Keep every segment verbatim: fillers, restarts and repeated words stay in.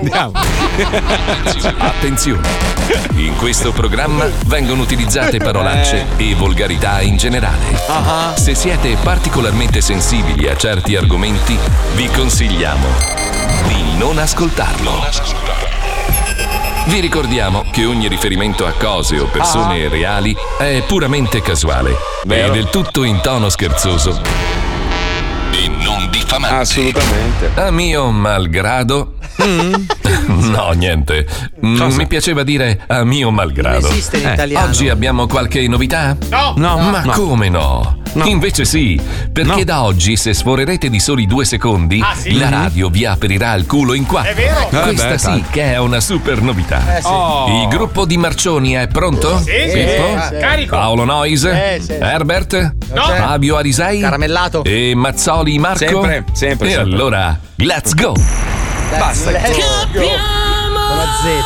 Andiamo. Attenzione. In questo programma vengono utilizzate parolacce e volgarità in generale. Se siete particolarmente sensibili a certi argomenti, vi consigliamo di non ascoltarlo. Vi ricordiamo che ogni riferimento a cose o persone reali è puramente casuale Vero. e del tutto in tono scherzoso e non diffamante. Assolutamente. A mio malgrado. Mm? No, niente. Mm, mi piaceva dire a mio malgrado. Non esiste in italiano. Oggi abbiamo qualche novità? No. No, Ma no. come no? No. Invece sì, perché No. da oggi, se sforerete di soli due secondi, Ah, sì? la radio vi aprirà il culo in quattro. È vero? Eh, Questa beh, sì dai. che è una super novità. Eh, sì. Oh. Il gruppo di Marcioni è pronto? Sì, sì. Pippo? Eh, sì. Carico. Paolo Sì, Noise? sì. Herbert? No. Fabio Arisei? Caramellato. E Mazzoli Marco? Sempre, sempre, E sempre. allora, let's go! Basta. Con la Z.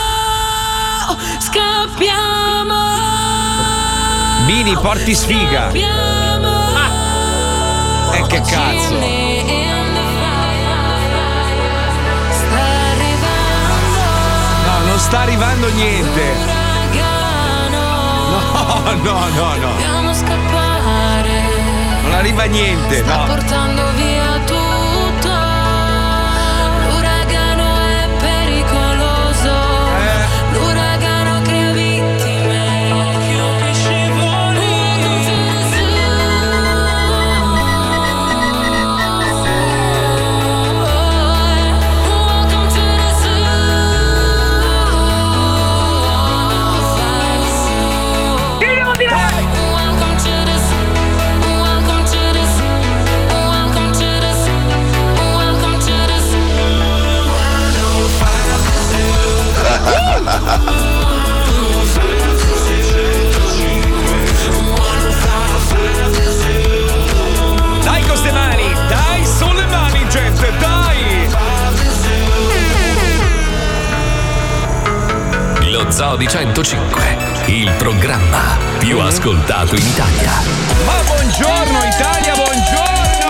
Scappiamo. Bini, porti sfiga. Eh, che cazzo. No, non sta arrivando niente. No, no, no, no. Dobbiamo scappare. Non arriva niente, Sta no. portando via tutto. L'uragano è pericoloso. L'uragano crea vittime. Occhio che scivoli. Welcome to the zoo. Welcome to the zoo. Welcome to the zoo. Welcome to the zoo. Welcome to the zoo. Welcome to the Dai con ste mani, dai sulle mani, gente, dai. Lo Zoo di centocinque, il programma più ascoltato in Italia. Ma buongiorno Italia, buongiorno.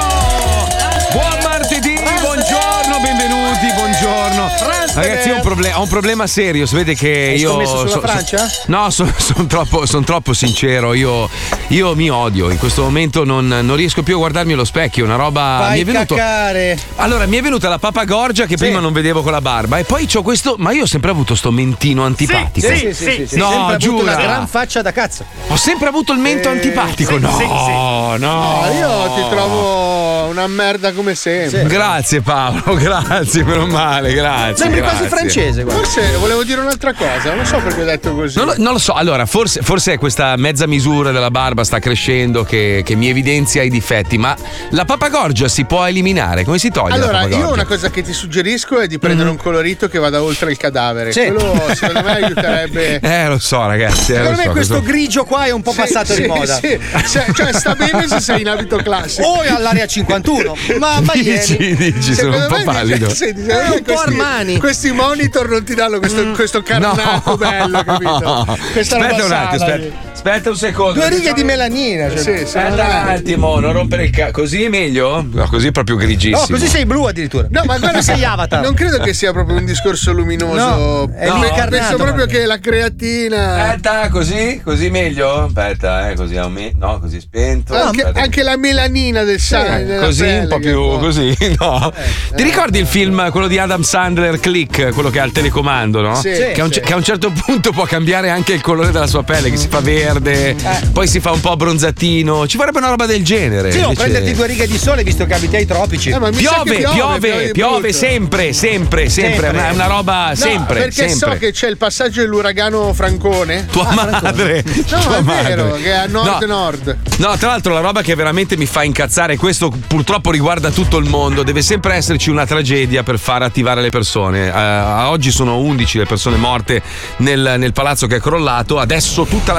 Buon martedì, buongiorno, benvenuti, buongiorno. Ragazzi, ho un, proble- ho un problema serio, sapete che Hai io scommesso sulla so- Francia? so- no, sono son troppo, son troppo sincero, io, io mi odio, in questo momento non, non riesco più a guardarmi allo specchio, una roba Vai mi è venuto cacare. Allora, mi è venuta la papagorgia che prima non vedevo con la barba e poi c'ho questo, ma io ho sempre avuto sto mentino antipatico. Sì, sì, sì, sì, sì. No, Sempre avuto giura. una gran faccia da cazzo. Ho sempre avuto il mento Eh, antipatico. sì, no, sì, sì. no, No, io ti trovo una merda come sempre. Grazie Paolo, grazie, meno male, grazie. Sembri quasi grazie. francese, guarda. Forse volevo dire un'altra cosa, non so perché ho detto così. Non lo, non lo so, allora forse, forse è questa mezza misura della barba sta crescendo che, che mi evidenzia i difetti, ma la papagorgia si può eliminare? Come si toglie Allora, la papagorgia? io una cosa che ti suggerisco è di prendere un colorito che vada oltre il cadavere. Sì. Quello secondo me aiuterebbe. Eh, lo so, ragazzi. Eh, Secondo lo me so, questo grigio qua è un po' Sì, passato sì, di moda. sì. Se- cioè, sta bene se sei in abito classico. O è all'area cinquantuno. Ma ma Dici, ieri. dici, sono un Secondo po' me- pallido. senti, È secondo me un po' questi, Armani. questi monitor non ti danno questo, questo carnato bello, capito? Questa Aspetta roba un attimo, sana. aspetta, aspetta un secondo. Due righe di melanina. Cioè. Sì, sì, Aspetta un veramente. attimo, non rompere il cazzo. Così è meglio? No, così è proprio grigissimo. No, così sei blu addirittura. No, ma guarda, sei Avatar. non credo che sia proprio un discorso luminoso. No, è Pe- l'incarnato, penso proprio guarda. che la creatina. Aspetta, così? Così meglio? Aspetta, eh, così aumenta. No, così spento. Anche, Aspetta. anche la melanina del sangue. Eh, della così pelle un po' che più può- così, no? Ti ricordi il film, quello di Adam Sandler, Click, quello che ha il telecomando, no? Sì, che, a un, sì. che a un certo punto può cambiare anche il colore della sua pelle, che si fa verde, poi si fa un po' abbronzatino. Ci vorrebbe una roba del genere. Sì, o invece- prenderti due righe di sole visto che abiti ai tropici. Eh, ma mi sa che Piove, piove, di piove, brutto. sempre, sempre, sempre. Sempre. È una, è una roba No, sempre, perché sempre. so che c'è il passaggio dell'uragano Francone. Tua madre. No, tua è vero, madre. che è a No. nord-nord. No, tra l'altro la roba che veramente mi fa incazzare, e questo purtroppo riguarda tutto il mondo, deve sempre esserci una tragedia per far attivare le persone. Eh, a oggi sono undici le persone morte nel, nel palazzo che è crollato, adesso tutta la città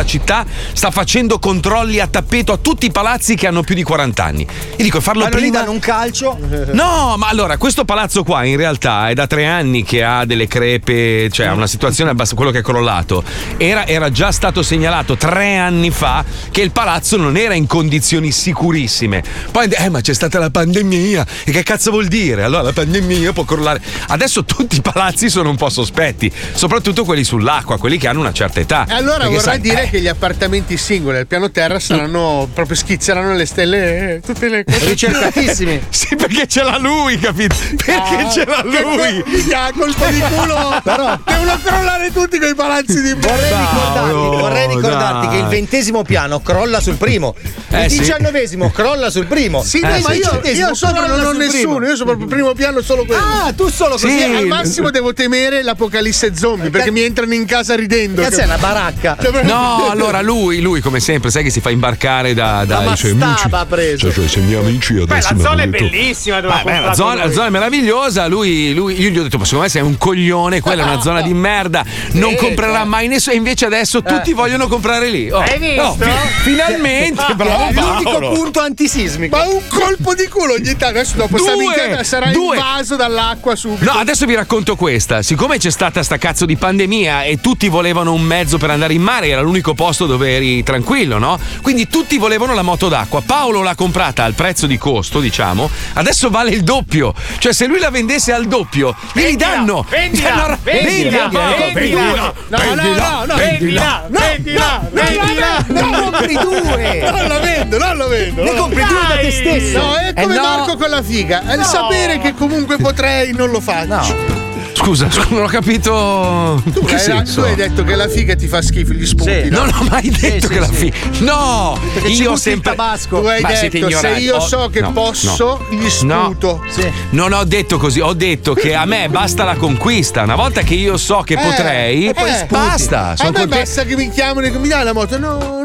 sta facendo controlli a tappeto a tutti i palazzi che hanno più di quaranta anni. Io dico, farlo Ma non gli prima. danno un calcio? No, ma allora, questo palazzo qua in realtà è da tre anni che ha delle crepe, cioè ha una situazione abbastanza. Quello che è crollato. Era, era già stato segnalato tre anni fa che il palazzo non era in condizioni sicurissime. Poi, eh, ma c'è stata la pandemia. E che cazzo vuol dire? Allora la pandemia può crollare. Adesso tutti i palazzi sono un po' sospetti, soprattutto quelli sull'acqua, quelli che hanno una certa età. E allora Perché, vorrei sai, dire eh, che gli appartamenti singoli al piano terra saranno proprio schizzeranno le stelle, eh, tutte le cose ricercatissimi. Sì, perché ce l'ha lui, capito? Perché Ah, ce l'ha lui. Minchia, colpo di culo. Però- devono crollare tutti quei palazzi di Vorrei ricordarti, Paolo, vorrei ricordarti dai. che il ventesimo piano crolla sul primo, Eh, il sì. diciannovesimo crolla sul primo. Sì, Eh, ma il io, centesimo io sopra crolla non ho sul nessuno, primo. io sono proprio primo piano solo quello. Ah, tu solo così. Sì. Al massimo devo temere l'apocalisse zombie perché mi entrano in casa ridendo. Cazzo, è una baracca. Cioè, proprio- No, allora lui, lui come sempre, sai che si fa imbarcare da, La dai suoi amici. mastaba ha preso. Cioè, se i miei amici adesso Beh, la mi zona è hanno detto- bellissima dove Ah, ha beh, la, comprato zona, lui. la zona è meravigliosa. Lui, lui, io gli ho detto: ma secondo me sei un coglione, quella è una zona di merda, non comprerà mai nessuno. E invece adesso tutti vogliono comprare lì. Oh, Hai visto? oh, fi- finalmente, bravo È l'unico Paolo. punto antisismico. Ma un colpo di culo ogni tanto. Adesso dopo sta Due, minchiata sarà due. invaso dall'acqua subito. No, adesso vi racconto questa. Siccome c'è stata sta cazzo di pandemia e tutti volevano un mezzo per andare in mare, era l'unico posto dove eri tranquillo, no? Quindi tutti volevano la moto d'acqua. Paolo l'ha comprata al prezzo di costo, diciamo. Adesso vale il doppio. Cioè, se lui la vendesse al doppio, glieli danno. vendila, Danno- vendila, vendila, vendila. No, no, no, no, Vendila, vendila, vendila. Ne compri due. non lo vendo, non lo vendo. Ne compri due da te Dai. stesso. No, è Eh, come no. Marco con la figa. È il sapere che comunque potrei, non lo faccio. No. Scusa, scusa, non ho capito. Tu, che hai, senso? tu hai detto che la figa ti fa schifo gli spunti. Sì. no? Non ho mai detto sì, che la sì. fi. No! Perché ci io ho butti il sempre. tabasco. Tu hai Ma siete detto se ignoranti. io Oh, so che no, posso, no. gli sputo. Sì. Non ho detto così, ho detto che a me basta la conquista. Una volta che io so che Eh, potrei, e poi sputi. basta. A Sono me contento. basta che mi chiamano e che mi dai la moto. No.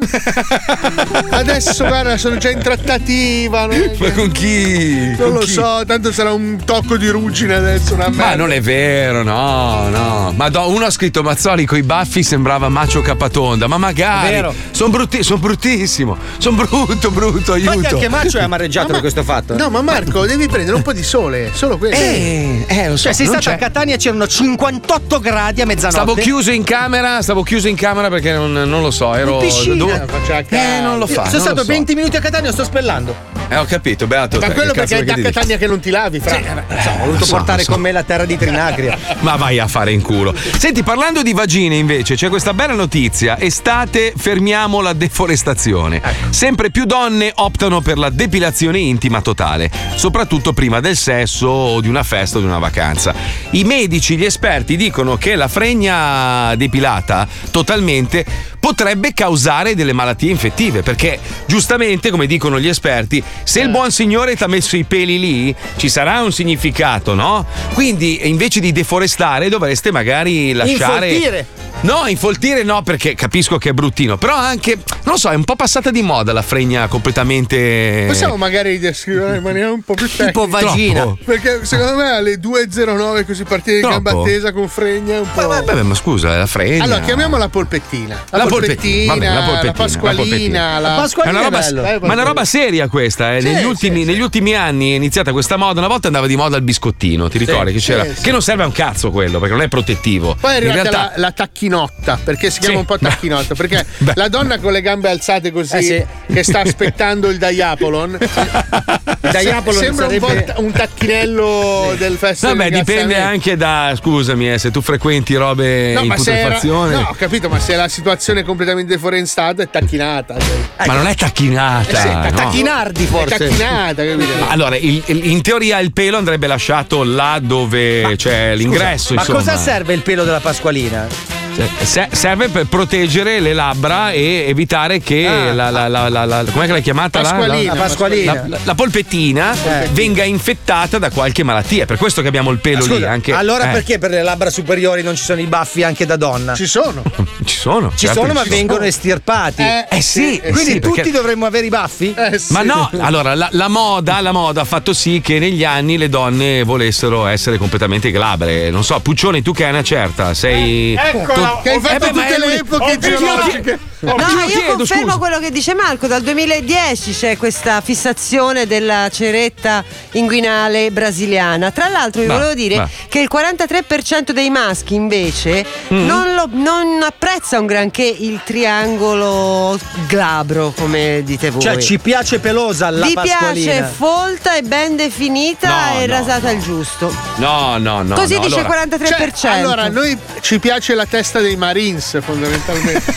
Adesso guarda, sono già in trattativa. Non, è Ma che- con chi? non Con lo chi? so, tanto sarà un tocco di ruggine adesso. Una Ma merda. non è vero, no, no. Ma do- uno ha scritto Mazzoli coi baffi sembrava Macio Capatonda. Ma magari. È vero. Sono brutti, son bruttissimo. Sono brutto, brutto, Infatti aiuto. anche Macio è amareggiato Ma- per questo fatto. No, ma Marco, devi prendere un po' di sole, solo questo. Eh, eh, lo so. Cioè, sei non stato c'è. a Catania, c'erano cinquantotto gradi a mezzanotte. Stavo chiuso in camera, stavo chiuso in camera perché non, non lo so, ero. In piscina. dove- Faccia Eh, non lo fa. Sono non stato lo so. venti minuti a Catania, sto spellando. Eh, ho capito, beato. Ma te, quello che cazzo perché è vuoi da che ti dica? Catania che non ti lavi, fra. Ho voluto so, portare so. con me la terra di Trinacria. Ma vai a fare in culo. Senti, parlando di vagine invece, c'è questa bella notizia. Estate, fermiamo la deforestazione. Sempre più donne optano per la depilazione intima totale, soprattutto prima del sesso o di una festa o di una vacanza. I medici, gli esperti dicono che la fregna depilata totalmente potrebbe causare delle malattie infettive, perché giustamente, come dicono gli esperti, se il buon signore ti ha messo i peli lì, ci sarà un significato, no? Quindi invece di deforestare dovreste magari lasciare. Infoltire. No, infoltire no, perché capisco che è bruttino, però anche, non lo so, è un po' passata di moda la fregna completamente. Possiamo magari descrivere in maniera un po' più tecnica. Tipo vagina. Troppo. Perché secondo me alle due e zero nove così partire in Troppo. gamba tesa con fregna è un po'. Beh, beh, ma scusa, è la fregna. Allora, chiamiamola polpettina. La polpettina, va bene, la polpettina, la pasqualina, la la, La Pasqualina È una roba, è bello. Eh, ma è una roba seria questa, eh. Sì, negli, sì, ultimi, sì. negli ultimi anni è iniziata questa moda. Una volta andava di moda il biscottino, ti ricordi? che c'era? sì, sì. Che non serve a un cazzo quello, perché non è protettivo. Poi è in arrivata realtà. la, la tacchinotta, perché si chiama Sì. un po' tacchinotta, perché Beh. la donna con le gambe alzate così, Eh, sì. che sta aspettando il diapolon, Il diapolon sembra un po' sarebbe- un tacchinello del festival. Vabbè, di dipende Gazzaniga. anche da. Scusami, eh, se tu frequenti robe No, in ma se era, putrefazione. no, ho capito, ma se la situazione è completamente forestata è tacchinata. Cioè. Ma non è tacchinata. Eh sì, no. Tacchinardi È forse. tacchinata, capito? Ma allora, il- il- in teoria il pelo andrebbe lasciato là dove c'è l'ingresso. Ma insomma. cosa serve il pelo della Pasqualina? Se- serve per proteggere le labbra e evitare che Ah. la, la, la, la, la- com'è che l'hai chiamata? La- Pasqualina. La Pasqualina. La, la- la polpettina Eh. venga infettata da qualche malattia. Per questo che abbiamo il pelo Scusa, lì. Anche, allora eh, perché per le labbra superiori non ci sono i baffi anche da donna? Ci sono. Ci sono. Ci certo sono, che ma ci vengono sono. estirpati. Eh sì, eh Quindi sì, tutti perché- dovremmo avere i baffi? Eh, sì. Ma no, allora la, la moda, la moda ha fatto sì che negli anni le donne volessero essere completamente glabre. Non so, Puccioni, tu che hai una certa, sei. Eccola, Che hai ho fatto Eh, beh, ma tutte è le l'uni- epoche ho visto- geologiche. No, io chiedo, confermo scusa. quello che dice Marco. Dal duemiladieci c'è questa fissazione della ceretta inguinale brasiliana. Tra l'altro vi ma, volevo dire ma. che il quarantatré per cento dei maschi invece mm. non, lo, non apprezza un granché il triangolo glabro, come dite voi. Cioè ci piace pelosa la Vi pasqualina. piace folta e ben definita no, e no, rasata no. al giusto. No, no, no. Così no, dice allora. il quarantatré per cento. Cioè, allora, noi ci piace la testa dei Marines, fondamentalmente.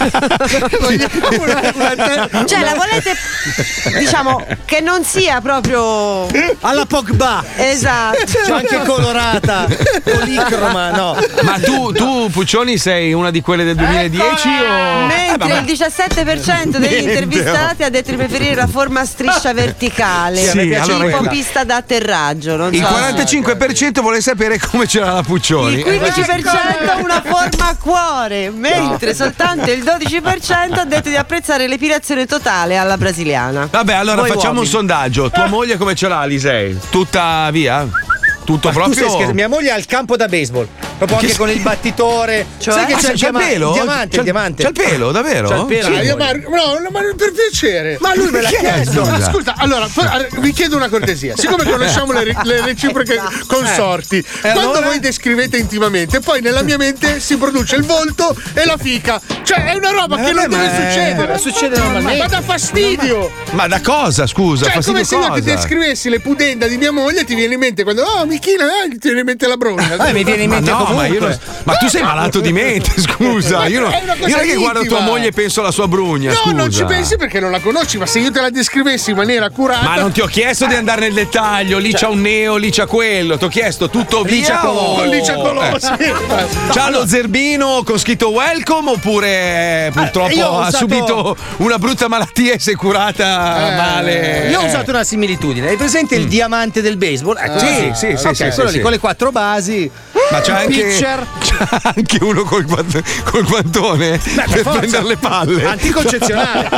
una, una te- Cioè, la volete, diciamo, che non sia proprio alla Pogba. Esatto. C'è anche colorata, policroma, no. Ma tu, tu, Puccioni, sei una di quelle del duemiladieci o. Mentre eh, il diciassette per cento degli Niente, intervistati ha detto di preferire la forma a striscia verticale, Sì, tipo allora, pista da atterraggio. Non il so. quarantacinque per cento vuole sapere come c'era la Puccioni. Il quindici per cento ha una forma a cuore, mentre soltanto il dodici per cento ha detto di apprezzare l'epilazione totale alla brasiliana. Vabbè, allora Voi facciamo uomini. un sondaggio. Tua moglie come ce l'ha, Lisei? Tutta via? Tutto Ma proprio? tu sei scherzo, mia moglie ha il campo da baseball. Proprio anche Che- con il battitore. Cioè? Sai che Ah, c'è, c'è il, diama- il pelo? il diamante, C'è- il diamante. c'è il pelo, davvero? C'è il pelo. Ah, mia io moglie. Marco, no, no, ma per piacere. Ma lui me l'ha Perché? chiesto. Scusa. Ma scusa, allora, poi, vi chiedo una cortesia. Siccome conosciamo le, le reciproche consorti, quando allora? voi descrivete intimamente, poi nella mia mente si produce il volto e la fica. Cioè, è una roba che non vabbè, deve ma è- succedere. ma succede normalmente. Ma dà fastidio. Ma da cosa, scusa? Cioè, è Fastidio come se io ti cosa? descrivessi le pudenda di mia moglie, ti viene in mente quando, oh, Michina, eh, ti viene in mente la brogna. Eh, mi viene in Ma mente no, ma comunque. io non- ma tu sei malato di mente, scusa. Io, non- È una cosa io non è che guardo intima. tua moglie e penso alla sua brugna. No, scusa. non ci pensi perché non la conosci, ma se io te la descrivessi in maniera accurata. Ma non ti ho chiesto di andare nel dettaglio, lì c'ha un neo, lì c'ha quello, ti ho chiesto tutto Lì c'ha via Colò. o... Con Licia Colò, Eh. sì. C'ha lo zerbino con scritto welcome oppure eh, purtroppo io ho ha usato- subito una brutta malattia e si è curata Eh, male? Io ho usato una similitudine. Hai presente il diamante del baseball? Ecco, Sì, così. sì, sì, Ok, sì, quello sì, lì sì. con le quattro basi. Ma c'è anche, pitcher. c'è anche uno col, guant- col guantone per forza. prendere le palle. Anticoncezionale.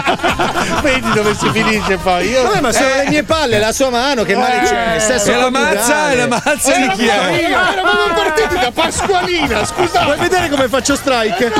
Vedi dove si finisce poi. Io... Vabbè, ma sono le mie palle, la sua mano, che male c'è? Il sesso E la coniugale. mazza, e la mazza di chi Eravamo, è? eravamo partiti da Pasqualina, scusate. Vuoi vedere come faccio strike?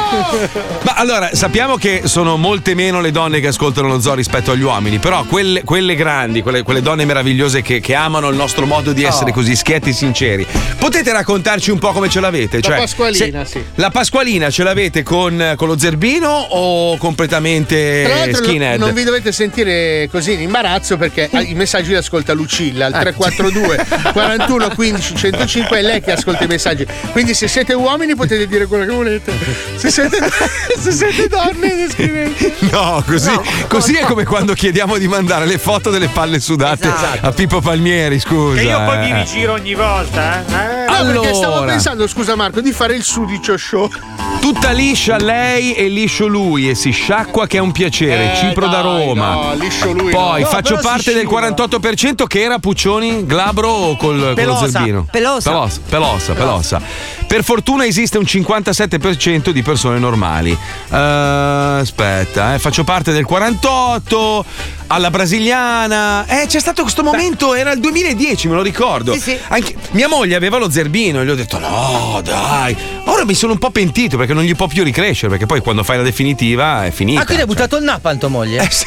Ma allora, sappiamo che sono molte meno le donne che ascoltano lo zoo rispetto agli uomini, però quelle, quelle grandi, quelle, quelle donne meravigliose che, che amano il nostro modo di essere Oh. così schietti e sinceri, potete raccontarci un po' come ce l'avete? La Pasqualina, sì. La Pasqualina ce l'avete con, con lo zerbino o completamente Tra l'altro skinhead? non vi dovete sentire così in imbarazzo perché i messaggi li ascolta Lucilla al tre quattro due quarantuno quindici centocinque, è lei che ascolta i messaggi. Quindi se siete uomini potete dire quello che volete. Se siete, se siete donne scrivete. No, così, così è come quando chiediamo di mandare le foto delle palle sudate Esatto. a Pippo Palmieri, scusa. Che io poi mi eh. rigiro ogni volta, eh? Eh? No, perché stavo Allora. pensando, scusa Marco, di fare il sudicio show. Tutta liscia lei e liscio lui e si sciacqua che è un piacere. Eh, Cipro da dai, Roma. no, liscio lui, Poi no. No, faccio però si parte del scivola. quarantotto per cento che era Puccioni, glabro o col, con lo Pelosa. zerbino? Pelosa. Pelosa, pelosa, pelosa. Per fortuna esiste un cinquantasette per cento di persone normali. Eh, aspetta, eh, faccio parte del quarantotto. Alla brasiliana. Eh, c'è stato questo momento, era il duemiladieci, me lo ricordo. Sì, sì. Anche mia moglie aveva lo zerbino e gli ho detto no, dai. Ora mi sono un po' pentito perché non gli può più ricrescere, perché poi quando fai la definitiva è finita. Ah, quindi hai buttato il napalm tua moglie? Eh sì.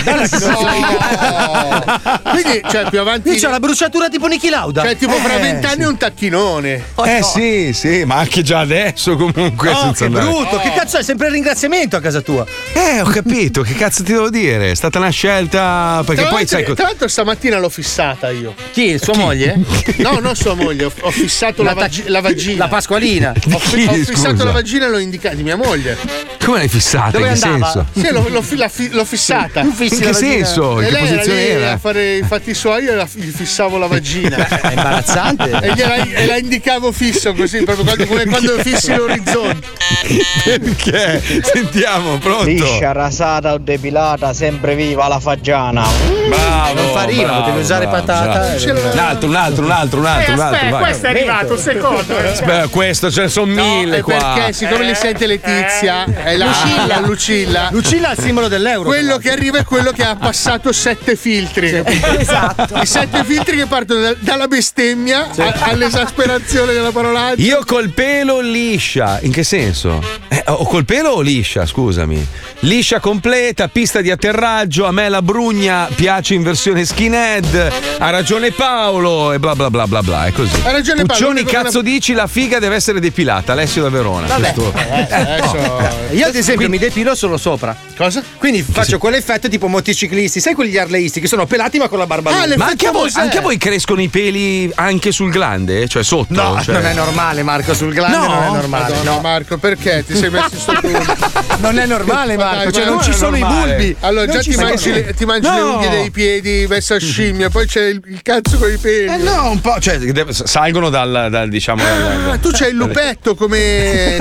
No. Quindi, cioè, più avanti. Io c'ho la bruciatura tipo Niki Lauda. Cioè, tipo fra Eh, vent'anni sì. un tacchinone. Eh sì, sì, ma anche già adesso comunque. No, senza che andare- brutto, che cazzo è? Sempre il ringraziamento a casa tua. Eh, ho capito, che cazzo ti devo dire? È stata una scelta. Perché Tra poi l'altro, sai. co- tra l'altro stamattina l'ho fissata io. Chi? Sua moglie? No, non sua moglie, ho, ho fissato la, La vagi- tac- la vagina. La Pasqualina. Ho, fi- Chi, ho fissato scusa? la vagina e l'ho indicata di mia moglie. Come l'hai fissata? Dove in che andava? senso? Sì, l'ho, l'ho fi- la fi- l'ho fissata. Tu fissi In la che vagina. senso? In E che lei era posizione lì era? a fare i fatti suoi e la- gli fissavo la vagina. È imbarazzante. E, gliela, e la indicavo fisso così, proprio quando- come quando fissi l'orizzonte. Perché? Sentiamo, pronto? Liscia, rasata o depilata, sempre viva la fagiana. Bravo. Non fa rima, bravo, potevi usare bravo, patata. bravo. Ce l'ho- Un altro, un altro, un altro, un Eh, altro, un altro. aspetta, vai. questo è arrivato, un secondo. eh. Beh, questo ce ne sono No, mille è qua. perché siccome li sente Letizia è la Lucilla. la Lucilla, Lucilla è il simbolo dell'euro. quello che arriva è quello che ha passato sette filtri. Esatto. I sette filtri che partono da- dalla bestemmia a- all'esasperazione della parolaccia. Io col pelo liscia. In che senso? Eh, o col pelo o liscia, scusami. Liscia completa, pista di atterraggio, a me la brugna piace in versione skinhead, ha ragione Paolo e bla bla bla bla bla, è così. Ha ragione Paolo. Puccioni, cazzo dici, la figa deve essere depilata, Alessio da Verona. Vabbè, Questo- eh, adesso- Io ad esempio mi depilo solo sopra. Cosa? Quindi faccio quell'effetto tipo motociclisti, sai quegli arleisti che sono pelati ma con la barba lunga. Ma anche a, voi, anche a voi crescono i peli anche sul glande? Cioè sotto? No, cioè... non è normale Marco, sul glande No? non è normale. Madonna, No. Marco, perché ti sei messo sto punto? Non è normale Marco, Dai, cioè ma non ci è sono normale. i bulbi. Allora, Non già ci ti sono- mangi, le, ti mangi le No. unghie dei piedi, messo a scimmia, poi c'è il, il cazzo con i peli. Eh no, un po', cioè deve- salgono dal, dal diciamo. dal- Ah, tu c'hai il lupetto come.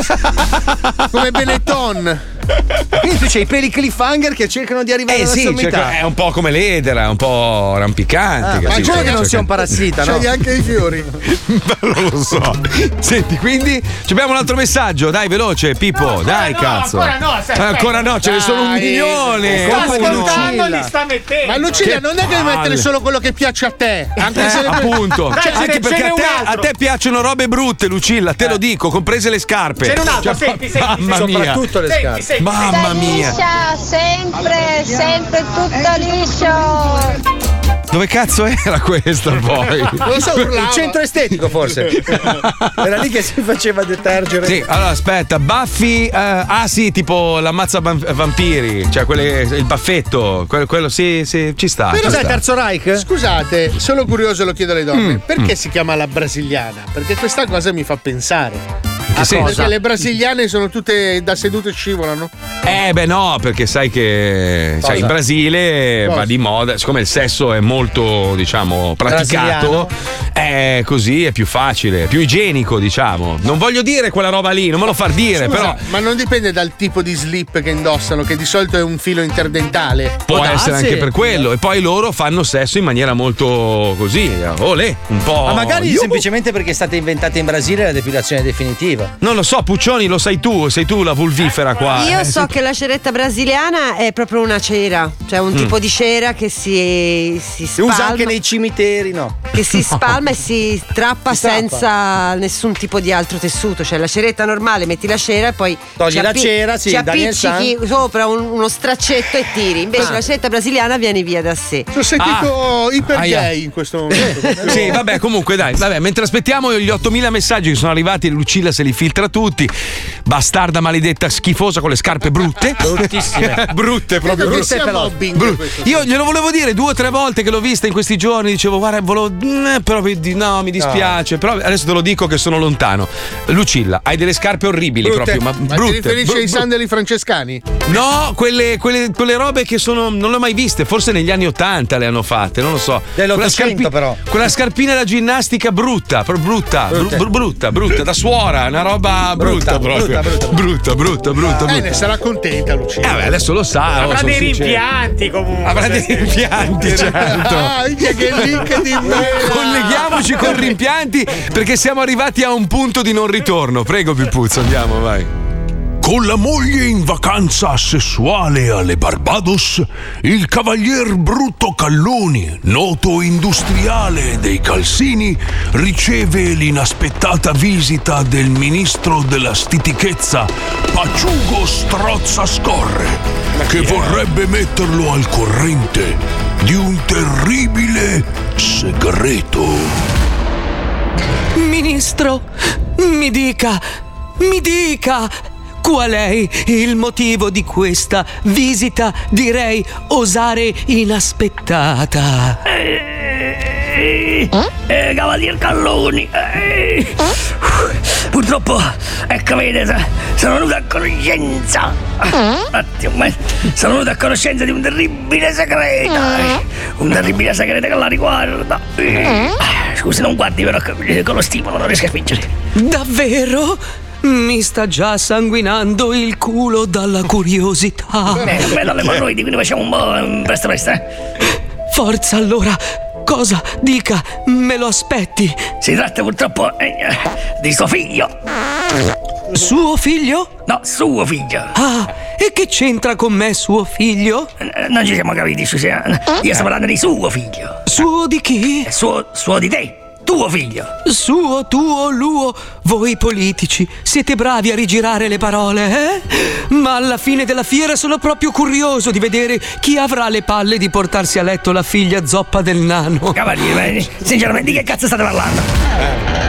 come Benetton. Quindi tu c'hai i peli cliffhanger che cercano di arrivare Eh alla sì, sommità. cioè, è un po' come l'edera, è un po' rampicante. Ah, ma capito? solo che non Cioè, sia un parassita, no? C'hai anche i fiori. non lo so. Senti, quindi ci abbiamo un altro messaggio, dai, veloce, Pippo, dai, no, cazzo. ancora no, sai, Eh, ancora no, ce ne sono un Dai. milione. Sta Come no? ascoltando, li sta mettendo. Ma Lucilla, Che non è che devi palle. mettere solo quello che piace a te. Anche Eh, se le- appunto, Dai, ce anche n'è- perché ce n'è a un te, altro. a te piacciono robe brutte, Lucilla, te lo dico, comprese le scarpe. C'è un altro, Cioè, senti, senti, mamma senti, mia, Soprattutto le Senti, scarpe. senti, mamma mia. Liscia, sempre, sempre tutto liscio. Dove cazzo era questa poi? Non lo so, urlava. Il centro estetico forse. Era lì che si faceva detergere. Sì, allora aspetta, Buffy, eh, ah sì, tipo l'ammazza van- vampiri, cioè quelle, il baffetto, quello, quello sì, sì, ci sta. ci Cos'è il sta. terzo Reich? Scusate, sono curioso, lo chiedo alle donne. Mm, Perché si chiama la brasiliana? Perché questa cosa mi fa pensare. Che senso? Perché le brasiliane sono tutte da sedute e scivolano. Eh beh no, perché sai che sai, in Brasile Cosa? va di moda, siccome il sesso è molto, diciamo, praticato, è così, è più facile, più igienico, diciamo. Non voglio dire quella roba lì, non me lo far dire, Scusa, però ma non dipende dal tipo di slip che indossano, che di solito è un filo interdentale. può Può essere darsi. anche per quello. E poi loro fanno sesso in maniera molto così, olè, un po'. Ma magari Yuhu. semplicemente perché è stata inventata in Brasile la depilazione definitiva. Non lo so, Puccioni, lo sai tu, sei tu la vulvifera qua. Io eh. so che la ceretta brasiliana è proprio una cera, cioè un tipo di cera che si, si Si usa spalma, anche nei cimiteri, no? che si spalma e si strappa Si strappa. senza nessun tipo di altro tessuto. Cioè la ceretta normale, metti la cera e poi Togli ci la appi- cera, sì, ci Daniel appiccichi sopra un- uno straccetto e tiri. Invece Ah. la ceretta brasiliana viene via da sé. Ti ho sentito iper Aia. gay in questo momento. Sì, vabbè, comunque dai, vabbè, mentre aspettiamo gli ottomila messaggi che sono arrivati, Lucilla se li filtra tutti. Bastarda maledetta schifosa con le scarpe brutte. Bruttissime. brutte, proprio Che brutte. sia mobbing Bru- questo. Io glielo volevo dire due o tre volte che l'ho vista in questi giorni, dicevo guarda, volevo, mm, però vi- di- no, mi dispiace, però adesso te lo dico che sono lontano. Lucilla, hai delle scarpe orribili Brutte. proprio, ma, Ma brutte. ti riferisci bru- ai bru- sandali francescani? No, quelle, quelle, quelle robe che sono. Non le ho mai viste, forse negli anni Ottanta le hanno fatte, non lo so. Dell'Ottocento, però. Quella scarpina da ginnastica brutta, proprio brutta, Brutte. bru- brutta, brutta, da suora, una roba brutta, Brutta, proprio. brutta, Brutta, brutta, brutta, Eh, brutta. ne sarà contenta, Lucia. Eh, beh, adesso lo sa. oh, Avrà sono dei sincero. rimpianti comunque. Avrà dei perché- rimpianti, certo. Ah, minchia, che link di merda. Colleghiamoci con rimpianti perché siamo arrivati a un punto di non ritorno. Prego, Pippuzzo, andiamo, vai. Con la moglie in vacanza sessuale alle Barbados, il cavalier Brutto Calloni, noto industriale dei calzini, riceve l'inaspettata visita del ministro della stitichezza, Paciugo Strozza Scorre, che vorrebbe metterlo al corrente di un terribile segreto. Ministro, mi dica, mi dica, qual è il motivo di questa visita, direi osare inaspettata? Eh, eh, Cavalier Calloni, eh. Purtroppo, ecco, vede, sono venuto a conoscenza. Un attimo, eh. Sono venuto a conoscenza di un terribile segreto. eh. Un terribile segreto che la riguarda. Eh. Scusi, non guardi, però con lo stimolo non riesco a spingere. Davvero? Mi sta già sanguinando il culo dalla curiosità. Eh, me dalle emorroidi, quindi facciamo un po' eh, presto presto, eh. Forza allora, cosa? Dica, me lo aspetti. Si tratta purtroppo eh, di suo figlio. Suo figlio? No, suo figlio. Ah, e che c'entra con me suo figlio? Eh, Non ci siamo capiti, scusi. eh. Io sto parlando di suo figlio. Suo di chi? Suo, suo di te. Tu tuo figlio. Suo, tuo, luo. Voi politici siete bravi a rigirare le parole, eh? Ma alla fine della fiera sono proprio curioso di vedere chi avrà le palle di portarsi a letto la figlia zoppa del nano. Cavaliere, sinceramente, di che cazzo state parlando?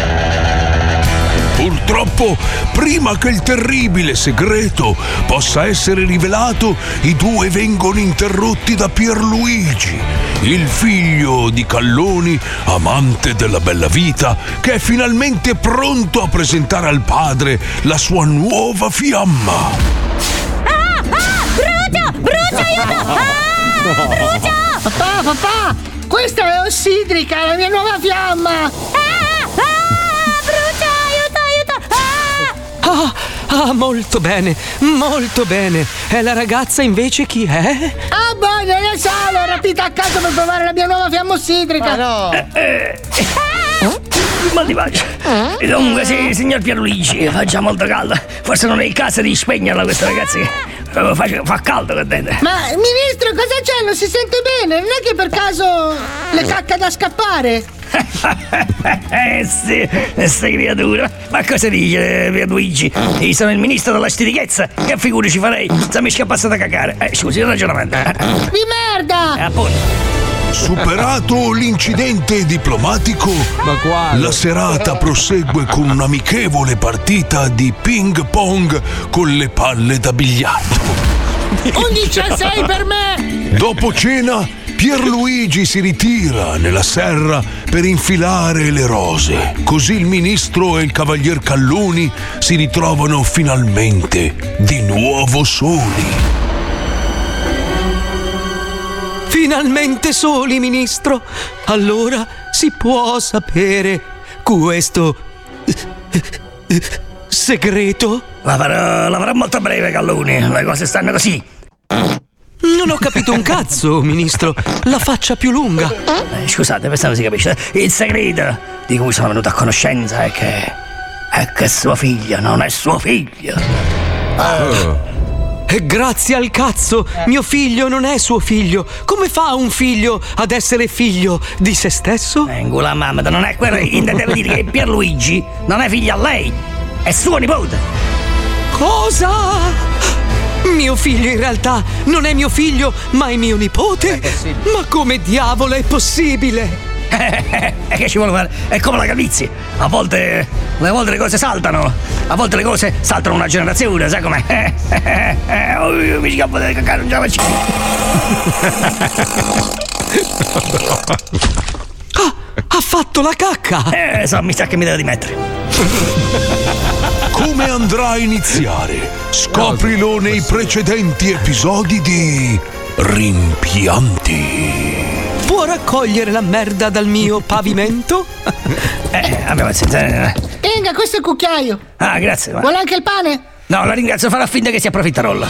Purtroppo, prima che il terribile segreto possa essere rivelato, i due vengono interrotti da Pierluigi, il figlio di Calloni, amante della bella vita, che è finalmente pronto a presentare al padre la sua nuova fiamma. Ah! Ah! Brucia! Brucia, aiuto! Ah! Brucia! Papà, papà! Questa è ossidrica, la mia nuova fiamma! Ah! Ah! Brucia! Ah, ah, molto bene, molto bene. E la ragazza invece chi è? Ah, boh, non lo so, l'ho rapita a caso per provare la mia nuova fiamma ossidrica. no. Eh, eh. Mal di pancia. E comunque, sì, signor Pierluigi, fa già molto caldo. Forse non è il caso di spegnerla questa ragazza che fa, fa caldo qua dentro. Ma, ministro, cosa c'è? Non si sente bene? Non è che per caso le cacca da scappare? Eh sì, questa creatura. Ma cosa dice, Pierluigi? Io sono il ministro della stitichezza. Che figure ci farei se mi scappasse da cagare? Eh, scusi, il ragionamento. Di merda! Eh, appunto. Superato l'incidente diplomatico, Ma quale? la serata prosegue con un'amichevole partita di ping pong con le palle da biliardo. undici a sei per me! Dopo cena, Pierluigi si ritira nella serra per infilare le rose. Così il ministro e il cavalier Calloni si ritrovano finalmente di nuovo soli. Finalmente soli, ministro. Allora si può sapere questo segreto? La farò, la farò molto breve, Calloni. Le cose stanno così. Non ho capito un cazzo, ministro. La faccia più lunga. Eh, scusate, questo non si capisce. Il segreto di cui sono venuto a conoscenza è che. è che suo figlio non è suo figlio. Oh. E grazie al cazzo, mio figlio non è suo figlio. Come fa un figlio ad essere figlio di se stesso? Eh, ingula mamma, non è quello. Intendeva dire che Pierluigi non è figlio a lei, è suo nipote. Cosa? Mio figlio in realtà non è mio figlio, ma è mio nipote? Ma come diavolo è possibile? E che ci vuole fare? È come la calvizie. A volte, a volte le cose saltano. A volte le cose saltano una generazione, sai com'è? Oh, mi scappo da cacare, non ce la faccio. Ah, ha fatto la cacca! Eh, so, mi sa che mi devo dimettere. Come andrà a iniziare? Scoprilo nei precedenti episodi di Rimpianti. Può raccogliere la merda dal mio pavimento? Eh, abbiamo pazienza. Inga, questo è il cucchiaio. Ah, grazie. Ma... Vuole anche il pane? No, la ringrazio, farà finta che sia approfittarolla.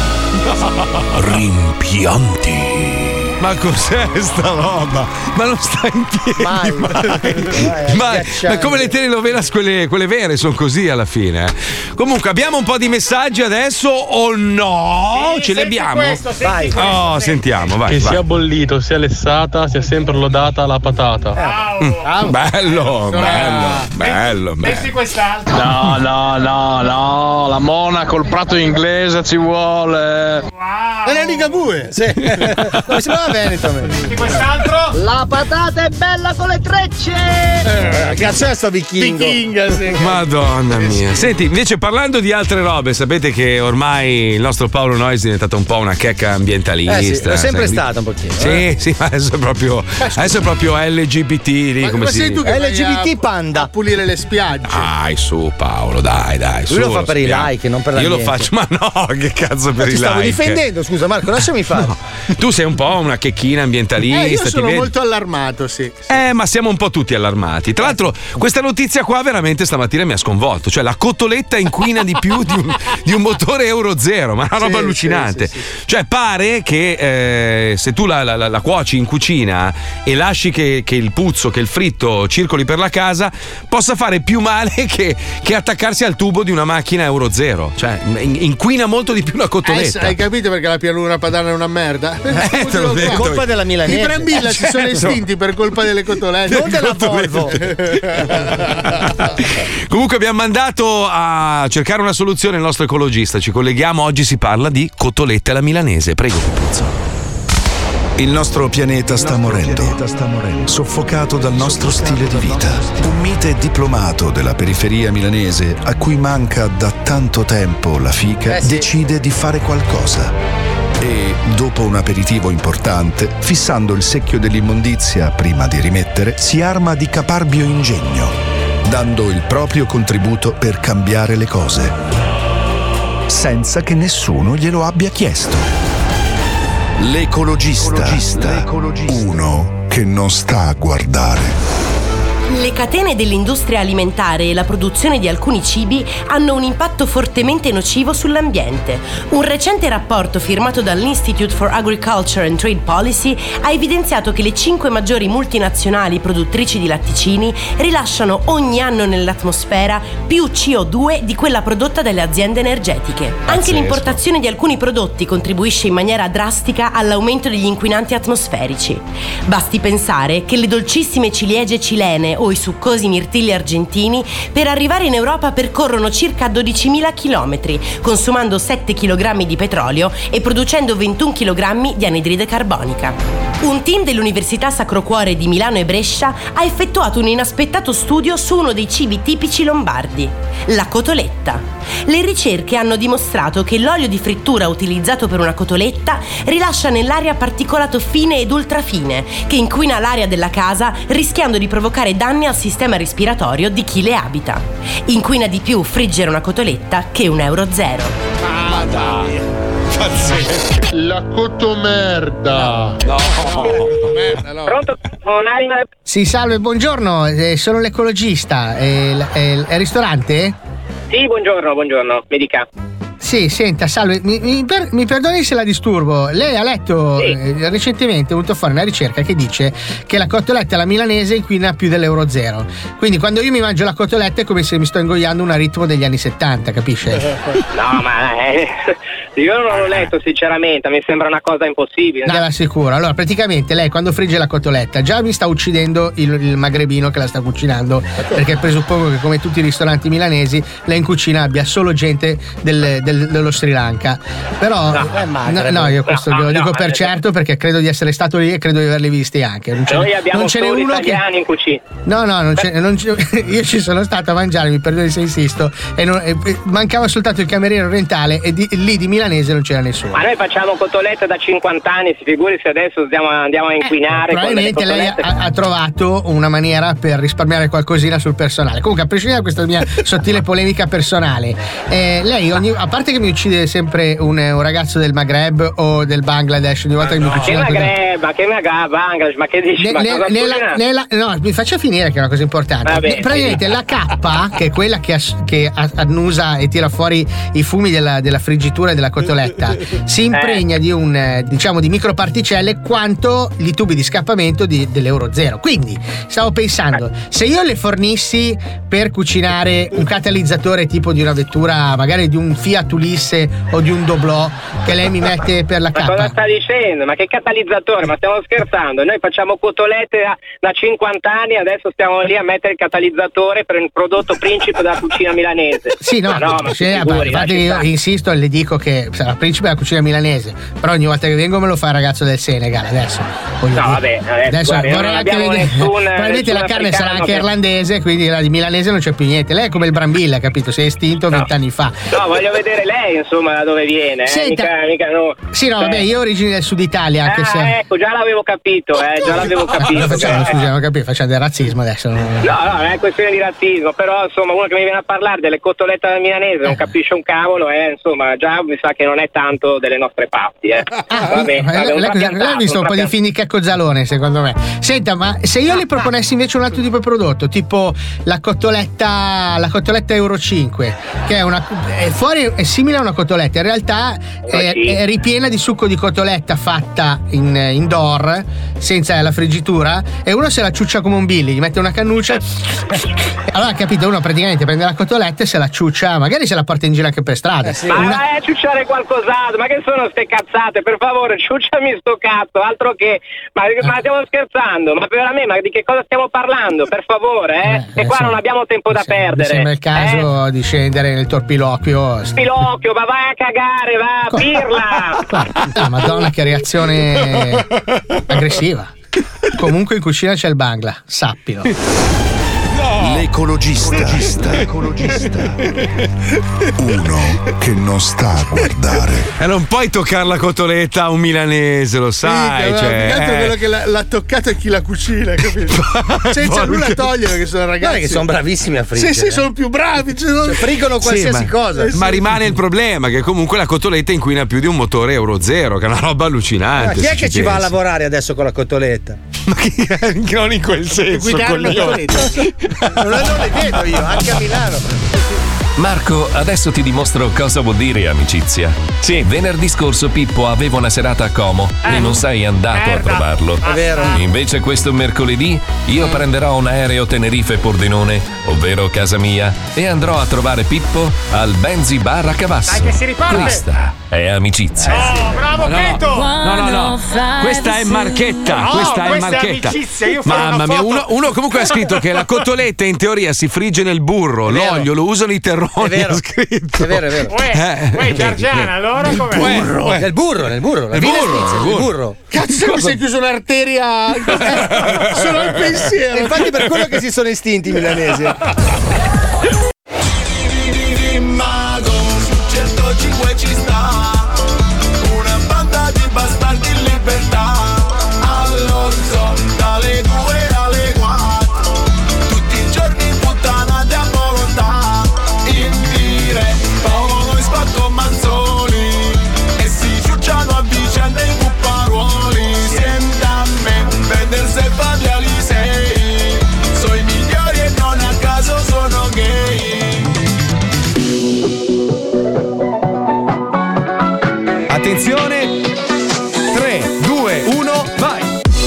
Rimpianti. Ma cos'è sta roba? Ma non sta in piedi mai, mai. mai. mai. Ma come le telenovelas quelle, quelle vere sono così alla fine. Comunque abbiamo un po' di messaggi adesso o no? Sì, Ce li abbiamo? Questo, vai. questo, oh, sì. sentiamo, vai. Che vai. sia bollito, sia lessata, sia sempre lodata la patata. Wow. Mm. Bello, bello, bello, Metti bello. quest'altro. No, no, no, no, la Monaco, il prato inglese ci vuole. Wow. È una Ligabue, sì. Come si chiama Veneto? Metti quest'altro. La patata è bella con le trecce! Eh, cazzo è sto vichingo? Vichinga, sì. Madonna mia. Senti, invece parlando di altre robe, sapete che ormai il nostro Paolo Noyes è diventato un po' una checca ambientalista. Eh sì, è sempre sai? stato un pochino. Sì, eh. sì, ma adesso è proprio adesso è proprio L G B T lì, Ma, come ma si sei tu che L G B T vai a, panda. a pulire le spiagge. Dai, su Paolo, dai, dai. Lui su, lo fa per i spiamo. like, non per la Io lo niente. faccio, ma no, che cazzo per Ti i stavo like. difendendo, scusa Marco, lasciami fare. No. Tu sei un po' una checchina ambientalista. Eh, io ti sono vedi? molto allarmato, sì. sì. Eh, ma siamo un po' tutti allarmati. Tra l'altro, questa notizia qua veramente stamattina mi ha sconvolto. Cioè, la cotoletta inquina di più di un, di un motore Euro Zero, ma è una roba Sì, allucinante. sì, sì, sì. Cioè, pare che eh, se tu la, la, la, la cuoci in cucina e lasci che, che il puzzo, che il fritto circoli per la casa, possa fare più male che, che attaccarsi al tubo di una macchina Euro Zero. Cioè, in- inquina molto di più la Eh, cotoletta. hai capito? perché la pianura padana è una merda? Eh, te l'ho detto. Colpa della milanese. I Brambilla si sono estinti per colpa delle cotolette. Non della Volvo. Comunque abbiamo mandato a cercare una soluzione il nostro ecologista. Ci colleghiamo, oggi si parla di cotolette alla milanese. Prego, Pipuzzo. Il nostro pianeta sta morendo, soffocato dal nostro stile di vita. Un mite diplomato della periferia milanese, a cui manca da tanto tempo la fica, Eh sì. decide di fare qualcosa. E, dopo un aperitivo importante, fissando il secchio dell'immondizia prima di rimettere, si arma di caparbio ingegno, dando il proprio contributo per cambiare le cose, senza che nessuno glielo abbia chiesto. L'ecologista, uno che non sta a guardare. Le catene dell'industria alimentare e la produzione di alcuni cibi hanno un impatto fortemente nocivo sull'ambiente. Un recente rapporto firmato dall'Institute for Agriculture and Trade Policy ha evidenziato che le cinque maggiori multinazionali produttrici di latticini rilasciano ogni anno nell'atmosfera più C O due di quella prodotta dalle aziende energetiche. Anche l'importazione di alcuni prodotti contribuisce in maniera drastica all'aumento degli inquinanti atmosferici. Basti pensare che le dolcissime ciliegie cilene o i succosi mirtilli argentini per arrivare in Europa percorrono circa dodicimila chilometri, consumando sette chilogrammi di petrolio e producendo ventuno chilogrammi di anidride carbonica. Un team dell'Università Sacro Cuore di Milano e Brescia ha effettuato un inaspettato studio su uno dei cibi tipici lombardi, la cotoletta. Le ricerche hanno dimostrato che l'olio di frittura utilizzato per una cotoletta rilascia nell'aria particolato fine ed ultrafine che inquina l'aria della casa, rischiando di provocare danni al sistema respiratorio di chi le abita. Inquina di più friggere una cotoletta che un euro zero. Ah, dai. La cotomerda. No. no. Pronto? Sì, salve, buongiorno, eh, sono l'ecologista. Eh, l- eh, è il ristorante? Sì, buongiorno, buongiorno, mi dica. Sì, senta, salve, mi, mi, per- mi perdoni se la disturbo. Lei ha letto Sì. eh, recentemente, è venuto fuori una ricerca che dice che la cotoletta alla milanese inquina più dell'euro zero. Quindi quando io mi mangio la cotoletta è come se mi sto ingoiando un ritmo degli anni settanta, capisce? No, ma eh, io non l'ho letto sinceramente, mi sembra una cosa impossibile. No, la sicuro. Allora, praticamente lei quando frigge la cotoletta già mi sta uccidendo il, il magrebino che la sta cucinando, perché presuppongo che come tutti i ristoranti milanesi lei in cucina abbia solo gente del, del, dello Sri Lanka. Però No, è no, no, io questo No, glielo no, dico no, per eh, certo, perché credo di essere stato lì e credo di averli visti anche. Non ce, Noi ne- abbiamo non ce n'è solo uno che italiani in cucina. No, no, non ce, non ce- io ci sono stato a mangiare, mi perdoni se insisto, e, non- e- e mancava soltanto il cameriere orientale e di- lì di milanese non c'era nessuno. Ma noi facciamo cotolette da cinquanta anni, si figuri se adesso andiamo, andiamo a inquinare. con delle Probabilmente lei cotolette. ha, ha trovato una maniera per risparmiare qualcosina sul personale. Comunque, a prescindere da questa mia sottile polemica personale, eh, lei ogni, a parte che mi uccide sempre un, un ragazzo del Maghreb o del Bangladesh ogni volta che mi Che cucina così. Maghreb, ma che Maghreb, Bangladesh, ma che dici? Ne- ma ne- cosa nella- cucina? nella- no, mi faccia finire che è una cosa importante. Va bene, Ne- Praticamente sì. la K, che è quella che, as- che a- annusa e tira fuori i fumi della, della friggitura e della cotoletta, si impregna di un eh, diciamo di microparticelle quanto i tubi di scappamento di- dell'euro zero. Quindi stavo pensando, se io le fornissi per cucinare un catalizzatore tipo di una vettura, magari di un Fiat Ulisse o di un Doblò, che lei mi mette per la Ma cosa K. sta dicendo? Ma che catalizzatore? Ma stiamo scherzando? Noi facciamo cotolette da, da cinquanta anni, adesso stiamo lì a mettere il catalizzatore per il prodotto principe della cucina milanese. Sì, no, ma no, ma sì, si eh, figuri, infatti lasci io stare. insisto e le dico che sarà principe della cucina milanese, però ogni volta che vengo me lo fa il ragazzo del Senegal adesso. voglio No, dire. vabbè, adesso, guarda, vorrei non anche abbiamo vedere. nessun- Probabilmente la nessun carne sarà africano anche che- irlandese, quindi la di milanese non c'è più niente. Lei è come il Brambilla, capito? Si è estinto vent'anni fa. No, voglio vedere lei, insomma, da dove viene. Eh? Senta- Mica, mica no. Sì, no, Eh. vabbè, io ho origini del sud Italia, anche Ah, se. ecco, già l'avevo capito, eh, già l'avevo capito. Facciamo, Eh. scusiamo, capito, facciamo del razzismo adesso. No, no, non è questione di razzismo, però insomma uno che mi viene a parlare delle cotolette alla milanese non capisce un cavolo, eh, insomma già mi sa che non è tanto delle nostre parti, eh. Vabbè, vabbè, lei, un lei, cosa- trapiantato, lei ha visto un po' di trapiantato. film di Checco Zalone, secondo me. Senta, ma se io le proponessi invece un altro tipo di prodotto, tipo la cotoletta, la cotoletta Euro cinque, che è una. È fuori è simile a una cotoletta, in realtà è, è ripiena di succo di cotoletta fatta in indoor senza la friggitura, e uno se la ciuccia come un Billy, gli mette una cannuccia. Allora, capito, uno praticamente prende la cotoletta e se la ciuccia, magari se la porta in giro anche per strada. Eh sì. Ma Una- vai a ciucciare qualcos'altro, ma che sono ste cazzate? Per favore, ciucciami sto cazzo, altro che. Ma, ma stiamo scherzando? Ma veramente, ma di che cosa stiamo parlando? Per favore, eh? Eh, e qua sì. non abbiamo tempo da Mi perdere. sembra il caso eh? di scendere nel torpiloquio. Pilocchio, ma vai a cagare, va, pirla! Ah, Madonna, che reazione aggressiva. Comunque in cucina c'è il bangla, sappilo. L'ecologista. Uno che non sta a guardare. E non puoi toccare la cotoletta a un milanese, lo sai. Sì, cioè, più che altro eh. quello che l'ha, l'ha toccato è chi la cucina, capito? Senza nulla togliere, che sono ragazzi. Guarda che sono bravissimi a friggere. Sì, sì, sono più bravi. Cioè, non... Cioè, friggono qualsiasi Sì, ma, cosa. Ma rimane il problema che comunque la cotoletta inquina più di un motore Euro Zero, che è una roba allucinante. Ma chi è se che ci va a pensi. lavorare adesso con la cotoletta? Non in quel senso. Guidare una coglione. cotoletta? Non, non le vedo io, anche a Milano. Marco, adesso ti dimostro cosa vuol dire amicizia. Sì. Venerdì scorso Pippo aveva una serata a Como Eh. e non sei andato a Merda. trovarlo. È vero. Invece questo mercoledì io prenderò un aereo Tenerife-Pordenone, ovvero casa mia, e andrò a trovare Pippo al Benzi Bar a Cavasso. Dai che si riparte. Questa è amicizia. Oh, bravo No, Cheto! no, no, no. Questa è marchetta. No, questa è questa è marchetta. amicizia, io farò Mamma una mia, foto. uno, uno comunque ha scritto che la cotoletta in teoria si frigge nel burro, È vero. l'olio lo usano i terroni. È vero. ha scritto. È vero, è vero. Uè, Eh, uè, eh, Giorgiana, eh. allora com'è? Uè, Burro. uè. Nel burro, nel burro. La Nel Villa burro, Svizzera, nel nel burro. burro. Cazzo, mi sei chiuso un'arteria. Solo al pensiero. E infatti per quello che si sono estinti i milanesi. Mago su centocinque ci sta una banda di bastardi in libertà. Allo zoo dalle due alle quattro, tutti i giorni puttanate a volontà. In diretta noi spacco manzoni e si ciucciano a vicenda i pupparuoli. Senta a me, vedersi e farli alisei, sono i migliori e non a caso sono gay. Attenzione, tre, due, uno, vai!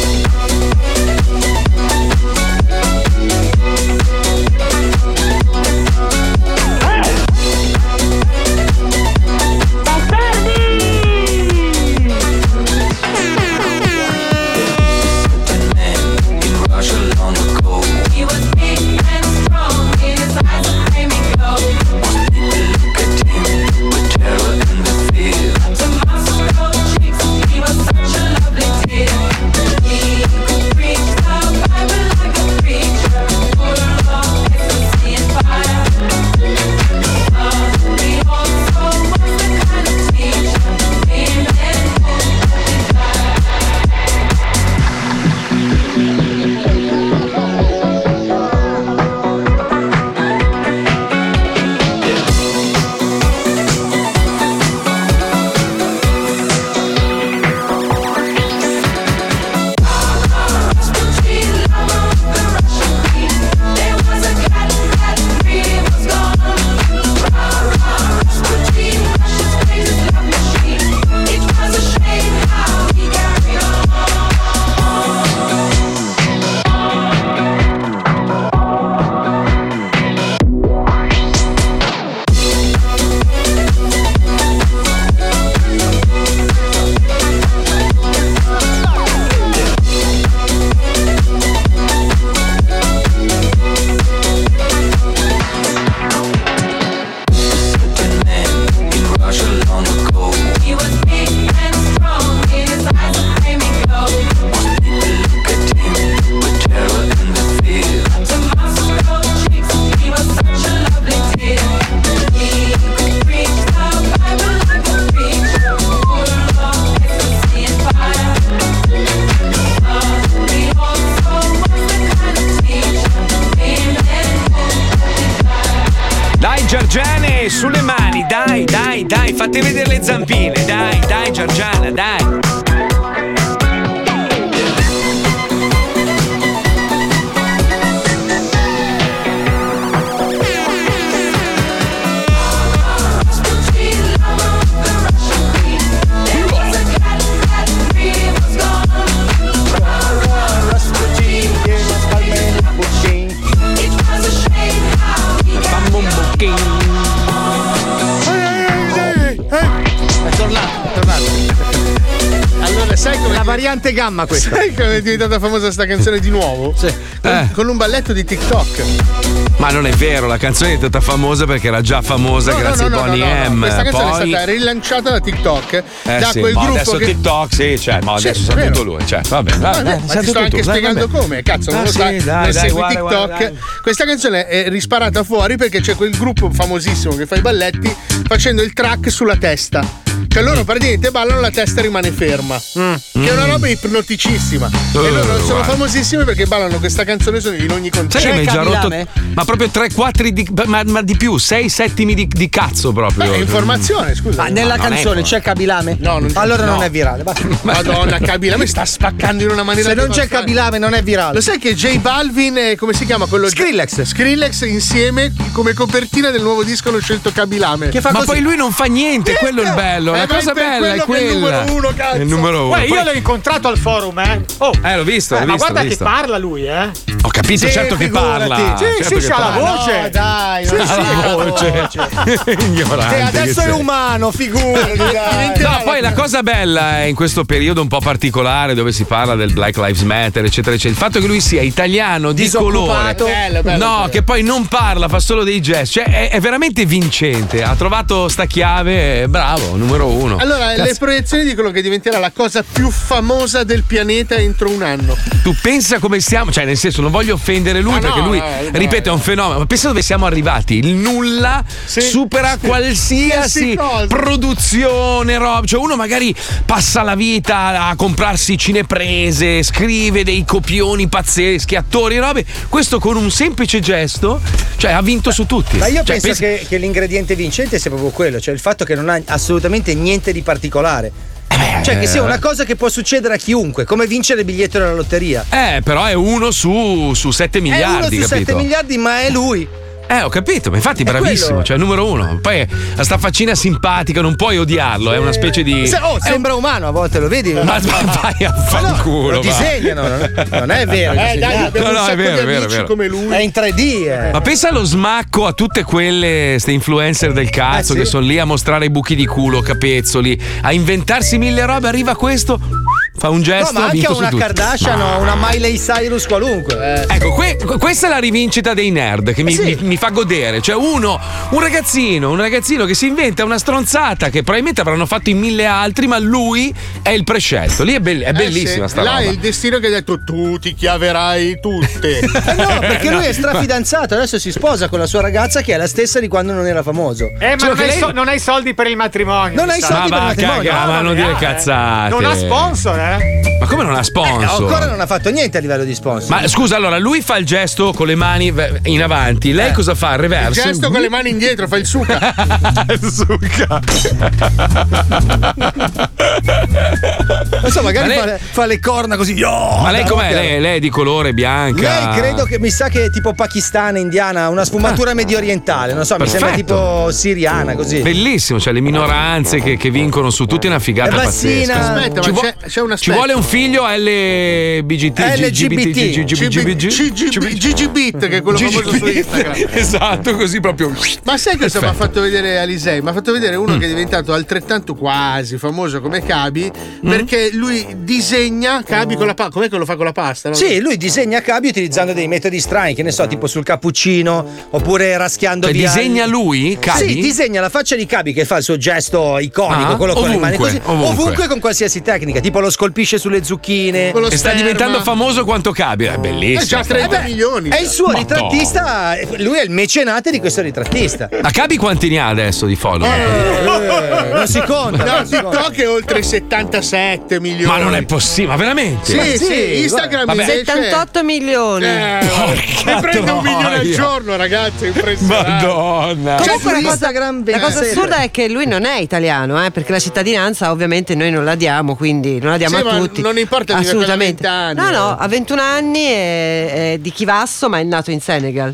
Giorgiane, sulle mani, dai, dai, dai, fate vedere le zampine, dai, dai, Giorgiana, dai. King. È tornato, è tornato. Allora, sai come. La variante gamma questa. Sai come è diventata famosa sta canzone di nuovo? Sì. Con, Eh. con un balletto di TikTok. Ma non è vero, la canzone è diventata famosa perché era già famosa No, grazie no, no, a Bonnie no, no, no. M. Questa canzone Poi... è stata rilanciata da TikTok. Eh da sì, quel ma gruppo adesso che. TikTok, sì, cioè, ma Sì, adesso sa vero. tutto lui. Cioè, vabbè, Ma, vabbè, ma sa ti sto tutto anche tu, dai, spiegando vabbè. come, cazzo, non Ah, lo sì, sai, dai, non dai, segui guarda, TikTok. guarda, dai. Questa canzone è risparata fuori perché c'è quel gruppo famosissimo che fa i balletti facendo il track sulla testa. Cioè loro praticamente ballano, la testa rimane ferma. Che è una roba ipnoticissima. Oh, e loro sono guarda. famosissimi perché ballano questa canzone in ogni Sai concerto. che mi hai già rotto. Ma proprio tre quattro di. Ma, ma di più, sei settimi di, di cazzo proprio. È informazione, scusa. Ma nella Ma non canzone è- c'è Kabilame? No, non c'è. Allora non no. è virale. basta. Madonna, Kabilame sta spaccando in una maniera. Se non c'è devastante. Kabilame non è virale. Lo sai che J Balvin e come si chiama quello? Skrillex. Skrillex insieme come copertina del nuovo disco hanno scelto Kabilame. Che fa Ma così. poi lui non fa niente, quello è il bello. Eh, La ma cosa è per bella è quello che è il quella. numero uno, cazzo. È il numero uno. Guarda, io Poi- l'ho incontrato al forum, eh. Oh. Eh, l'ho visto, Eh, l'ho ma visto. guarda l'ho che visto. parla lui, eh. Ho capito, Sì, certo che figurati. parla. Sì, certo sì, che c'ha la parla. voce. No, dai, non Ha si la la voce. Ignorante Che adesso che è sei. umano, figurati. dai. No, poi la cosa bella è in questo periodo un po' particolare dove si parla del Black Lives Matter, eccetera, eccetera. Il fatto che lui sia italiano di colore, Disoccupato. Bello, bello, no, bello. che poi non parla, fa solo dei gesti, cioè è, è veramente vincente. Ha trovato sta chiave, bravo, numero uno. Allora, Cazzo, le proiezioni dicono che diventerà la cosa più famosa del pianeta entro un anno. tu pensa come stiamo, cioè nel senso non voglio offendere lui Ah, perché no, lui, eh, no, ripeto, è un fenomeno, ma pensa dove siamo arrivati. Il nulla Sì, supera sì. qualsiasi Qualsiasi cosa. produzione, roba. Cioè uno magari passa la vita a comprarsi cineprese, scrive dei copioni pazzeschi, attori, robe. Questo con un semplice gesto, cioè ha vinto su tutti. Ma io Cioè, penso pensa- che, che l'ingrediente vincente sia proprio quello, cioè il fatto che non ha assolutamente niente di particolare. Cioè che sia una cosa che può succedere a chiunque, come vincere il biglietto della lotteria. Eh, però è uno su, su sette È uno miliardi, su capito? sette miliardi, ma è lui. Eh, ho capito, ma infatti È bravissimo, quello. cioè numero uno. Poi ha sta faccina simpatica, non puoi odiarlo, è una specie di. Se- oh, è un- sembra umano a volte, lo vedi? Ma, ma vai a fanculo. Lo va. disegnano, non è, non è vero. Eh, dai, disegnato. abbiamo No, un no, è sacco vero, di è vero, amici è vero. come lui. È in tre D. eh. Ma pensa allo smacco a tutte quelle ste influencer del cazzo Eh, sì. che sono lì a mostrare i buchi di culo, capezzoli, a inventarsi mille robe, arriva questo, fa un No, gesto, ma ha anche vinto a su una tutti. Kardashian o una Miley Cyrus qualunque. Ecco, que- questa è la rivincita dei nerd che mi, Sì. mi- mi fa godere. Cioè, uno, un ragazzino, un ragazzino che si inventa una stronzata che probabilmente avranno fatto in mille altri, ma lui è il prescelto. Lì è, bell- è Eh, bellissima sì. sta Là roba. è il destino che ha detto tu ti chiaverai tutte. Eh no, perché lui è strafidanzato, adesso si sposa con la sua ragazza che è la stessa di quando non era famoso. Eh, ma Solo non che hai, lei- so- non hai soldi per il matrimonio. Non mi hai sa. soldi Ma per il va, matrimonio. caga, ma No, non ne dire ha, eh. cazzate. Non ha sponsor, eh? Ma come non ha sponsor? Eh, ancora non ha fatto niente a livello di sponsor. Ma scusa, allora lui fa il gesto con le mani v- in avanti, lei cosa fa? Il Il reverso? gesto con le mani indietro, fa il suca. Succa. non so, magari Ma lei- fa, le, fa le corna così. Yo, Ma lei da com'è? rocker. Lei, lei è di colore bianca? Lei credo che mi sa che è tipo pakistana, indiana, una sfumatura medio orientale, non so, mi sembra Perfetto. tipo siriana così. Bellissimo, cioè le minoranze che, che vincono su tutti è una figata È bassina. pazzesca. Aspetta, Ci ma vuo- c'è, c'è un Ci aspetto. vuole un figlio L B G T L G B T. Gigi Beat, che è quello famoso su Instagram. Esatto, così proprio. Ma sai cosa mi ha Perfetto. fatto vedere Alisei? Mi ha fatto vedere uno che è diventato altrettanto quasi famoso come Cabi, perché lui disegna Cabi con la pasta. Com'è che lo fa con la pasta? No? Sì, lui disegna cabi utilizzando dei metodi strani, che ne so, tipo sul cappuccino, oppure raschiando Cioè, via. disegna lui, Cabi? Sì, disegna la faccia di Cabi che fa il suo gesto iconico, Ah, quello con le mani ovunque, così, ovunque. con qualsiasi tecnica, tipo lo scolpisce sulle zucchine. Con lo E sta sperma. diventando famoso quanto Cabi. È bellissimo. Eh, già trenta milioni. È il suo Madonna. ritrattista, lui è il mecenate di questo ritrattista. A Cabi quanti ne ha adesso di follower? Eh, non si conta. No, non si conta. TikTok è oltre i settantasette milioni. Ma non è possibile, ma veramente? Sì, Ma sì, sì, Instagram vabbè. invece settantotto milioni. Eh, ne prende un milione al giorno, ragazzi, impressionante. Madonna. C'è Comunque su la cosa, Instagram la cosa ben assurda sempre. è che lui non è italiano, eh, perché la cittadinanza ovviamente noi non la diamo, quindi non la diamo Sì, a ma tutti. non importa di assolutamente. quella venti No, anni. no, ha ventuno anni, è, è di Chivasso, ma è nato in Senegal. Ah,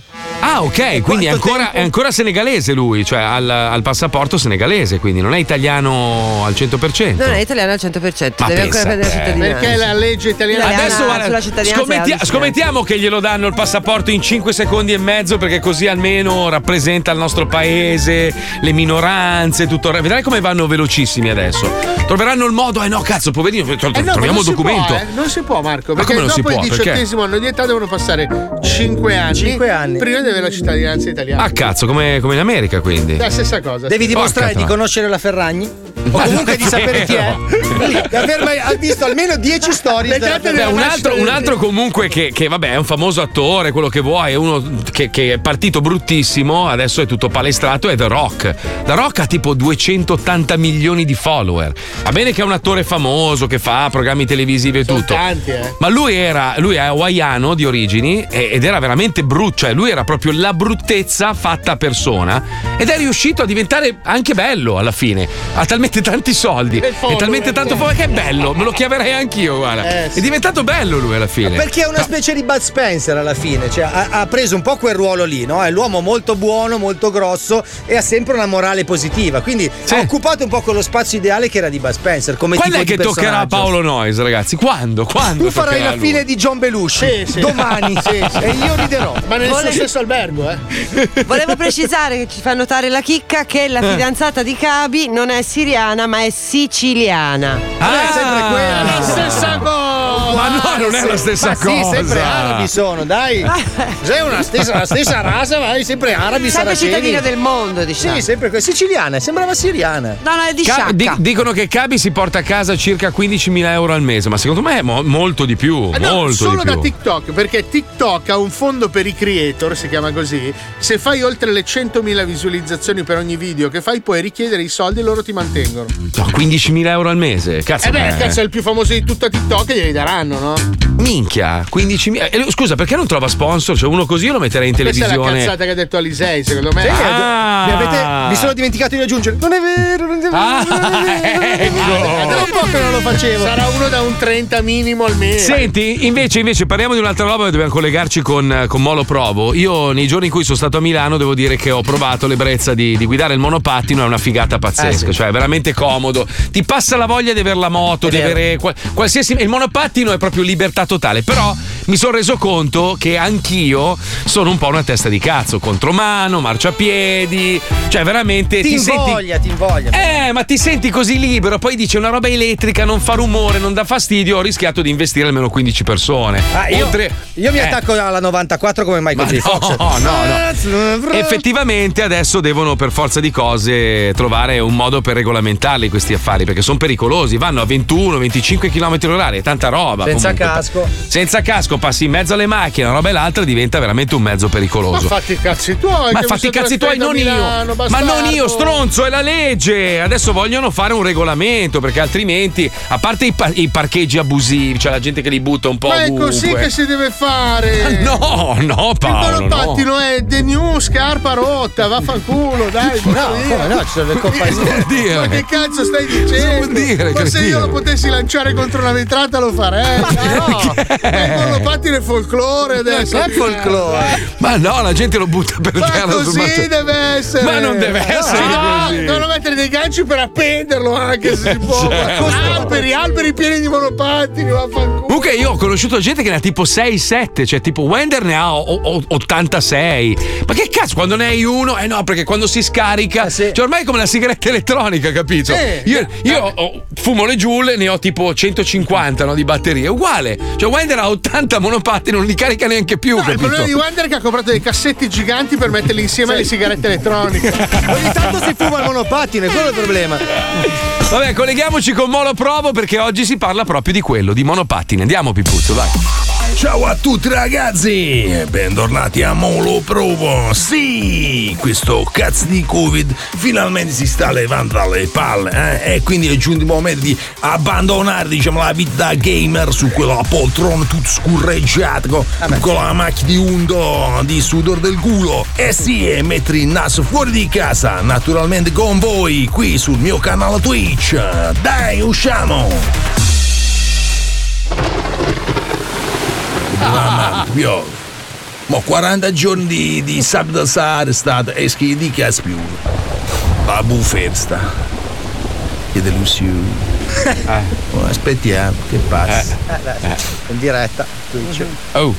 Ah, ok, quindi è ancora, è ancora senegalese lui, cioè al, al passaporto senegalese, quindi non è italiano al cento per cento. Non è italiano al cento per cento, Ma deve pensa ancora prendere la te. cittadinanza. Perché la legge italiana Adesso guarda, sulla cittadinanza scommetti- è allucinante. scommettiamo che glielo danno il passaporto in cinque secondi e mezzo, perché così almeno rappresenta il nostro paese, le minoranze, tutto. Vedrai come vanno velocissimi adesso. Troveranno il modo, eh no, cazzo, poverino, tro- Eh no, ma troviamo non un si documento. può, eh, non si può, Marco, Ma perché come non si dopo può? il Perché? diciottesimo anno di età devono passare cinque anni, Cinque anni. prima di avere la cittadinanza italiana. Ah, cazzo, come, come in America, quindi. La stessa cosa. Devi sì. dimostrare Porca di tra- conoscere la Ferragni o Ma comunque di davvero? sapere chi è, di aver mai ha visto almeno dieci storie. Beh, un, altro, un altro comunque che, che, vabbè, è un famoso attore, quello che vuoi, è uno che, che è partito bruttissimo, adesso è tutto palestrato, è The Rock. The Rock ha tipo duecentottanta milioni di follower. Va bene che è un attore famoso, che fa programmi televisivi e Sono tutto. tanti, eh. Ma lui era, lui è hawaiano di origini e- ed era veramente brutto, cioè lui era proprio la bruttezza fatta a persona ed è riuscito a diventare anche bello alla fine. Ha talmente tanti soldi e, talmente tanto follower che è bello, me lo chiamerei anch'io, guarda. Eh, sì. È diventato bello lui alla fine. Perché è una specie di Bud Spencer alla fine, cioè ha, ha preso un po' quel ruolo lì, no? È l'uomo molto buono, molto grosso e ha sempre una morale positiva. Quindi ha occupato un po' quello spazio ideale che era di Bud Spencer. Come Quando tipo è che di toccherà a personaggio. Paolo Noyes, ragazzi? Quando? Quando? Tu farai toccherà la a lui? fine di John Belushi Sì, sì. domani Sì, sì. e io riderò. Ma nel Vole- suo stesso albergo, eh. Volevo precisare che ci fa notare la chicca che la Eh. fidanzata di Cabi non è siriana ma è siciliana. Ah, è sempre quella, la stessa cosa. Ma no, non è la stessa Ma cosa. sì, sempre arabi sono, dai. Sei una stessa, la stessa raza, ma sempre arabi, Sempre saraceni. cittadina del mondo, diciamo. Sì, sempre que- siciliana, sembrava siriana. No, no, è di Ca- sciacca. di- dicono che Cabi si porta a casa circa quindicimila euro al mese, ma secondo me è mo- molto di più. Eh no, molto solo di da più. TikTok, perché TikTok ha un fondo per i creator, si chiama così. Se fai oltre le centomila visualizzazioni per ogni video che fai, puoi richiedere i soldi e loro ti mantengono. No, quindicimila euro al mese. Cazzo, Eh beh, eh. cazzo, è il più famoso di tutto TikTok e glieli daranno, no? Minchia, quindicimila. Eh, scusa, perché non trova sponsor? Cioè, uno così io lo metterei in Questa è la televisione. cazzata che ha detto Alisei, secondo me. Sì, Ah. mi, avete, mi sono dimenticato di aggiungere. Non è vero, non è vero. Ah, non è vero. Da un po' che non lo facevo. Sarà uno da un trenta minimo al mese. Senti, invece, invece parliamo di un'altra roba che dobbiamo collegarci con, con Molo Provo. Io nei giorni in cui sono stato a Milano devo dire che ho provato l'ebbrezza di, di guidare il monopattino, è una figata pazzesca, Eh, sì. cioè è veramente comodo. Ti passa la voglia di avere la moto, È di vero. avere qual- qualsiasi. Il monopattino è proprio libertà totale, però mi sono reso conto che anch'io sono un po' una testa di cazzo, contromano, marciapiedi, cioè veramente Ti ti, senti. invoglia, ti invoglia. Eh, ma ti senti così libero, poi dice una roba elettrica, non fa rumore, non dà fastidio, ho rischiato di investire almeno quindici persone. Ah, io, Oltre- io mi Eh. attacco alla novantaquattro come Michael Ma J. Fox. no, no, no. Effettivamente adesso devono per forza di cose trovare un modo per regolamentarli questi affari, perché sono pericolosi, vanno a ventuno venticinque chilometri orari, è tanta roba. Senza comunque. casco. Senza casco, passi in mezzo alle macchine, una roba e l'altra diventa veramente un mezzo Ma pericoloso. fatti i cazzi tuoi. Ma che fatti mi i cazzi sono tuoi, non io. trasferito a Milano, Ma bastardo. non io, stronzo, è la legge. Adesso vogliono fare un regolamento, perché altrimenti, a parte i, pa- i parcheggi abusivi, cioè la gente che li butta un po' Ma è ovunque. così che si deve fare. No, no, Paolo. Il monopattino è The New scarpa rotta, vaffanculo, dai. No, come no, ci sono le compagnie. dire? Ma che cazzo stai dicendo? vuol dire, Ma se cretino? io lo potessi lanciare contro una vetrata lo farei. No, ma il monopattino è folklore adesso. È folklore. Ma no, la gente lo butta per Ma terra sul così marciapiede. deve essere. Ma non deve essere no, così. devono mettere dei ganci per appenderlo anche se si può. Certo. Alberi, alberi pieni di monopattini, vaffanculo. Comunque io ho conosciuto gente che ne ha tipo sei sette, cioè tipo Wender ne ha o- o- ottantasei. Ma che cazzo, quando ne hai uno? Eh no, perché quando si scarica, Eh sì. cioè ormai è come la sigaretta elettronica, capito? Sì. Io, io ho- fumo le Joule, ne ho tipo centocinquanta, no, di batterie, è uguale. Cioè Wender ha ottanta monopattini, non li carica neanche più, No, il capito? problema di Wander è che ha comprato dei cassetti giganti per metterli insieme alle sigarette elettroniche. Ogni tanto si fuma il monopattino, è quello il problema. Vabbè, colleghiamoci con Molo Provo perché oggi si parla proprio di quello, di monopattini. Andiamo, Pipuzzo, vai. Ciao a tutti ragazzi, bentornati a Molo Provo. Sì, questo cazzo di Covid finalmente si sta levando dalle palle, eh? E quindi è giunto il momento di abbandonare, diciamo, la vita da gamer su quella poltrona tutta scurreggiata con, con la macchia di undo di sudor del culo. E sì, e mettere il naso fuori di casa, naturalmente con voi qui sul mio canale Twitch. Dai, usciamo! Mamma mia. Mo quaranta giorni di, di sabato Sahara è stato e schi di caspiuno. La bufesta. Che delusione. Oh, aspettiamo, che passa. Eh, beh, in diretta, Twitch. Oh.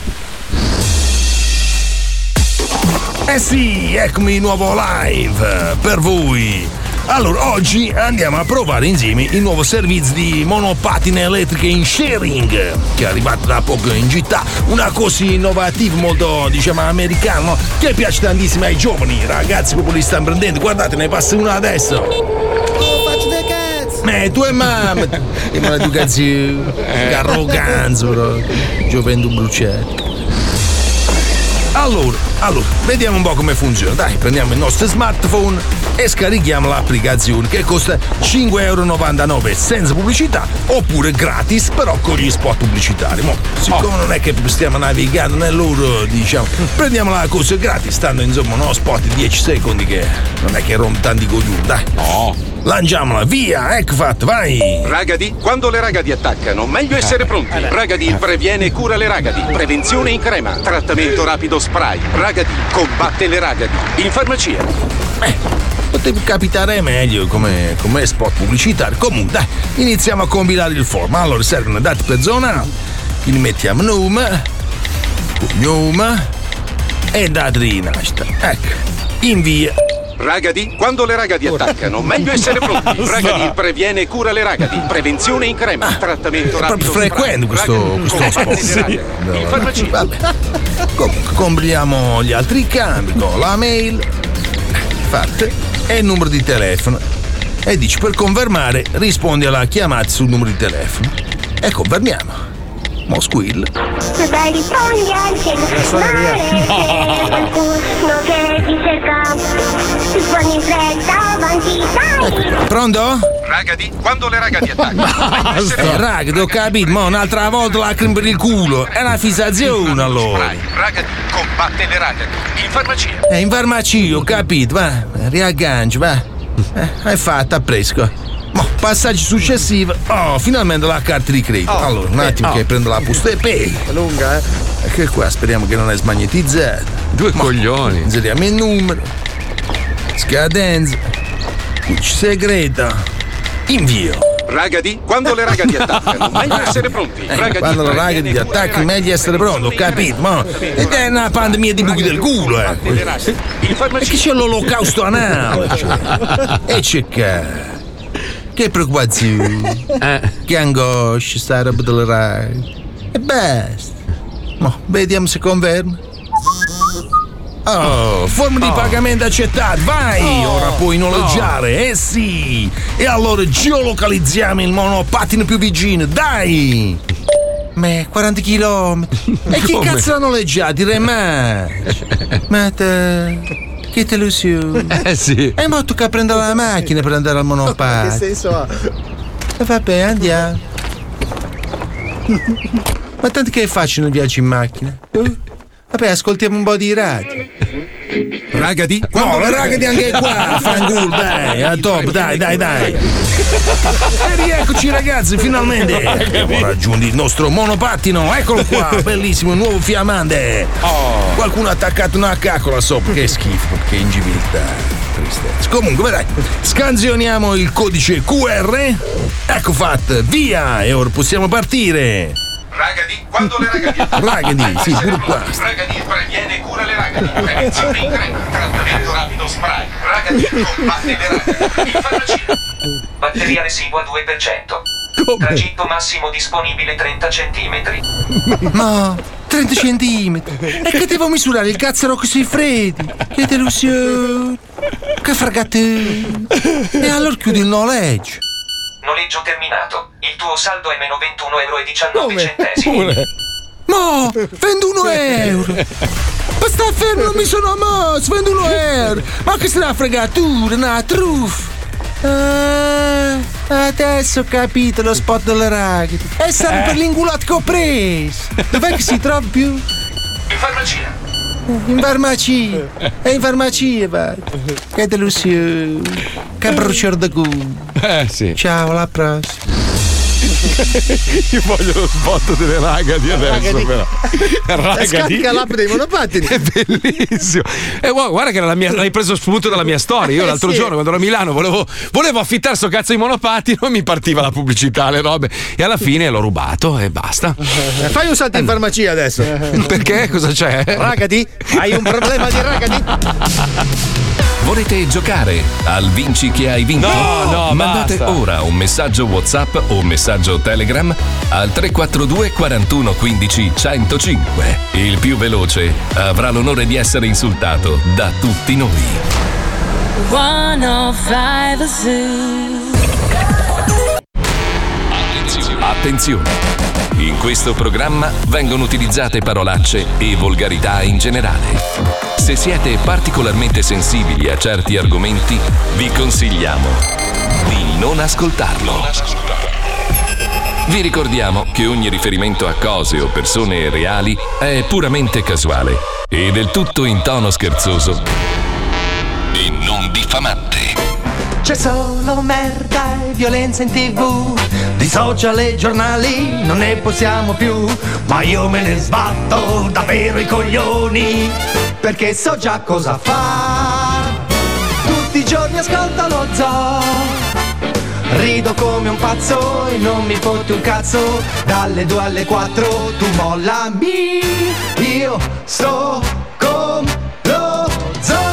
Eh sì, eccomi di nuovo live per voi. Allora, oggi andiamo a provare insieme il nuovo servizio di monopattine elettriche in sharing che è arrivato da poco in città. Una cosa innovativa, molto, diciamo, americano, che piace tantissimo ai giovani, ragazzi proprio li stanno prendendo. Guardate, ne passa una adesso. Oh, faccio dei cazzo! Eh, tu e mamma! E maleducazione, che arroganza, però. Gioventù bruciata. Allora, allora, vediamo un po' come funziona. Dai, prendiamo il nostro smartphone e scarichiamo l'applicazione che costa cinque e novantanove euro senza pubblicità oppure gratis però con gli spot pubblicitari. Mo, siccome oh. non è che stiamo navigando nel loro, diciamo, prendiamo la cosa gratis, stando insomma uno spot di dieci secondi che non è che rompe tanti coglioni, dai. No. Lanciamola, via, ecco fatto, vai! Ragadi, quando le ragadi attaccano, meglio essere pronti. Ragadi previene e cura le ragadi. Prevenzione in crema, trattamento rapido spray. Ragadi combatte le ragadi. In farmacia. Eh, poteva capitare meglio come, come spot pubblicitario. Comunque, dai, iniziamo a compilare il form. Allora, servono dati per zona. Quindi mettiamo nome, cognome e data di nascita. Ecco, invia. Ragadi, quando le ragadi attaccano, meglio essere pronti. Ragadi previene e cura le ragadi. Prevenzione in crema, ah, trattamento è rapido. È proprio frequente questo, questo spot. Sì. No, in farmacia. Vabbè. Comunque, compriamo gli altri cambi con la mail, fatte, e il numero di telefono. E dici, per confermare, rispondi alla chiamata sul numero di telefono. E confermiamo. Mo squill. Dai, rispondi al cellulare, c'è qualcuno che ti cerca. Rispondi in fretta, avanti, dai. Pronto? Ragadi, quando le ragadi attaccano. Eh, ragazzi, ho capito, ma un'altra volta lacrime per il culo. È una fissazione allora. Ragadi, combatte le ragadi. In farmacia. Eh, in farmacia, ho capito, va. Riaggancio, va. Eh, hai fatto, a fresco. Mo, passaggio successivo. Oh, finalmente la carta di credito. Oh, allora, un attimo eh, che oh. prendo la busta e pay. È lunga, eh? E che qua speriamo che non è smagnetizzata. Due Mo, coglioni. Inseriamo il numero. Scadenza. Cuccia segreta. Invio. Ragadi, quando le ragadi attaccano, meglio essere pronti. Eh, quando le ragadi attaccano, meglio essere pronti, ho capito, ma ed è una pandemia di buchi del culo, eh. E che c'è l'olocausto anale, cioè. E c'è che. Che preoccupazione, eh. che angoscia sta roba delle ragadi. E basta. Mo, vediamo se conferma. Oh, forma di oh. pagamento accettata, vai! Oh. Ora puoi noleggiare, oh. eh sì! E allora geolocalizziamo il monopattino più vicino, dai! Ma quaranta chilometri! E chi cazzo l'ha noleggiato? Re ma? Ma te... Che delusione! Eh sì! E mo tocca prendere la macchina per andare al monopattino! Che senso ha? E vabbè, andiamo! Ma tanto che faccio nel viaggio in macchina? Uh. Vabbè, ascoltiamo un po' di radio. Ragadi? No, la ragadi anche qua, fangul, dai, a top, dai, dai, dai. E rieccoci ragazzi, finalmente. Abbiamo raggiunto il nostro monopattino, eccolo qua, bellissimo, nuovo fiammante. Oh. Qualcuno ha attaccato una caccola sopra, che schifo, che inciviltà. Tristezza. Comunque, dai, scansioniamo il codice Q R. Ecco fatto, via, e ora possiamo partire. Ragadi, quando le ragadi attaccano. Ragadi, sì, pure qua. Ragadi previene e cura le ragadi. Prevenzione in crema, trattamento rapido spray. Ragadi combatte le ragadi. In farmacia. Batteria residua due per cento. Come? Tragitto massimo disponibile trenta centimetri. Ma trenta centimetri? E che devo misurare il cazzaro così freddi? Che delusione! Che fregate! E allora chiudi il noleggio. Noleggio terminato. Il tuo saldo è meno ventuno euro e diciannove centesimi. Mo! ventuno euro! Ma sta fermo, non mi sono mosso! ventuno euro! Ma che sarà fregatura, una truffa! Ah, adesso ho capito lo spot delle ragazze. E serve eh. per l'ingulato che ho preso. Dov'è che si trova più? In farmacia. In farmacia. E in farmacia vai. Che delusione. Che bruciore di culo. Eh sì. Ciao, alla prossima. Io voglio lo spot delle Ragadi adesso, Ragadi. però. Ragadi. Scarica l'app dei monopattini. È bellissimo. E guarda, guarda che era la mia, l'hai preso spunto dalla mia storia. Io l'altro Eh, sì. giorno, quando ero a Milano, volevo, volevo affittare sto cazzo di monopattino e mi partiva la pubblicità, le robe. E alla fine l'ho rubato e basta. Eh, Fai un salto in farmacia adesso. Perché? Cosa c'è? Ragadi? Hai un problema di ragadi? Volete giocare al Vinci che hai vinto? No, no, Mandate basta. ora un messaggio WhatsApp o un messaggio Telegram al tre quattro due quarantuno quindici centocinque. Il più veloce avrà l'onore di essere insultato da tutti noi. centocinque Zoo. Attenzione! In questo programma vengono utilizzate parolacce e volgarità in generale. Se siete particolarmente sensibili a certi argomenti, vi consigliamo di non ascoltarlo. Vi ricordiamo che ogni riferimento a cose o persone reali è puramente casuale e del tutto in tono scherzoso e non diffamante. C'è solo merda e violenza in tv, di social e giornali non ne possiamo più, ma io me ne sbatto davvero i coglioni, perché so già cosa fa. Tutti i giorni ascolto lo zoo, rido come un pazzo e non mi fotti un cazzo, dalle due alle quattro tu mollami, io sto con lo zoo.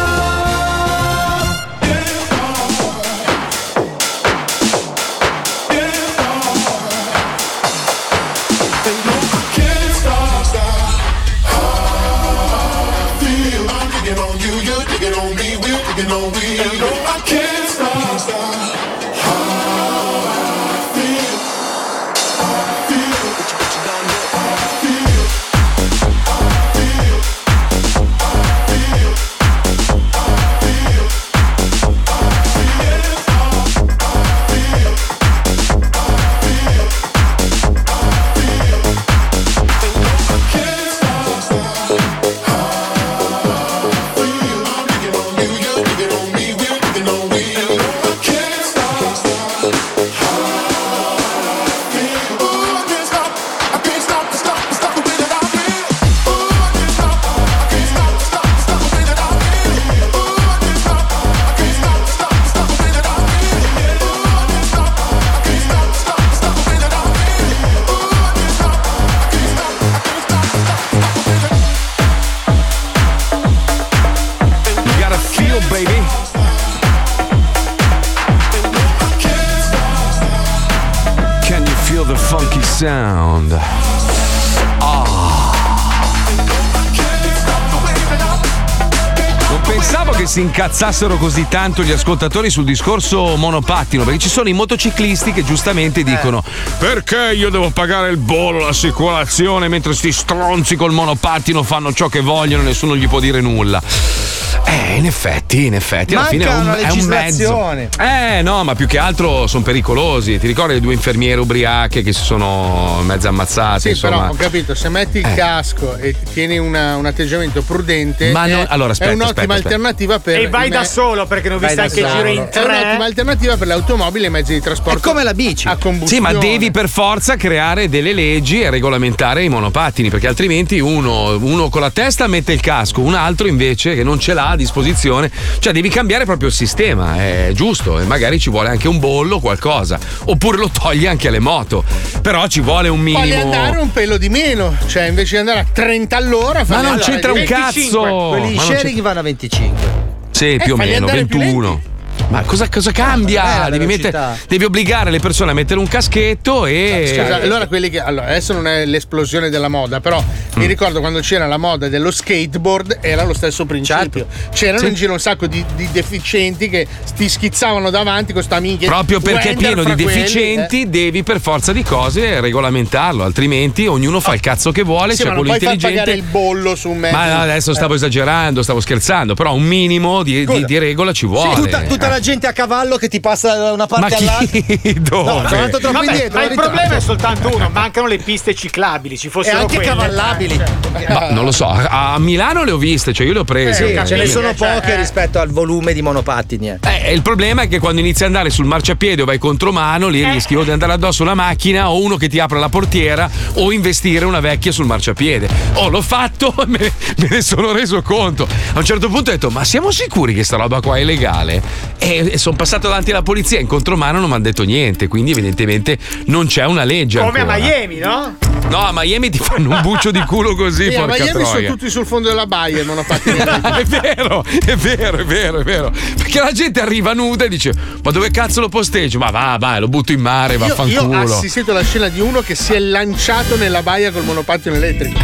Sound. Non pensavo che si incazzassero così tanto gli ascoltatori sul discorso monopattino, perché ci sono i motociclisti che giustamente dicono perché io devo pagare il bollo, l'assicurazione, mentre sti stronzi col monopattino fanno ciò che vogliono e nessuno gli può dire nulla. Eh, in effetti, in effetti, alla fine è un, è un mezzo. Eh, no, ma più che altro sono pericolosi. Ti ricordi le due infermiere ubriache che si sono mezze ammazzate? Sì, insomma. però ho capito, se metti il Eh. casco e tieni una- un atteggiamento prudente, Ma non- è, allora, aspetta, è un'ottima aspetta, aspetta. alternativa per. E vai i da me- solo, perché ne ho Vai viste da anche solo. giro in È tre. un'ottima alternativa per le automobili e i mezzi di trasporto. È come la bici. A Sì, combustione. ma devi per forza creare delle leggi e regolamentare i monopattini, perché altrimenti uno, uno con la testa mette il casco, un altro invece che non ce l'ha a disposizione. Cioè devi cambiare proprio il sistema, è giusto, e magari ci vuole anche un bollo, qualcosa. Oppure lo togli anche alle moto. Però ci vuole un minimo. Puoi andare un pelo di meno, cioè invece di andare a trenta all'ora. Ma fai- non allora, c'entra un venticinque. cazzo! Quelli Ma non sharing c'è- vanno a venticinque. Sì, più o fagli meno, andare più ventuno. Ma cosa, cosa cambia? Eh, la devi, velocità. mettere, devi obbligare le persone a mettere un caschetto e. Scusa, allora quelli che. Allora, adesso non è l'esplosione della moda, però mi Mm. ricordo quando c'era la moda dello skateboard, era lo stesso principio. C'erano Sì. in giro un sacco di, di deficienti che ti schizzavano davanti con sta minchia. Proprio perché è Wender pieno di fra quelli, deficienti, eh. devi per forza di cose regolamentarlo, altrimenti ognuno fa il cazzo che vuole. Sì, c'è ma non quello puoi far intelligente. pagare il bollo su un mezzo. Ma no, adesso stavo Eh. esagerando, stavo scherzando, però un minimo di, di- di regola ci vuole. Tutta, tutta la gente a cavallo che ti passa da una parte Ma chi? all'altra. Dove? No, sono andato troppo Vabbè, indietro. ma il ritorno. problema è soltanto uno: mancano le piste ciclabili. Ci È fossero anche quelle. cavallabile. disponibili. Ma non lo so, a a Milano le ho viste, cioè io le ho prese. Sì, ce ne sono poche rispetto al volume di monopattini. eh. Eh, il problema è che quando inizi ad andare sul marciapiede o vai contromano, lì rischi o di andare addosso una macchina o uno che ti apre la portiera o investire una vecchia sul marciapiede. Oh, l'ho fatto e me, me ne sono reso conto. A un certo punto ho detto, ma siamo sicuri che sta roba qua è legale? E, e sono passato davanti alla polizia in contromano, non mi hanno detto niente, quindi evidentemente non c'è una legge Come ancora. a Miami, no? No, a Miami ti fanno un buccio di culo così, Sì, a porca Miami sono troia. tutti sul fondo della baia, i monopattini. È vero, è vero, è vero, è vero. Perché la gente arriva nuda e dice: ma dove cazzo lo posteggio? Ma va, vai, lo butto in mare, Io, io ho vaffanculo. assistito alla scena di uno che si è lanciato nella baia col monopattino elettrico.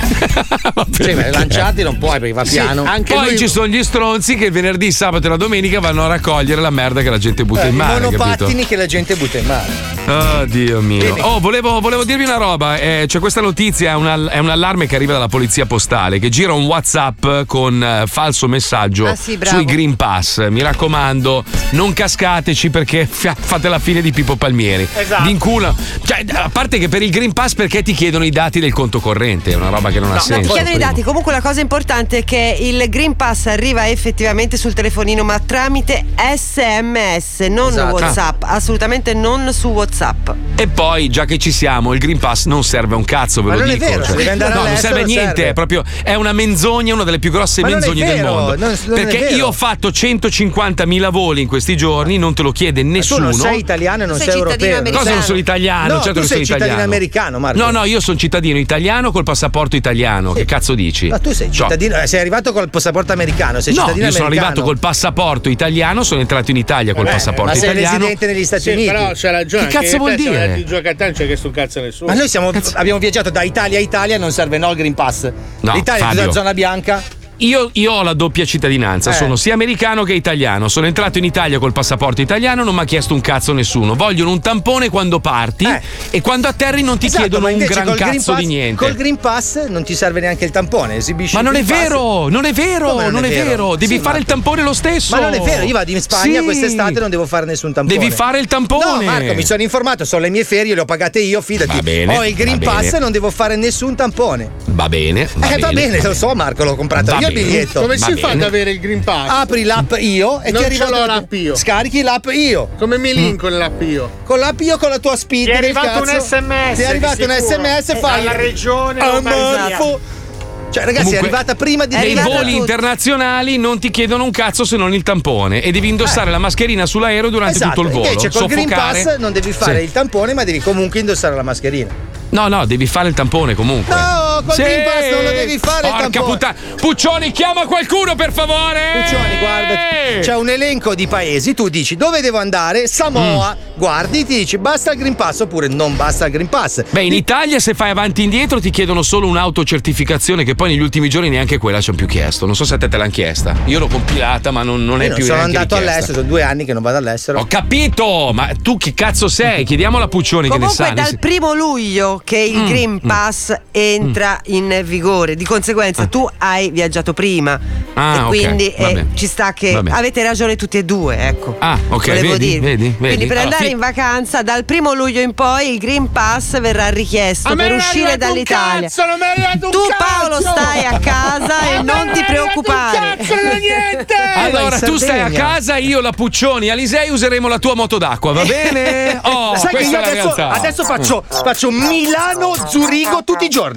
Sì, ma lanciati non puoi perché va Sì, piano. anche Poi lui- ci sono gli stronzi che il venerdì, sabato e la domenica vanno a raccogliere la merda che la gente butta Eh, in I mare. monopattini capito? che la gente butta in mare. Oh Dio mio. Bene. Oh, volevo, volevo dirvi una roba. Eh, c'è questa notizia, è, una- è un allarme che arriva dalla polizia postale che gira un WhatsApp con eh, falso messaggio Ah, sì, bravo. sui Green Pass. Mi raccomando, non cascateci perché fa- fate la fine di Pippo Palmieri. Esatto. Vi inculano. Cioè, a parte che per il Green Pass perché ti chiedono i dati del conto corrente? È una roba che non ha No, senso. ti chiedono i primo. dati. Comunque la cosa importante è che il Green Pass arriva effettivamente sul telefonino, ma tramite S M S, non Esatto. WhatsApp. Assolutamente non su WhatsApp. E poi, già che ci siamo, il Green Pass non serve a un cazzo, ve Ma lo non è dico. vero, se devi andare no, non all'estero, serve a niente, serve. è proprio è una menzogna, una delle più grosse Ma non è menzogne del vero, mondo. non- non è Perché vero. io ho fatto centocinquantamila voli in questi giorni, non te lo chiede Tu nessuno. non sei italiano e non Tu sei, sei cittadino europeo. americano. Cosa non sono italiano? No, certo tu che sei sono cittadino italiano. americano, Marco. No, no, io sono cittadino italiano col passaporto italiano. Che cazzo dici? Ma tu sei Cioè, cittadino, eh, sei arrivato col passaporto americano, sei no, cittadino io sono americano. arrivato col passaporto italiano, sono entrato in Italia col Vabbè, passaporto ma sei italiano. residente negli Stati Sì, Uniti. però c'è ragione. Che cazzo anche vuol te, dire? siamo andati giù a Catania, non c'è chiesto un cazzo a nessuno. Ma noi siamo, abbiamo viaggiato da Italia a Italia, non serve no il Green Pass. No, L'Italia è Fabio. tutta zona bianca. Io, io ho la doppia cittadinanza, Eh. sono sia americano che italiano. Sono entrato in Italia col passaporto italiano, non mi ha chiesto un cazzo nessuno. Vogliono un tampone quando parti Eh. e quando atterri non ti Esatto, chiedono ma un invece gran col Green cazzo Pass- di niente. Col Green Pass non ti serve neanche il tampone, esibisci Ma il non è Green Pass. vero, non è vero, Come non, è vero. Devi Sì, fare ma- il tampone lo stesso. Ma non è vero, io vado in Spagna Sì. quest'estate e non devo fare nessun tampone. Devi fare il tampone. No, Marco, mi sono informato, sono le mie ferie, le ho pagate io, fidati. Va bene, ho il Green va Pass bene. e non devo fare nessun tampone. Va bene. Va eh, va bene, lo so, Marco, l'ho comprato Va io il bene. biglietto. Come Va si fa ad bene. avere il Green Pass? Apri l'app io e Non ti arriva ce l'ho l'app io. Scarichi l'app io. Come mi link con l'app io? Con l'app io con la tua speed. Ti è del arrivato un cazzo. sms. Ti è arrivato di un sicuro. sms e fai Dalla regione Ah, Lombardia. Marco. Cioè, ragazzi, Comunque, è arrivata prima di è Nei arrivata voli tutto. internazionali non ti chiedono un cazzo se non il tampone e devi indossare la mascherina sull'aereo durante Esatto, tutto il volo. invece col Green soffocare. Pass non devi fare Sì. il tampone, ma devi comunque indossare la mascherina. No, no, devi fare il tampone comunque. No, col Green Pass non lo devi fare il Porca tampone. puttana. Puccioni, chiama qualcuno per favore. Puccioni, guarda, c'è un elenco di paesi, tu dici dove devo andare, Samoa, Mm. guardi, ti dici basta il Green Pass oppure non basta il Green Pass. Beh, in Italia se fai avanti e indietro ti chiedono solo un'autocertificazione che poi negli ultimi giorni neanche quella ci hanno più chiesto. Non so se a te te l'hanno chiesta. Io l'ho compilata, ma non, non è Io non più sono neanche andato richiesta. all'estero, sono due anni che non vado all'estero. Ho capito, ma tu chi cazzo sei? Chiediamo alla Puccioni che ne Comunque sa. è dal primo luglio che il Mm, Green Pass entra in vigore, di conseguenza tu hai viaggiato prima Ah, e ok, quindi va eh, bene. ci sta che Va bene. avete ragione tutti e due, ecco. Ah, ok, Volevo vedi, dirvi. vedi, vedi. Quindi per Allora, andare fi- in vacanza dal primo luglio in poi il Green Pass verrà richiesto A me per non è uscire arrivato un dall'Italia. cazzo, non mi è arrivato un Tu cazzo! Paolo stai a casa A e me non è ti arrivato preoccupare. un cazzo, non è niente! Allora, in tu stai a Sardegna. casa, io, la Puccioni, Alisei useremo la tua moto d'acqua, va bene? Oh, Sai che questa io è la adesso, realtà. adesso faccio, faccio Milano-Zurigo tutti i giorni.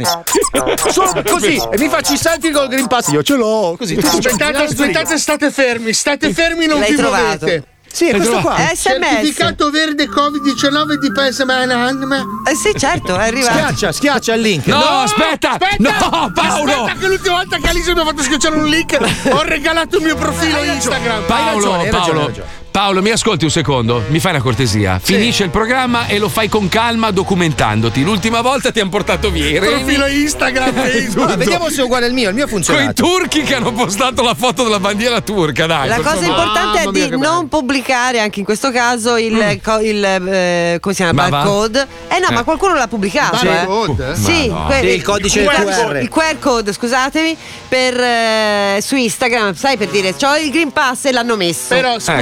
Solo così. E mi faccio i salti col Green Pass. Io ce l'ho. Così. tutti i giorni. Aspettate, Milano-Zurigo. aspettate, state fermi, state fermi, non L'hai vi trovato? muovete. Sì, è questo qua. È S M S. Certificato verde covid diciannove di Pesman. Eh sì, certo, è arrivato. Schiaccia, schiaccia il link. No, aspetta! No, Paolo! Aspetta che l'ultima volta che Alice mi ha fatto schiacciare un link ho regalato il mio profilo Instagram. Paolo, ragione, hai ragione, Paolo, hai ragione. Paolo, mi ascolti un secondo? Mi fai una cortesia? Finisce il programma e lo fai con calma documentandoti. L'ultima volta ti hanno portato via i reni Profilo Instagram, Facebook. Ah, vediamo se è uguale al mio. Il mio ha con i funzionato. turchi che hanno postato la foto della bandiera turca, dai. La per cosa favore. importante è Mamma mia, di che bello. non pubblicare anche in questo caso il, co- il eh, come si chiama, Ma va? barcode. Eh no, Eh. ma qualcuno l'ha pubblicato. eh. Barcode? Sì, Ma no. que- Sì, il codice Q R Q R. code, il Q R code, scusatemi, per eh, su Instagram, sai, per dire c'ho il Green Pass e l'hanno messo. Però scusate, io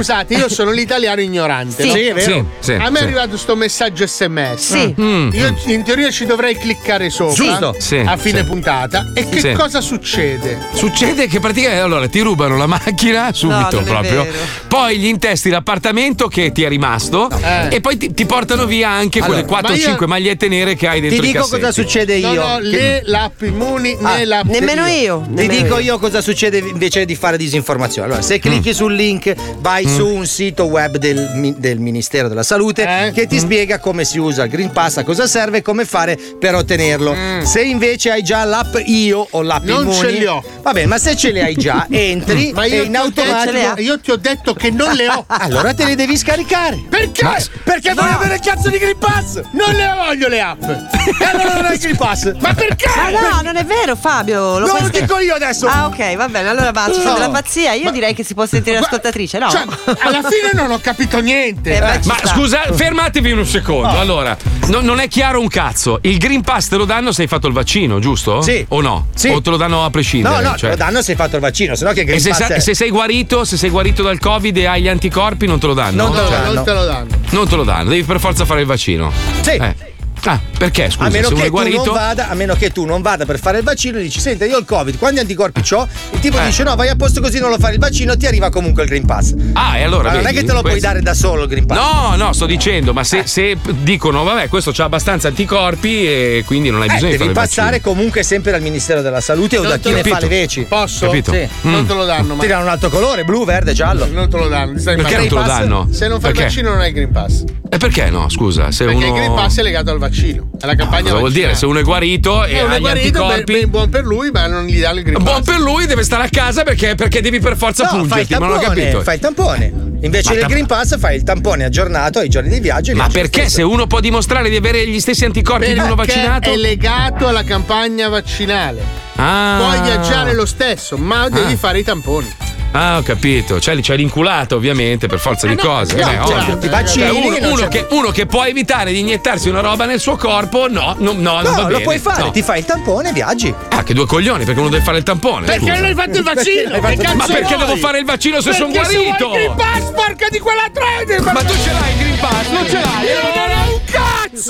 io sono l'italiano ignorante. Sì. no? Sì, è vero. Sì, sì, A me sì. è arrivato sto messaggio sms. Sì. Mm. Io in teoria ci dovrei cliccare sopra Giusto. Sì, a fine sì. puntata. E che Sì. cosa succede? Succede che praticamente allora ti rubano la macchina subito non è proprio, vero. poi gli intesti l'appartamento che ti è rimasto Eh. e poi ti, ti portano via anche Allora, quelle quattro ma io- cinque magliette nere che hai dentro Ti i dico cassetti. cosa succede io. Non ho né l'app Immuni né Ah, l'app. Nemmeno io. Ti nemmeno dico io. io cosa succede invece di fare disinformazione. Allora, se clicchi sul link, vai su un sito web del, mi- del Ministero della Salute che ti spiega come si usa il Green Pass, a cosa serve e come fare per ottenerlo. Se invece hai già l'app Io o l'app Non Immuni, ce li ho. va bene, ma se ce le hai già, entri Ma e io in ti ho automatico. detto- io ti ho detto che non le ho. Allora te le devi scaricare. Perché? Ma- perché vuoi avere il cazzo di Green Pass? Non le voglio le app. E allora non hai il Green Pass. Ma perché? Ma no, non è vero, Fabio. No, puoi lo scar- dico io adesso. Ah, ok, va bene. Allora va, ci sono No. della pazzia. Io direi che si può sentire l'ascoltatrice, no? Cioè, alla fine non ho capito niente. Eh, beh, ci Ma sta. scusa, fermatevi un secondo. Allora, no- non è chiaro un cazzo. Il Green Pass te lo danno se hai fatto il vaccino, giusto? Sì. O no? Sì. O te lo danno a prescindere? No, no, Cioè- te lo danno se hai fatto il vaccino, sennò che Green E se, Pass sa- è? se sei guarito, se sei guarito dal Covid e hai gli anticorpi, non te lo danno? Non te lo No, danno. non te lo danno. Non te lo danno, devi per forza fare il vaccino. Sì. Eh. Ah, perché scusa? A meno, se uno che è tu non guarito. vada, a meno che tu non vada per fare il vaccino e dici senta io ho il Covid, quanti anticorpi c'ho? Il tipo Eh. dice no vai a posto così non lo fare il vaccino ti arriva comunque il Green Pass. Ah, e allora. Ma non è vedi, che te lo puoi questo- dare da solo il Green Pass. No, no, sto dicendo, ma se, se dicono, vabbè, questo c'ha abbastanza anticorpi e quindi non hai Eh, bisogno di devi fare il passare vaccino. comunque sempre dal Ministero della Salute o Non da te chi lo ne fa capito. le veci. Posso? Capito? Sì. Non te lo danno, ma Ti danno un altro colore, blu, verde, giallo. non te lo danno. Stai Perché non imparando. te lo Pass? danno? Se non fai il Perché? vaccino non hai il Green Pass. E perché no? Scusa, se Perché uno. il Green Pass è legato al vaccino. Alla campagna Cosa vuol vaccinale. dire? Se uno è guarito e Eh, uno ha è gli guarito, ben, anticorpi. ben buon per lui, ma non gli danno il Green Pass. Buon per lui, deve stare a casa perché, perché devi per forza No, fai il pungerti, ma non ho tampone, capito. fai il tampone. Invece Ma del tam- Green Pass fai il tampone aggiornato ai giorni di viaggio. e Ma viaggi lo perché stesso. se uno può dimostrare di avere gli stessi anticorpi di uno Perché vaccinato? è legato alla campagna vaccinale. Ah. Puoi viaggiare lo stesso, ma devi Ah. fare i tamponi. Ah, ho capito. Cioè, c'è l'inculato, ovviamente, per forza Eh di no, cose. no, Beh, cioè, ovvio. ti vaccini, Cioè, uno, non uno c'è- che, uno che può evitare di iniettarsi una roba nel suo corpo, no, no, no, non va No, lo bene. puoi fare, No. ti fai il tampone e viaggi. Ah, che due coglioni, perché uno deve fare il tampone. Perché scusa. non hai fatto il Perché vaccino? hai fatto Che il- cazzo Ma perché vuoi? devo fare il vaccino se sono Perché se vuoi guarito? il Green Pass, porca di quella trede! Ma tu ce l'hai il Green Pass? Non ce l'hai? Io non ho un cazzo!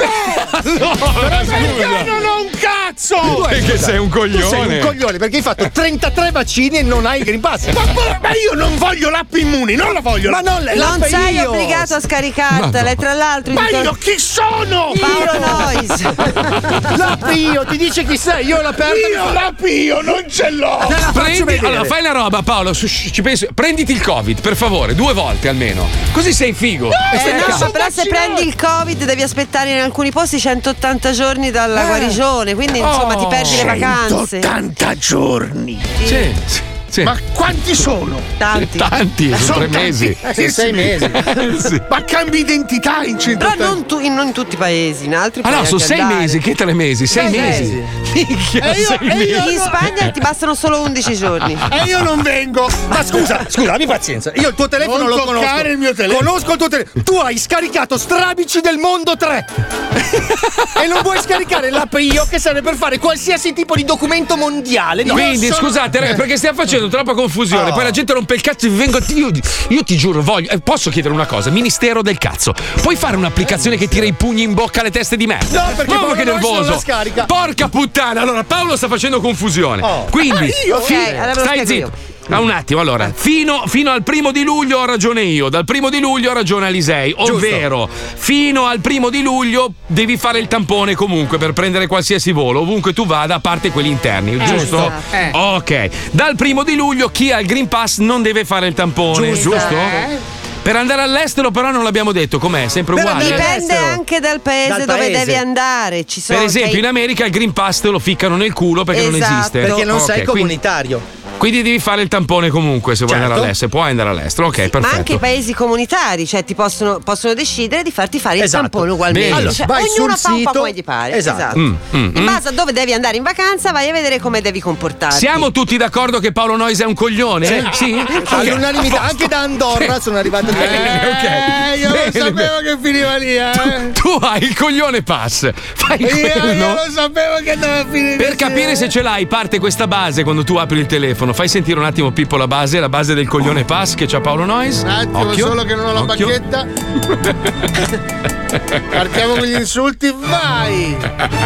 Allora, Perché non ho un cazzo? Perché sei un Tu sei coglione. un coglione perché hai fatto trentatré vaccini e non hai il Green Pass. Ma, ma io non voglio l'app Immuni, non la voglio! Ma non Non l'app sei io. obbligato a scaricartela e tra l'altro Ma in- io chi sono? Paolo Nois. L'app io ti dice chi sei, io l'ho aperta. Io l'app io non ce l'ho! Te la faccio Prendi, vedere. allora fai una roba, Paolo. su- ci penso, prenditi il Covid, per favore, due volte almeno. Così sei figo. E stai Eh a no, casa. però se prendi il Covid devi aspettare in alcuni posti centottanta giorni dalla guarigione, quindi insomma ti perdi le vacanze. ottanta giorni! Sì, sì, sì. Ma quanti sono? Tanti. Tanti, sono tre tanti. mesi. Eh, Sì, sei mesi. Sì. Ma cambi identità in Però centottanta. non, tu- in, non in tutti i paesi, in altri Ah puoi no, sono anche sei andare. mesi, che tre mesi? Sei Sei mesi. mesi. Minchia, E io- sei e io- mesi. In Spagna ti bastano solo undici giorni. E io non vengo! Ma scusa, scusa, abbi pazienza. Io il tuo telefono Non lo toccare conosco. il mio telefono. Conosco il tuo telefono. Tu hai scaricato Strabici del Mondo tre. E non vuoi scaricare l'app Io che serve per fare qualsiasi tipo di documento mondiale. No. Quindi sono- scusate, ragazzi, perché stiamo facendo troppa confusione. Poi la gente rompe il cazzo e vi vengo. Io, io ti giuro, voglio. eh, posso chiedere una cosa? Ministero del cazzo. Puoi fare un'applicazione che tira i pugni in bocca alle teste di merda? No, perché Mamma Paolo che Nois non nervoso. la scarica. Porca puttana. Allora, Paolo sta facendo confusione. Oh. Quindi, Ah, io? Ok, allora lo stai spiego zitto. io. Ah, un attimo, allora, fino, fino al primo di luglio ho ragione io, dal primo di luglio ha ragione Alisei, ovvero fino al primo di luglio devi fare il tampone comunque per prendere qualsiasi volo, ovunque tu vada, a parte quelli interni, giusto? esatto. Eh. Ok, dal primo di luglio chi ha il Green Pass non deve fare il tampone, Giusto. giusto? Eh? Per andare all'estero però non l'abbiamo detto, com'è? Sempre Per uguale? andare Dipende all'estero. anche dal paese Dal dove paese. devi andare. Ci sono Per esempio dei- in America il Green Pass te lo ficcano nel culo perché non Esatto. esiste. Perché non Ok, sei quindi- comunitario. Quindi devi fare il tampone comunque se vuoi Certo. andare all'estero, puoi andare all'estero, ok, perfetto. Ma anche i paesi comunitari, cioè ti possono, possono decidere di farti fare il Esatto. tampone ugualmente. Bene. Allora, Cioè, vai ognuno sul fa un po' sito. come gli pare. Esatto. Mm, mm, In mm. base a dove devi andare in vacanza, vai a vedere come devi comportarti. Siamo tutti d'accordo che Paolo Nois è un coglione? Sì. Sì? All'unanimità, anche da Andorra sono arrivate delle. Bene, ok. Eh, io Bene, lo sapevo bene. che finiva lì, eh. Tu hai il coglione pass. Fai Io, io quello. lo sapevo che doveva finire Per così, capire eh. se ce l'hai, parte questa base quando tu apri il telefono. telefono. Fai sentire un attimo, Pippo, la base, la base del coglione pass che c'ha Paolo Noyes. Un attimo, Occhio. solo che non ho la Occhio. bacchetta. Partiamo con gli insulti, vai!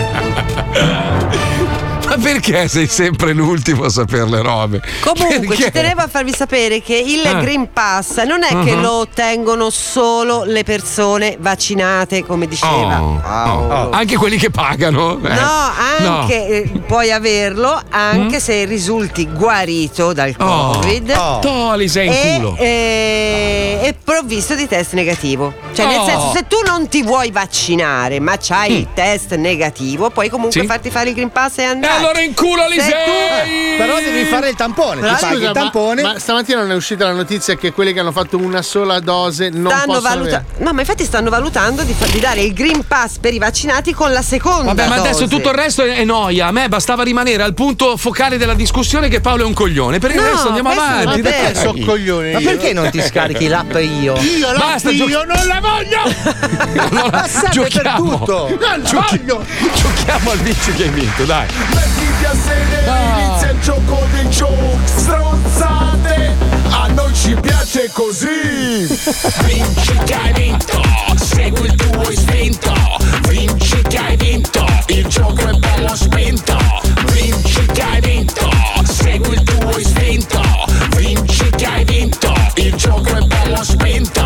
Ma perché sei sempre l'ultimo a sapere le robe? Comunque Perché? ci tenevo a farvi sapere che il Ah. Green Pass non è che Uh-huh. lo ottengono solo le persone vaccinate, come diceva. Oh, oh. Anche quelli che pagano? Eh. No, anche No. eh, puoi averlo anche Mm? se risulti guarito dal Oh. Covid. Oh. Toli, sei in e, culo. eh, e provvisto di test negativo. Cioè, nel Oh. senso, se tu non ti vuoi vaccinare, ma c'hai Mm. il test negativo, puoi comunque Sì. farti fare il Green Pass e andare. E allora in culo, Se Alisei! tu- Però devi fare il tampone. Ma Ti paghi scusa, il tampone. Ma, ma stamattina non è uscita la notizia che quelli che hanno fatto una sola dose non Stanno possono valuta- avere. no, ma infatti stanno valutando di, fa- di dare il Green Pass per i vaccinati con la seconda Vabbè, ma adesso dose. tutto il resto è, è noia. A me bastava rimanere al punto focale della discussione che Paolo è un coglione. Per il No, resto andiamo questo non avanti. è vero. dai. So coglione. Ma io. perché non ti scarichi l'app io? Io la Basta, io giochi- non la voglio! Allora, Ma serve per giochiamo. tutto. Non la Giochi- voglio! Giochiamo al vinci che hai vinto, dai. Mettiti a sedere, Ah. inizia il gioco dei giochi stronzate. A noi ci piace così. Vinci che hai vinto, segui il tuo istinto. Vinci che hai vinto, il gioco è bello spinto. Vinci che hai vinto, segui il tuo istinto. Vinci che hai vinto, il gioco è bello spinto.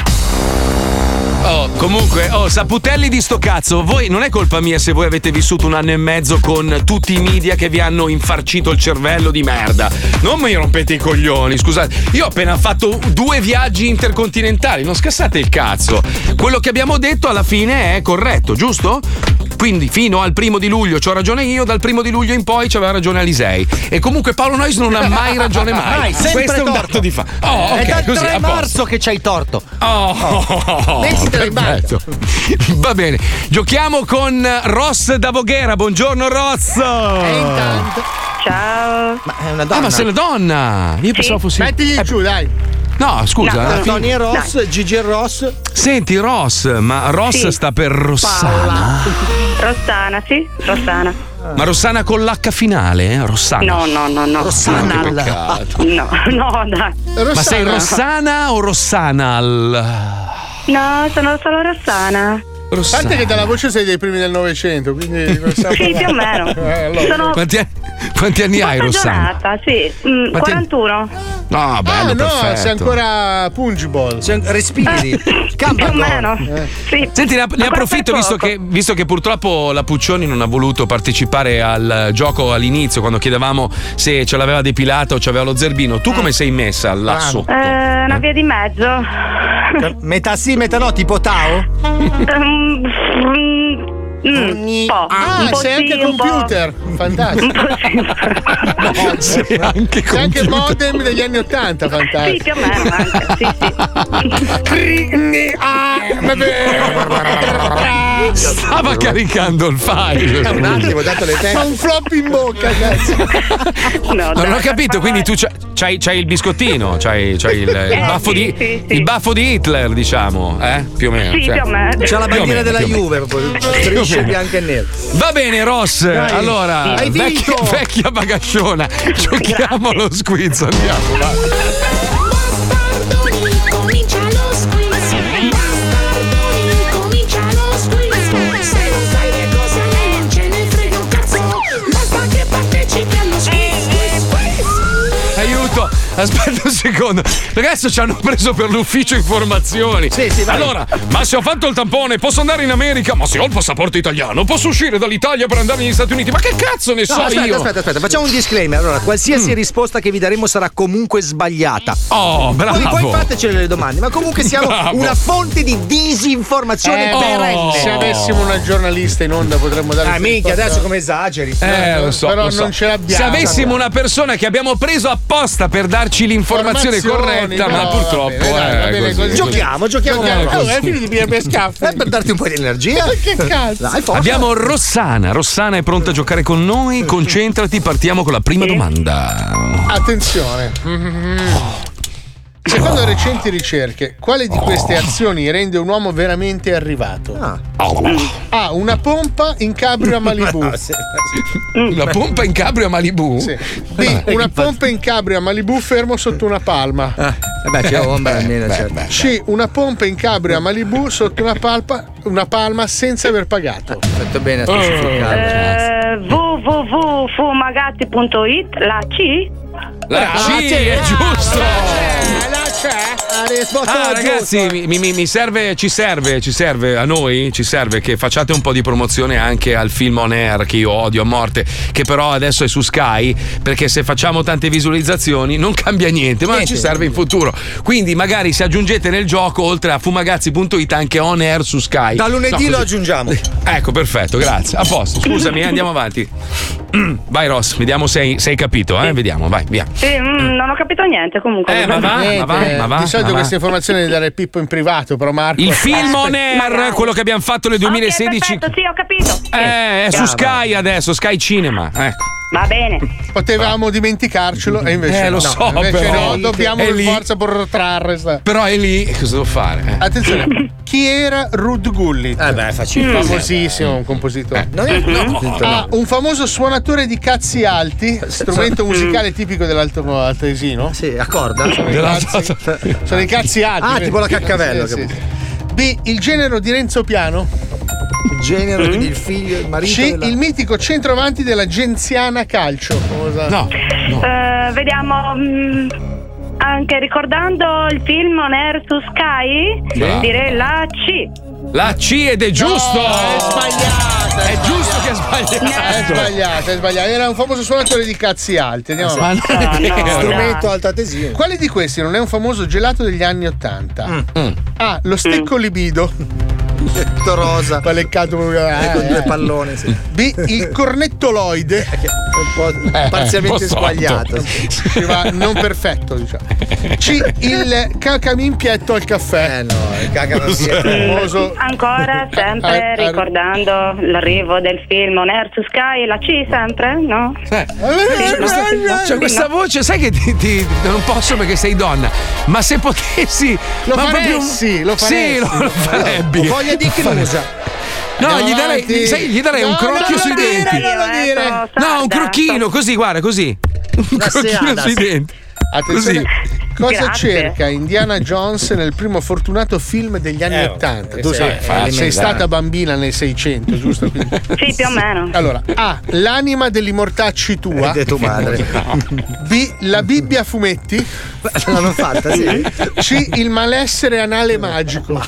Oh, comunque, oh, saputelli di sto cazzo, voi non è colpa mia se voi avete vissuto un anno e mezzo con tutti i media che vi hanno infarcito il cervello di merda. Non mi rompete i coglioni, scusate. Io ho appena fatto due viaggi intercontinentali, non scassate il cazzo. Quello che abbiamo detto alla fine è corretto, giusto? Quindi fino al primo di luglio c'ho ragione io, dal primo di luglio in poi c'aveva ragione Alisei. E comunque Paolo Noyes non ha mai ragione mai. Mai, sempre Questo è un torto. dato di fa. Oh, È ok, dal così tre a posto. marzo che c'hai torto. Oh, Mettitela in banca. perfetto. Va bene, giochiamo con Ross da Voghera. Buongiorno Ross. E intanto. Ciao. Ma è una Ah, donna. ma sei una donna. Io pensavo fossi. Mettigli giù, dai. No, scusa. No, alla fine- Tony e Ross, Gigi e Ross. Senti, Ross, ma Ross Sì. sta per Rossana. Rossana, sì? Rossana. Ma Rossana con l'H finale? eh? Rossana. No, no, no, no. Rossana. Che peccato. No, no, dai. Ma sei Rossana o Rossanal? No, sono solo Rossana. A parte che dalla voce sei dei primi del Novecento, quindi non stiamo Sì, più o meno. Eh, allora. Sono Quanti, anni- quanti anni hai, Rossana? stagionata, sì. Mm, Quanti- quarantuno. No, bello, Ah, no, perfetto. sei ancora pungible. Respiri. Più o meno. Sì. Senti, ne, ne Ma approfitto per visto poco. che, visto che purtroppo la Puccioni non ha voluto partecipare al gioco all'inizio quando chiedevamo se ce l'aveva depilata o c'aveva lo zerbino. Tu come sei messa là Bravo. sotto? Eh, una via di mezzo. Metà sì, metà no, tipo Tao? Um, mm, mm, un po'. Ah, un po' sei sì, anche un po'. computer. Fantastico. Un po' sì. Sei anche Sei anche computer. modem degli anni Ottanta, Sì, fantastico. più o meno anche. Sì, sì. Stava caricando il file. Un attimo, dato le Ho tecniche. un flop in bocca, cazzo. No, Ma dai, non ho per capito, quindi tu c'hai, c'hai- c'hai il biscottino, c'hai, c'hai il, il Eh, baffo sì, di, sì, sì. il baffo di Hitler, diciamo, eh? Più o meno. Sì, cioè. più o meno. C'ha la Più o bandiera meno, della più o meno. Juve, proprio Più o strisce meno. bianche e nere. Va bene, Ross. Allora, Hai vecchia, vinto. vecchia bagasciona. Giochiamo allo squiz, andiamo. vai. Bastardoni, comincia lo squiz. Bastardoni, comincia lo squiz. Se non sai le cose a lei non ce ne frega un cazzo. Basta che partecipi allo squiz, squiz, squiz. Aiuto, aspetta un secondo. Adesso ci hanno preso per l'ufficio informazioni. Sì, sì, vai. Allora, ma se ho fatto il tampone, posso andare in America? Ma se ho il passaporto italiano, posso uscire dall'Italia per andare negli Stati Uniti? Ma che cazzo ne No, so aspetta, io? aspetta, aspetta, facciamo un disclaimer. Allora, qualsiasi risposta che vi daremo sarà comunque sbagliata. Oh, bravo. Quindi poi fatecele le domande, ma comunque siamo Bravo. una fonte di disinformazione Eh, perenne. Se avessimo una giornalista in onda potremmo dare. Ah, minchia, adesso come esageri. Eh, lo so, Però lo so. non ce l'abbiamo. Se avessimo una persona che abbiamo preso apposta per darci l'informazione Informazioni, corretta, no, ma purtroppo va bene, dai, va eh, bene così. così. Giochiamo, giochiamo. Giochiamo con- così. Oh, è finito di pigliare schiaffi. Eh, per darti un po' di energia. Che cazzo? Dai, forza. Abbiamo Rossana. Rossana è pronta a giocare con noi. Concentrati, partiamo con la prima domanda. Attenzione. Secondo recenti ricerche, quale di queste azioni rende un uomo veramente arrivato? Ah. A. Una pompa in cabrio a Malibu. Una pompa in cabrio a Malibu? Sì. B. Una pompa in cabrio a Malibu fermo sotto una palma. Ah, vabbè, c'è ombra almeno, certo. C. Una pompa in cabrio a Malibu sotto una, palpa, una palma senza aver pagato. Fatto bene a specificare. Eh, w w w punto fumagazzi punto it, la C? La C è giusto! La c'è! Ah, ragazzi, mi, mi, mi serve, ci serve, ci serve a noi, ci serve che facciate un po' di promozione anche al film On Air che io odio a morte, che però adesso è su Sky, perché se facciamo tante visualizzazioni non cambia niente, ma Niente. ci serve in futuro. Quindi magari se aggiungete nel gioco, oltre a fumagazzi punto it, anche On Air su Sky. Da lunedì No, così- lo aggiungiamo. Ecco, perfetto, grazie. A posto, scusami, eh, andiamo avanti. Vai Ross, vediamo se hai, se hai capito, eh? Vediamo, vai, via. Sì, mm, non ho capito niente comunque. Eh, ma va, ma va, ma va. Di solito ma va. queste informazioni le dare Pippo in privato, però Marco. Il film On Aspetta. Air, quello che abbiamo fatto nel duemilasedici. Ok, perfetto, sì, ho capito. Eh, è su Sky adesso, Sky Cinema. Ecco. Va bene. Potevamo dimenticarcelo e invece Eh, lo no. so, invece però. no, dobbiamo È per lì. forza protrarre sta- Però è lì, cosa devo fare? Eh. Attenzione, chi era Ruud Gullit? Eh beh, facile. Famosissimo, un compositore. Non è, no. Ah, un famoso suonatore di cazzi alti, strumento musicale tipico dell'altoatesino. Sì, a corda. Sono i cazzi, sono i cazzi alti. Ah, tipo la caccavello, Sì, sì, capito. sì. B. Il genero di Renzo Piano. Il genero, quindi il figlio, il marito. C. della- Il mitico centroavanti della Genziana Calcio. Cosa- No, no. Eh, vediamo. mm, anche ricordando il film On Air su Sky, Sì. direi la C. La C ed è giusto! No, è sbagliata. È giusto che è sbagliato. È sbagliata, è sbagliata. Era un famoso suonatore di cazzi alti. Andiamo Ma avanti. non è No, no, vero. Strumento altoatesino. Quale di questi non è un famoso gelato degli anni Ottanta? Mm. A. Lo stecco libido. Tutto rosa. Paleccato Eh, con due eh. palloni, sì. B. Il cornettoloide. Un po' Eh, parzialmente un po' sbagliato. Ci va non perfetto, diciamo. C. Il cacaminpietto al caffè. Eh no, il caga famoso. Ancora, sempre Ah, ah, ricordando l'arrivo del film On Air su Sky, la C sempre, no? Eh, Sì, c'è questa, no. c'è questa No. voce, sai che ti, ti- non posso perché sei donna, ma se potessi Lo ma faressi, lo Sì, faressi. lo, lo farebbi. Voglia di Cnusa. No, Andiamo gli darei, avanti. sai, gli darei un No, crocchio non sui lo dire, denti. non lo dire. Sono No, sarda, un crocchino, così, guarda, così. Un Una crocchino seada. sui denti. Attenzione, cosa Grazie. cerca Indiana Jones nel primo fortunato film degli anni Eh, Ottanta? eh, tu sì, sei, eh, sei alimentare. stata bambina nel Seicento, giusto? Quindi- Sì, più o meno. Allora, A. L'anima dell'immortacci tua. Ed è tua madre. B. La Bibbia a fumetti. L'hanno fatta, sì. C. Il malessere anale magico.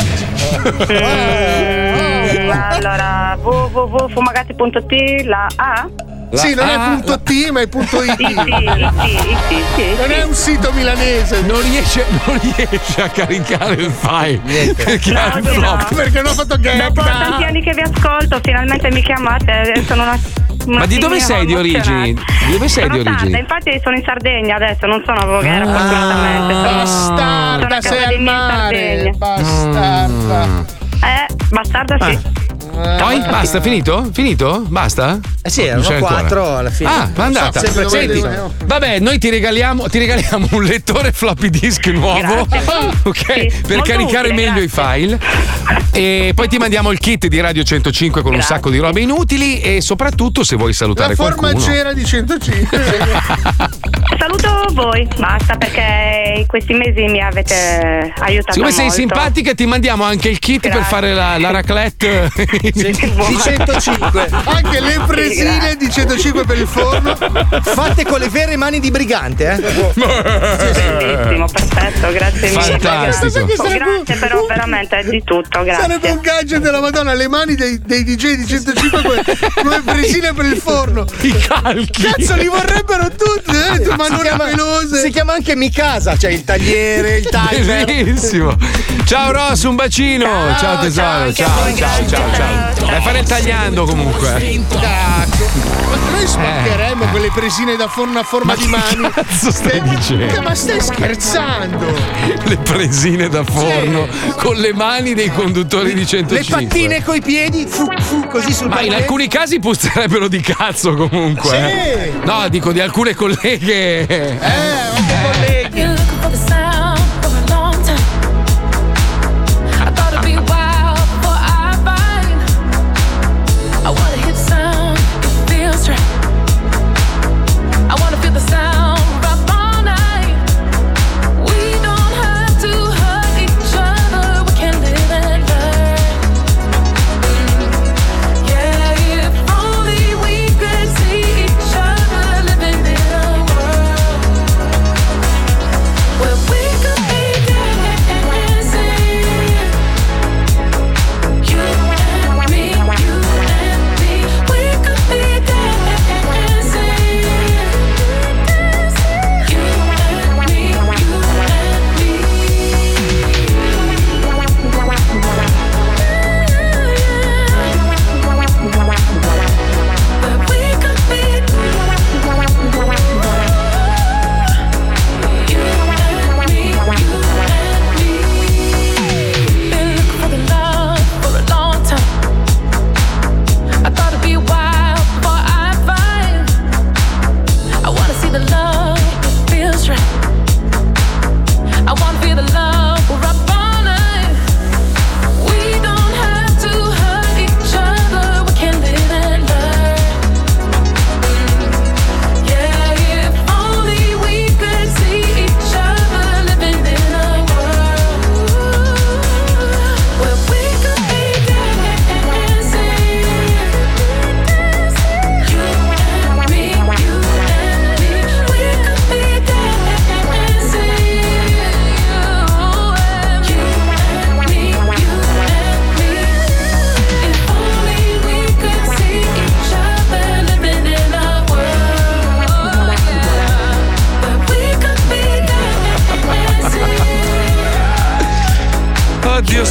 Mm, allora, w w w punto fumagazzi punto it, la A? Sì, non A, è punto T, ma è punto I T. Sì, sì, sì, sì, sì. Non è un sito milanese. Non riesce, non riesce a caricare il file perché ha il No, flop. no. Perché non ho fatto Dopo gap. tanti anni che vi ascolto, finalmente mi chiamate. Sono una, una Ma di dove figlia sei di origini? emozionata. Di dove sei sono di origini? sarda, infatti sono in Sardegna adesso, non sono a Voghera, Ah. fortunatamente. Sono, sono Bastarda, a sei casa al dei miei in mare. Sardegna. Bastarda. Eh, bastarda sì. Poi basta, finito? Finito? Basta? Eh sì, Non erano c'è ancora. quattro alla fine. Ah, ma è andata. So, sempre Senti, dove devo- vabbè, noi ti regaliamo, ti regaliamo un lettore floppy disk nuovo, ok? Sì, per molto caricare utile, meglio i file. E poi ti mandiamo il kit di Radio centocinque con un Grazie. sacco di robe inutili e soprattutto se vuoi salutare La qualcuno. formaggera di centocinque. Saluto voi, basta perché in questi mesi mi avete aiutato Siccome sei molto. simpatica ti mandiamo anche il kit per Grazie. fare la, la raclette. Di centocinque. Anche le presine di centocinque per il forno. Fatte con le vere mani di brigante, eh? Bellissimo, perfetto, grazie mille. Fantastico. Grazie, grazie però veramente è di tutto, Sarebbe grazie. un gadget della Madonna, le mani dei, dei D J di centocinque come, come presine per il forno. I calchi. Cazzo, li vorrebbero tutti, eh? Tu Si mani chiama, pelose. si chiama anche Mikasa, cioè il tagliere, il timer. Bellissimo. Ciao Ross, un bacino. Ciao, Ciao, tesoro. ciao, Ciao, anche ciao, voi, ciao, ciao. Vai a fare il tagliando comunque. Cazzo. Ma noi spaccheremmo quelle presine da forno a forma di mani. Cazzo stai Eh, dicendo? Ma stai scherzando? Le presine da forno con le mani dei conduttori di Le centocinque. pattine coi piedi, fu, fu, così sul Ma in parquet. alcuni casi puzzerebbero di cazzo comunque. Sì. eh. No, dico di alcune colleghe. Eh, colleghi. You're looking for the sound of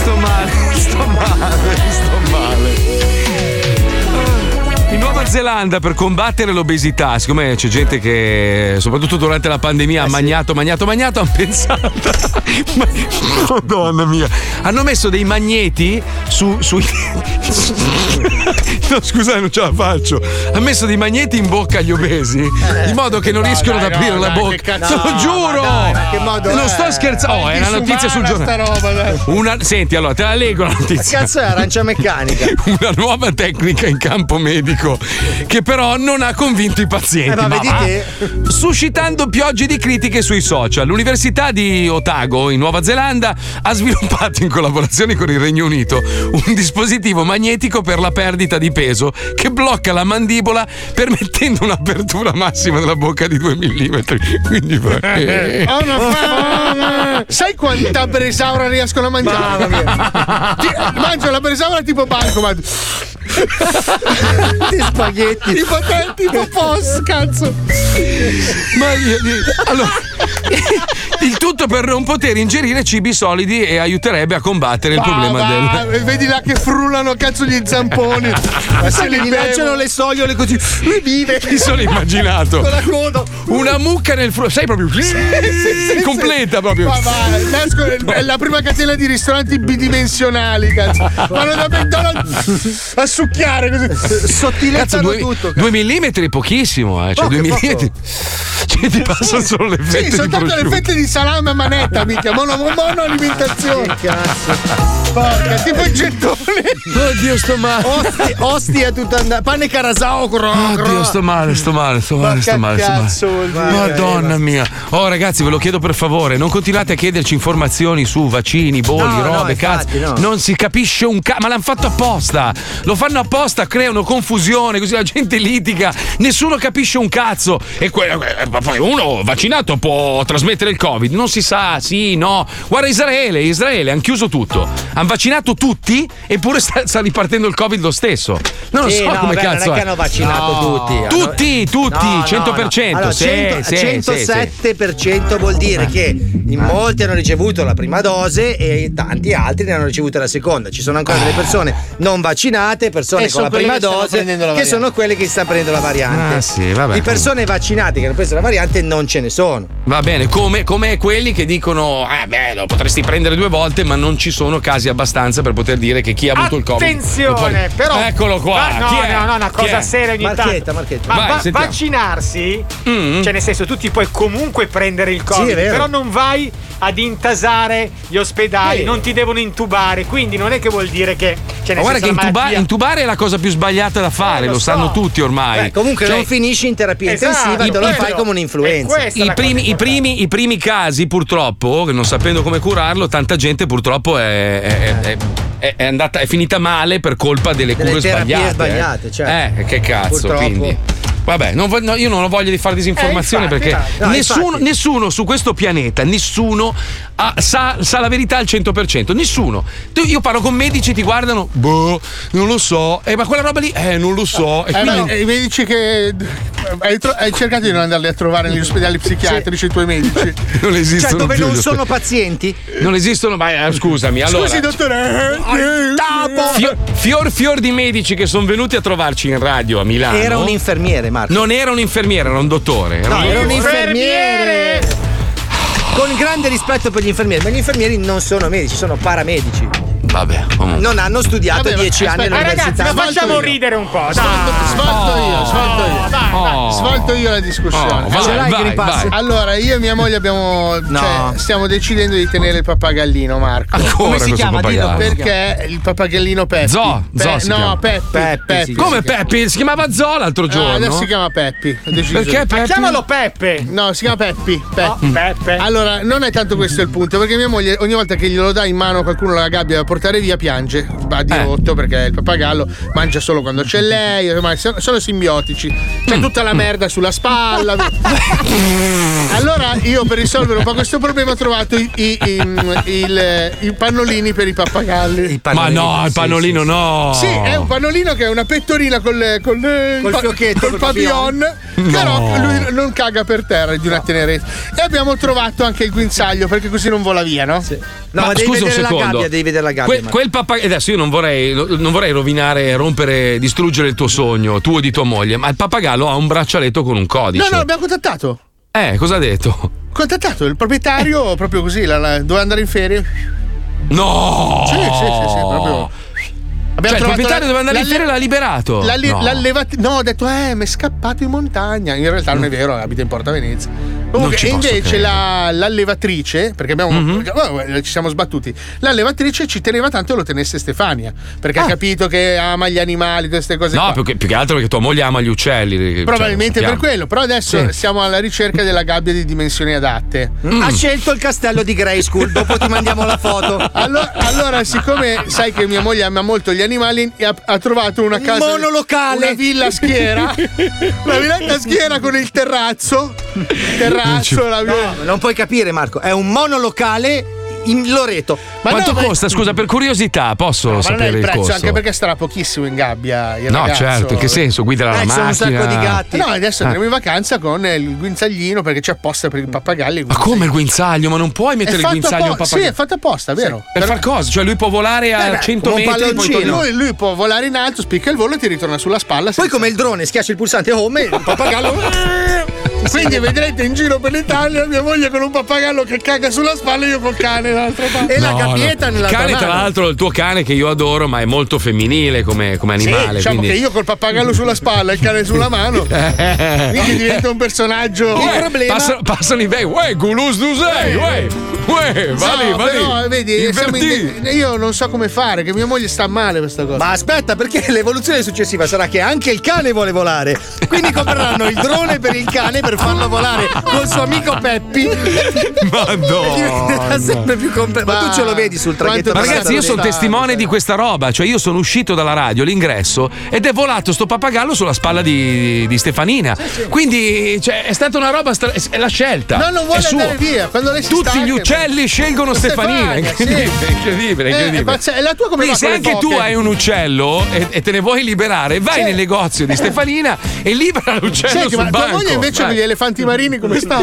sto male, sto male, sto male. In Nuova Zelanda, per combattere l'obesità, siccome c'è gente che soprattutto durante la pandemia ha magnato, magnato, magnato, hanno pensato ma, Madonna mia, hanno messo dei magneti su, sui no scusate non ce la faccio, hanno messo dei magneti in bocca agli obesi in modo che non No, riescono dai, ad aprire no, la dai, bocca, che cazzo- te lo no, giuro, ma dai, ma che modo non è? sto scherzando, oh, è una notizia sul Disumana giornale. sta roba, dai. Una, senti, allora te la leggo la notizia. Cazzo è arancia meccanica? Una nuova tecnica in campo medico che però non ha convinto i pazienti. Eh, ma vedi va? te? Suscitando piogge di critiche sui social, l'Università di Otago in Nuova Zelanda ha sviluppato in collaborazione con il Regno Unito un dispositivo magnetico per la perdita di peso che blocca la mandibola permettendo un'apertura massima della bocca di due millimetri. Quindi Eh, ho una fame. Sai quanta bresaura riescono a mangiare? Ti- Mangio la bresaura tipo bancomat. Di spaghetti. Tipo te, tipo post, cazzo. Ma io, io- allora, il tutto per non poter ingerire cibi solidi e aiuterebbe a combattere il Va, problema va, del. Vedi là che frullano cazzo gli zamponi. Ma se li gli lanciano le sogliole così. Lui vive. Mi sono immaginato Con la coda. una mucca nel frullo, sai proprio completa proprio. Ma va, nasco- è la prima catena di ristoranti bidimensionali, cazzo. Vanno da McDonald's a succhiare così. Cazzo, Sottilezzano due, tutto. due millimetri è pochissimo, eh. Cioè, Poco, due poco. millimetri. Cioè, ti passano solo le fette Sì, di soltanto le prosciutto. fette di salame a manetta, mica. Mono, mono alimentazione. Porca, tipo il gettone. Oddio, sto male. Ostia, ostia tutta andata. Pane carasao. Oddio, sto male, sto male, sto male, sto male, sto cazzo male. vuol dire? Madonna mia. Oh, ragazzi, ve lo chiedo per favore, non continuate a chiederci informazioni su vaccini, bolli, No, no, robe, infatti, cazzo. no. Non si capisce un cazzo, ma l'hanno fatto apposta. Lo fanno apposta, creano confusione, così la gente litiga, nessuno capisce un cazzo. E que- eh, poi uno vaccinato può trasmettere il Covid, non si sa, sì, no. Guarda Israele, Israele hanno chiuso tutto. Hanno vaccinato tutti, eppure sta, sta ripartendo il Covid lo stesso. Non lo Sì, so no, come vabbè, cazzo non è è. che hanno vaccinato No. tutti. Hanno- Tutti, tutti, No, no, cento per cento. no. Allora, sì, cento sì, centosette per cento vuol dire che in molti hanno ricevuto la prima dose e tanti altri ne hanno ricevuta la seconda. Ci sono ancora delle persone non vaccinate, persone E con sono la quelle prima che stanno dose, prendendo la che variante. sono quelle che stanno prendendo la variante. Ah, sì, vabbè. Di persone vaccinate che hanno preso la variante non ce ne sono. Va bene, come, come quelli che dicono: ah, beh, lo potresti prendere due volte, ma non ci sono casi abbastanza per poter dire che chi ha avuto il Covid. Attenzione, lo può- però. Eccolo qua. Ma no, Chi è? no, no, una Chi cosa è? seria ogni Marchetta, tanto. Marchetta. Ma Vai, va- sentiamo. vaccinarsi, Mm. cioè nel senso, tu ti puoi comunque prendere il Covid, Sì, è vero. però non vai ad intasare gli ospedali, Sì. non ti devono intubare, quindi non è che vuol dire che. Cioè, Ma nel guarda che senso, la intuba- malattia- intubare è la cosa più sbagliata da fare, Eh, lo, lo sanno so. tutti ormai. Beh, comunque Cioè, non finisci in terapia Esatto, intensiva, te lo quello. fai come un'influenza. È questa I la primi, cosa i, primi, I primi casi, purtroppo, che non sapendo come curarlo, tanta gente purtroppo è, è- è- è- è andata, è finita male per colpa delle, Delle cure terapie sbagliate. sbagliate, eh. certo. Eh, che cazzo, Purtroppo. quindi. Vabbè, non vo- no, io non ho voglia di fare disinformazione Eh, infatti, perché dai. No, nessuno, infatti. nessuno su questo pianeta, nessuno ha- sa, sa la verità al cento per cento. Nessuno. Tu- io parlo con medici, ti guardano, boh, non lo so. Eh, ma quella roba lì, eh, non lo so. E Eh, quindi- ma i medici che. Hai, tro- hai cercato di non andarli a trovare negli ospedali psichiatrici i tuoi medici? non esistono Cioè, dove più non gli sono ospedali. pazienti? Non esistono, ma eh, scusami, allora. Scusi, dottore. Fior, fior fior di medici che sono venuti a trovarci in radio a Milano. Era un infermiere, Marco. Non era un infermiere, era un dottore. Era No, un- era un infermiere. Con grande rispetto per gli infermieri, ma gli infermieri non sono medici, sono paramedici. Vabbè, comunque. Non hanno studiato Vabbè, ma dieci anni aspetta, Ma all'università. ragazzi, ma Svolto facciamo io. ridere un po'. Svolto, dai. svolto io, svolto io. Dai, Oh. Svolto io la discussione. Oh, vai, Ce l'hai il vai, Green Pass? vai. Allora, io e mia moglie abbiamo. No. Cioè, stiamo decidendo di tenere il pappagallino, Marco. Ancora Come si questo chiama? Dillo, pappagallo. come si Perché il pappagallino Peppi. Zo, Pe- Zo si no, chiama. Peppi. Peppi, Peppi sì. Come si chiama. Peppi? Si chiamava Zola l'altro Ah, giorno. adesso si chiama Peppi. Ho deciso. Perché Ma Peppi? chiamalo Peppe. No, si chiama Peppi. Peppi. Oh, Peppe. Allora, non è tanto questo il punto, perché mia moglie ogni volta che glielo dà in mano qualcuno la gabbia da portare via piange, va di Eh. rotto perché il pappagallo mangia solo quando c'è lei, ormai sono sono simbiotici. C'è Mm. tutta la merda sulla spalla. Allora io per risolvere un po' questo problema ho trovato i, i- i- il- i pannolini per i pappagalli. Ma no, il pannolino no. Sì, è un pannolino che è una pettorina col, col, Col fiocchetto, col col papillon. papillon, però lui non caga per terra, è di una tenerezza. E abbiamo trovato anche il guinzaglio perché così non vola via, no? No, ma, Ma devi scusa un vedere la secondo. gabbia, devi vedere la gabbia. Que- quel pappagallo. Adesso io non vorrei, non vorrei rovinare, rompere, distruggere il tuo sogno, tuo o di tua moglie, ma il pappagallo ha un braccialetto con un codice. No, no, abbiamo contattato. Eh, cosa ha detto? Contattato il proprietario, proprio così, la, la, doveva andare in ferie. No! Sì, sì, sì, sì, proprio. Cioè, il proprietario doveva andare in ferie e l'ha liberato. L'alli- no. l'allevati- no, ho detto, eh, mi è scappato in montagna. In realtà non è vero, abita in Porta Venezia. Comunque, ci e posso invece credere. la, l'allevatrice, perché abbiamo Mhm. perché, oh, ci siamo sbattuti. L'allevatrice ci teneva tanto che lo tenesse Stefania, perché Ah. ha capito che ama gli animali, tutte queste cose. No, qua. più che, più che altro perché tua moglie ama gli uccelli. cioè, Probabilmente lo per sappiamo. quello, però adesso Sì. siamo alla ricerca della gabbia di dimensioni adatte. Mm. Ha scelto il castello di Grayskull, dopo ti mandiamo la foto. Allora, allora, siccome sai che mia moglie ama molto gli animali, ha, ha trovato una casa. monolocale. Una villa a schiera. Una villetta a schiera con il terrazzo. Terrazzo, la villa. No, non puoi capire, Marco. È un monolocale in Loreto. Ma Quanto no, ma- costa? Scusa, per curiosità, posso No, ma non è sapere il il prezzo, costo? anche perché starà pochissimo in gabbia. Il No, ragazzo. certo, in che senso? Guida la Eh, ci sono macchina? un sacco di gatti. No, adesso Ah. andremo in vacanza con il guinzaglino perché c'è apposta per i pappagalli. Ma come il guinzaglio? Ma non puoi È mettere il fatto guinzaglio a un appo- pappagallo? Sì, è fatto apposta, vero? Per far cosa? Cioè lui può volare a Eh beh, cento come un metri, poi palloncino. torna- lui, lui può volare in alto, spicca il volo e ti ritorna sulla spalla. Poi come il drone schiaccia il pulsante home e il pappagallo. Quindi vedrete in giro per l'Italia mia moglie con un pappagallo che caga sulla spalla e io col cane dall'altra parte. E la No, gabbietta no. nella Il cane, tra l'altro, il tuo cane che io adoro, ma è molto femminile come, come animale. Sì, diciamo quindi... che io col pappagallo sulla spalla e il cane sulla mano. Quindi diventa un personaggio. Uè, passano, passano i bei. Uè, Gulus tu sei, uè, uè, va lì, No, va però, lì. vedi, siamo in- Invertì. io non so come fare, che mia moglie sta male questa cosa. Ma aspetta, perché l'evoluzione successiva sarà che anche il cane vuole volare. Quindi compreranno il drone per il cane per farlo volare col suo amico Peppi. Madonna. Diventerà sempre più complesso. Ma tu ce lo vedi sul traghetto? Ma ragazzi, io sono testimone di questa roba. Cioè, io sono uscito dalla radio, l'ingresso, ed è volato sto pappagallo sulla spalla di, di Stefanina. Quindi, cioè, è stata una roba. Stra- è la scelta. No, non vuole È suo. andare via. Quando lei si Tutti stanca- gli uccelli scelgono Stefanina. Stefania, sì. Incredibile, incredibile, Eh, incredibile. è pazz- e la tua come Quindi, va se con le anche tu foche? hai un uccello e, e te ne vuoi liberare, vai nel negozio di Stefanina e libera l'uccello Senti, sul ma tua banco. moglie invece Vai. con gli elefanti marini come sta?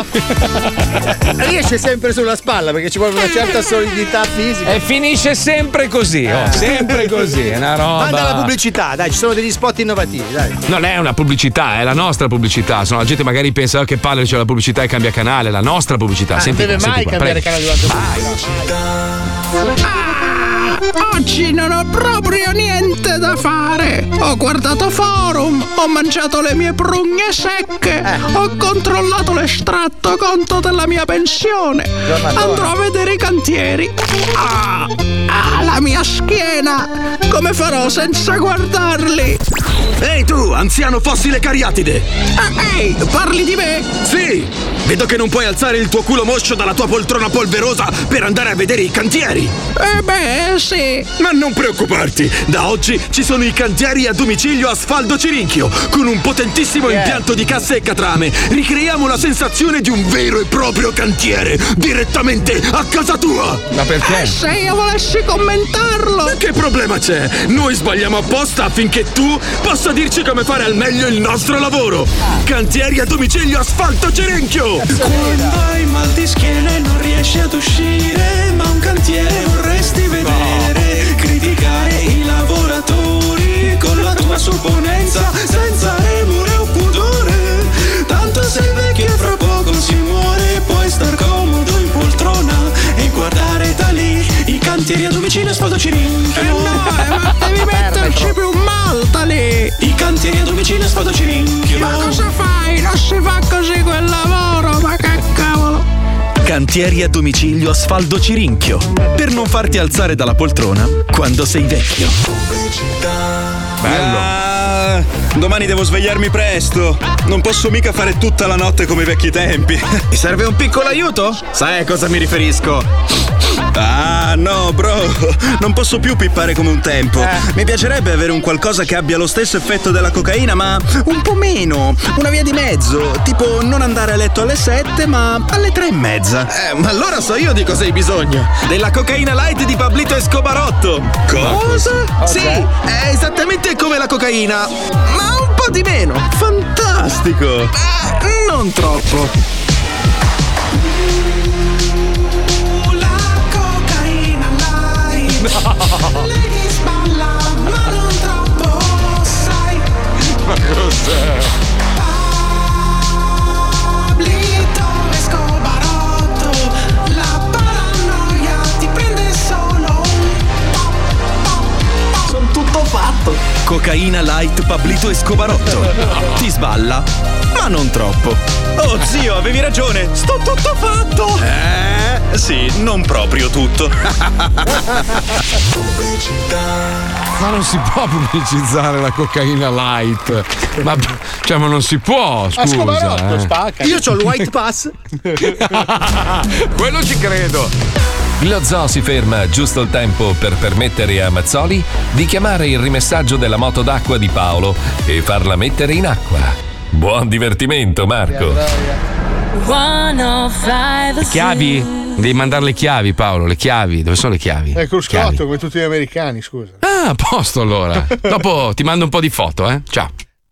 Riesce sempre sulla spalla perché ci vuole una certa solidità fisica. E finisce sempre così, oh, sempre così, è una roba. Manda la pubblicità, dai, ci sono degli spot innovativi, dai. Non è una pubblicità, è la nostra pubblicità. Se no, la gente magari pensa "Oh, che palle c'è la pubblicità e cambia canale. La nostra pubblicità. Ah, Senti deve qua, mai senti qua, cambiare prego. canale durante Ah, oggi non ho proprio niente da fare. Ho guardato forum, ho mangiato le mie prugne secche, ho controllato l'estratto conto della mia pensione. Andrò a vedere i cantieri. Ah, ah, la mia schiena! Come farò senza guardarli? Ehi tu, anziano fossile cariatide! Ah, ehi, parli di me? Sì! Vedo che non puoi alzare il tuo culo moscio dalla tua poltrona polverosa per andare a vedere i cantieri! Eh beh, sì. Ma non preoccuparti! Da oggi ci sono i cantieri a domicilio Asfaldo Cirinchio, con un potentissimo impianto di casse e catrame. Ricreiamo la sensazione di un vero e proprio cantiere, direttamente a casa tua! Ma perché? Eh, se io volessi commentarlo. Ma che problema c'è? Noi sbagliamo apposta affinché tu possa dirci come fare al meglio il nostro lavoro! Cantieri a domicilio Asfalto Cirinchio! Quando hai mal di schiena e non riesci ad uscire, ma un cantiere vorresti vedere, criticare i lavoratori con la tua supponenza, senza remore o pudore. Tanto sei vecchio e fra poco si muore, puoi star comodo in poltrona e guardare da lì i cantieri a domicilio Asfalto Cirinchio. Eh no, ma devi metterci più malta lì. I cantieri a domicilio Asfalto Cirinchio. Ma cosa fai? Non si fa così quel lavoro, ma che cavolo. Cantieri a domicilio Asfaldo Cirinchio, per non farti alzare dalla poltrona quando sei vecchio. Bello. Ah, domani devo svegliarmi presto. Non posso mica fare tutta la notte come i vecchi tempi. Ti serve un piccolo aiuto? Sai a cosa mi riferisco? Ah, no, bro. Non posso più pippare come un tempo. Mi piacerebbe avere un qualcosa che abbia lo stesso effetto della cocaina, ma un po' meno. Una via di mezzo. Tipo non andare a letto alle sette, ma alle tre e mezza. Eh, ma allora so io di cosa hai bisogno. Della cocaina light di Pablito Escobarotto. Cosa? Sì, è esattamente come la cocaina, ma un po' di meno. Fantastico. Eh, non troppo. La cocaina light Lei che sballa, ma non troppo, sai. Ma cos'è? Pablito Escobarotto, la paranoia ti prende solo Sono tutto fatto. Cocaina light Pablito Escobarotto. Ti sballa, ma non troppo. Oh zio, avevi ragione. Sto tutto fatto. Eh, sì, non proprio tutto. Ma non si può pubblicizzare la cocaina light. Ma, cioè, ma non si può, scusa. Escobarotto, eh. spacca. Io c'ho il white pass. Quello ci credo. Lo zoo si ferma giusto il tempo per permettere a Mazzoli di chiamare il rimessaggio della moto d'acqua di Paolo e farla mettere in acqua. Buon divertimento, Marco. Le chiavi? Devi mandare le chiavi, Paolo. Le chiavi. Dove sono le chiavi? È il cruscotto, Chiavi. come tutti gli americani, scusa. Ah, a posto allora. Dopo ti mando un po' di foto, eh. Ciao.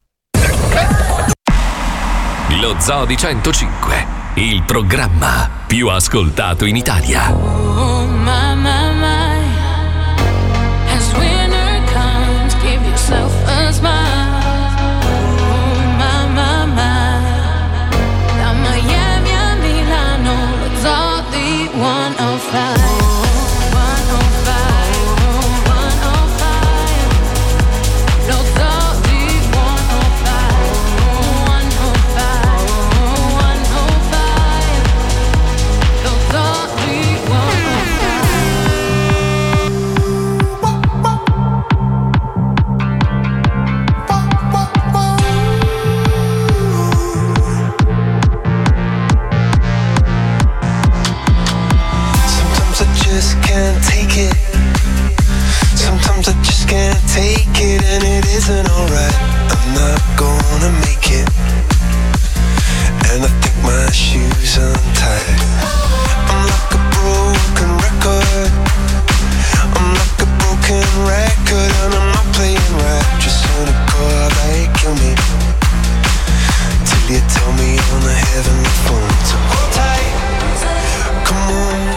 Lo Zoo di centocinque, il programma più ascoltato in Italia. Oh, my, my, my. As winter comes, give yourself a smile. Oh, my, my, my. Da Miami a Milano, lo Zoo di centocinque. Can't take it. Sometimes I just can't take it, and it isn't alright. I'm not gonna make it, and I think my shoes untied. I'm like a broken record. I'm like a broken record, and I'm not playing right. Just cynical, they kill me till you tell me on the heavenly phone. So hold tight, come on.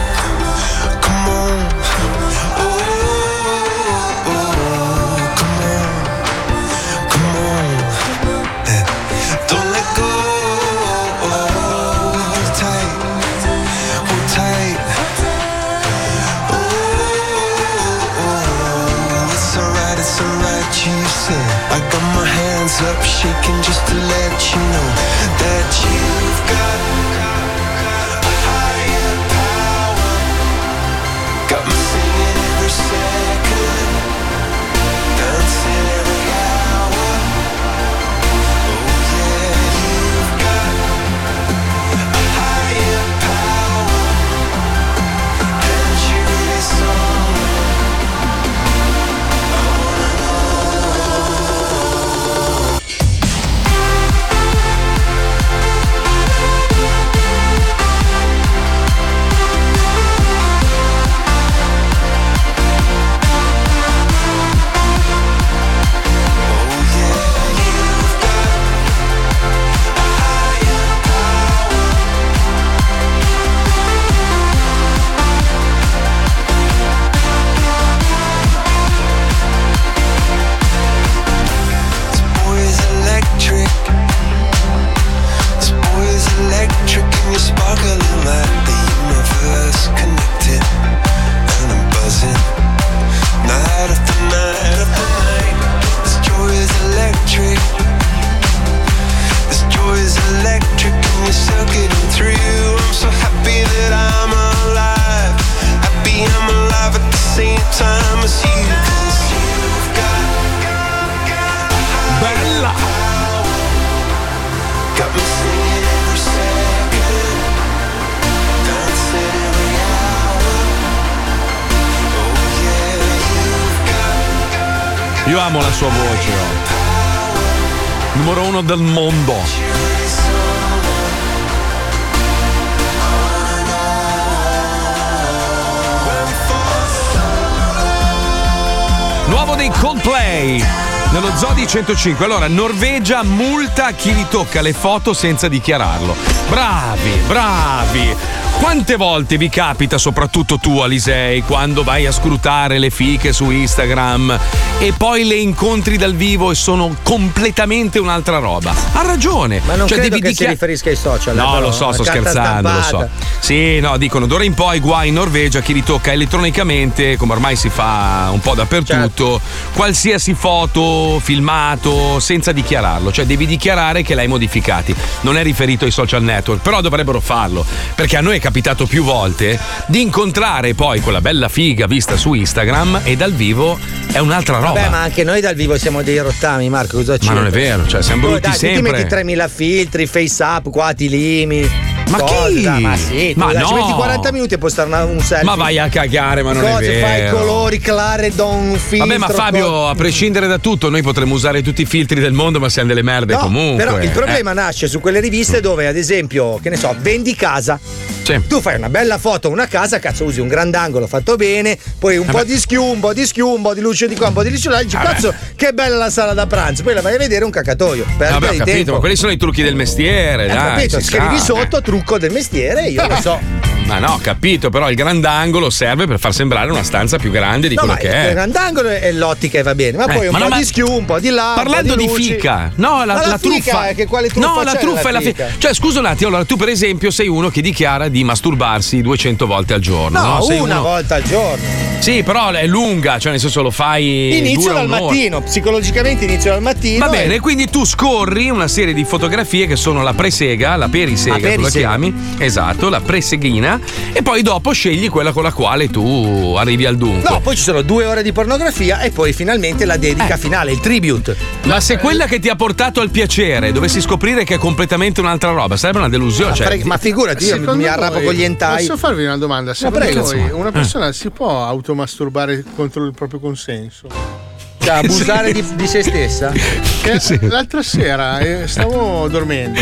I got my hands up shaking just to let you know that you've got a higher power. Got me singing every second, dancing every hour. Oh yeah, you've got a higher power, and you really saw. Io amo la sua voce, oh. Numero uno del mondo. Nuovo dei Coldplay nello Zoo di centocinque. Allora, Norvegia multa chi gli tocca le foto senza dichiararlo. Bravi, bravi. Quante volte vi capita, soprattutto tu Alisei, quando vai a scrutare le fiche su Instagram e poi le incontri dal vivo e sono completamente un'altra roba? Ha ragione. Ma non cioè, credo devi che dichiar- si riferisca ai social. No, però, lo so, sto carta scherzando, lo so. stampata. Sì, no, dicono d'ora in poi guai in Norvegia chi li tocca elettronicamente, come ormai si fa un po' dappertutto, qualsiasi foto, filmato, senza dichiararlo. Cioè devi dichiarare che l'hai modificati. Non è riferito ai social network, però dovrebbero farlo, perché a noi è capitato più volte di incontrare poi quella bella figa vista su Instagram e dal vivo è un'altra roba. Vabbè, ma anche noi dal vivo siamo dei rottami, Marco, cosa c'è? Ma non è vero, cioè siamo Oh, brutti dai, tu sempre. ti metti tremila filtri, face up, qua ti limi. Ma cosa, chi? dai, ma sì, tu Ma dai, ci no. metti quaranta minuti a postare una- un selfie. Ma vai a cagare, ma non è Cose, vero. fai colori, claredon, filtro. Vabbè, ma Fabio, a prescindere da tutto, noi potremmo usare tutti i filtri del mondo, ma siamo delle merde No, comunque. però il problema Eh. nasce su quelle riviste dove, ad esempio, che ne so, vendi casa. Sì. Tu fai una bella foto, una casa, cazzo, usi un grandangolo fatto bene, poi un po' di schiù, un po' di schiù, un po' di luce di qua, un po' di luce là, dici, Vabbè. cazzo, che bella la sala da pranzo, poi la vai a vedere un cacatoio. Perdita Vabbè, ho di capito, tempo. ma quelli sono i trucchi del mestiere, Hai dai. capito? si Scrivi sa, sotto trucco del mestiere, io lo so. Ma no, ho capito, però il grandangolo serve per far sembrare una stanza più grande di No, quello ma che il è. grandangolo e l'ottica e va bene, ma Eh, poi un ma po' no, ma- di schiù, un po' di là. Parlando un po' di, di luci. fica, no, la, Ma la la fica truffa. è che quale truffa no, la c'è truffa è nella la fica. fica? Cioè, scusa un attimo, allora tu, per esempio, sei uno che dichiara di masturbarsi duecento volte al giorno. No, No, Sei una uno- volta al giorno. Sì, però è lunga, cioè nel senso lo fai. Inizio dura dal un'ora. mattino, psicologicamente inizio dal mattino. Va bene, e- quindi tu scorri una serie di fotografie che sono la presega, la perisega, La tu la perisega. chiami, esatto, la preseghina, e poi dopo scegli quella con la quale tu arrivi al dunque. No, poi ci sono due ore di pornografia e poi finalmente la dedica Eh. finale, il tribute. Ma se quella che ti ha portato al piacere dovessi scoprire che è completamente un'altra roba, sarebbe una delusione. Ma Cioè, frega- ma figurati, io Secondo mi arrabbo voi- con gli hentai. Posso farvi una domanda? Secondo prego. voi una persona si può automasturbare contro il proprio consenso? Cioè, abusare di, di se stessa? Che l'altra sera eh, stavo dormendo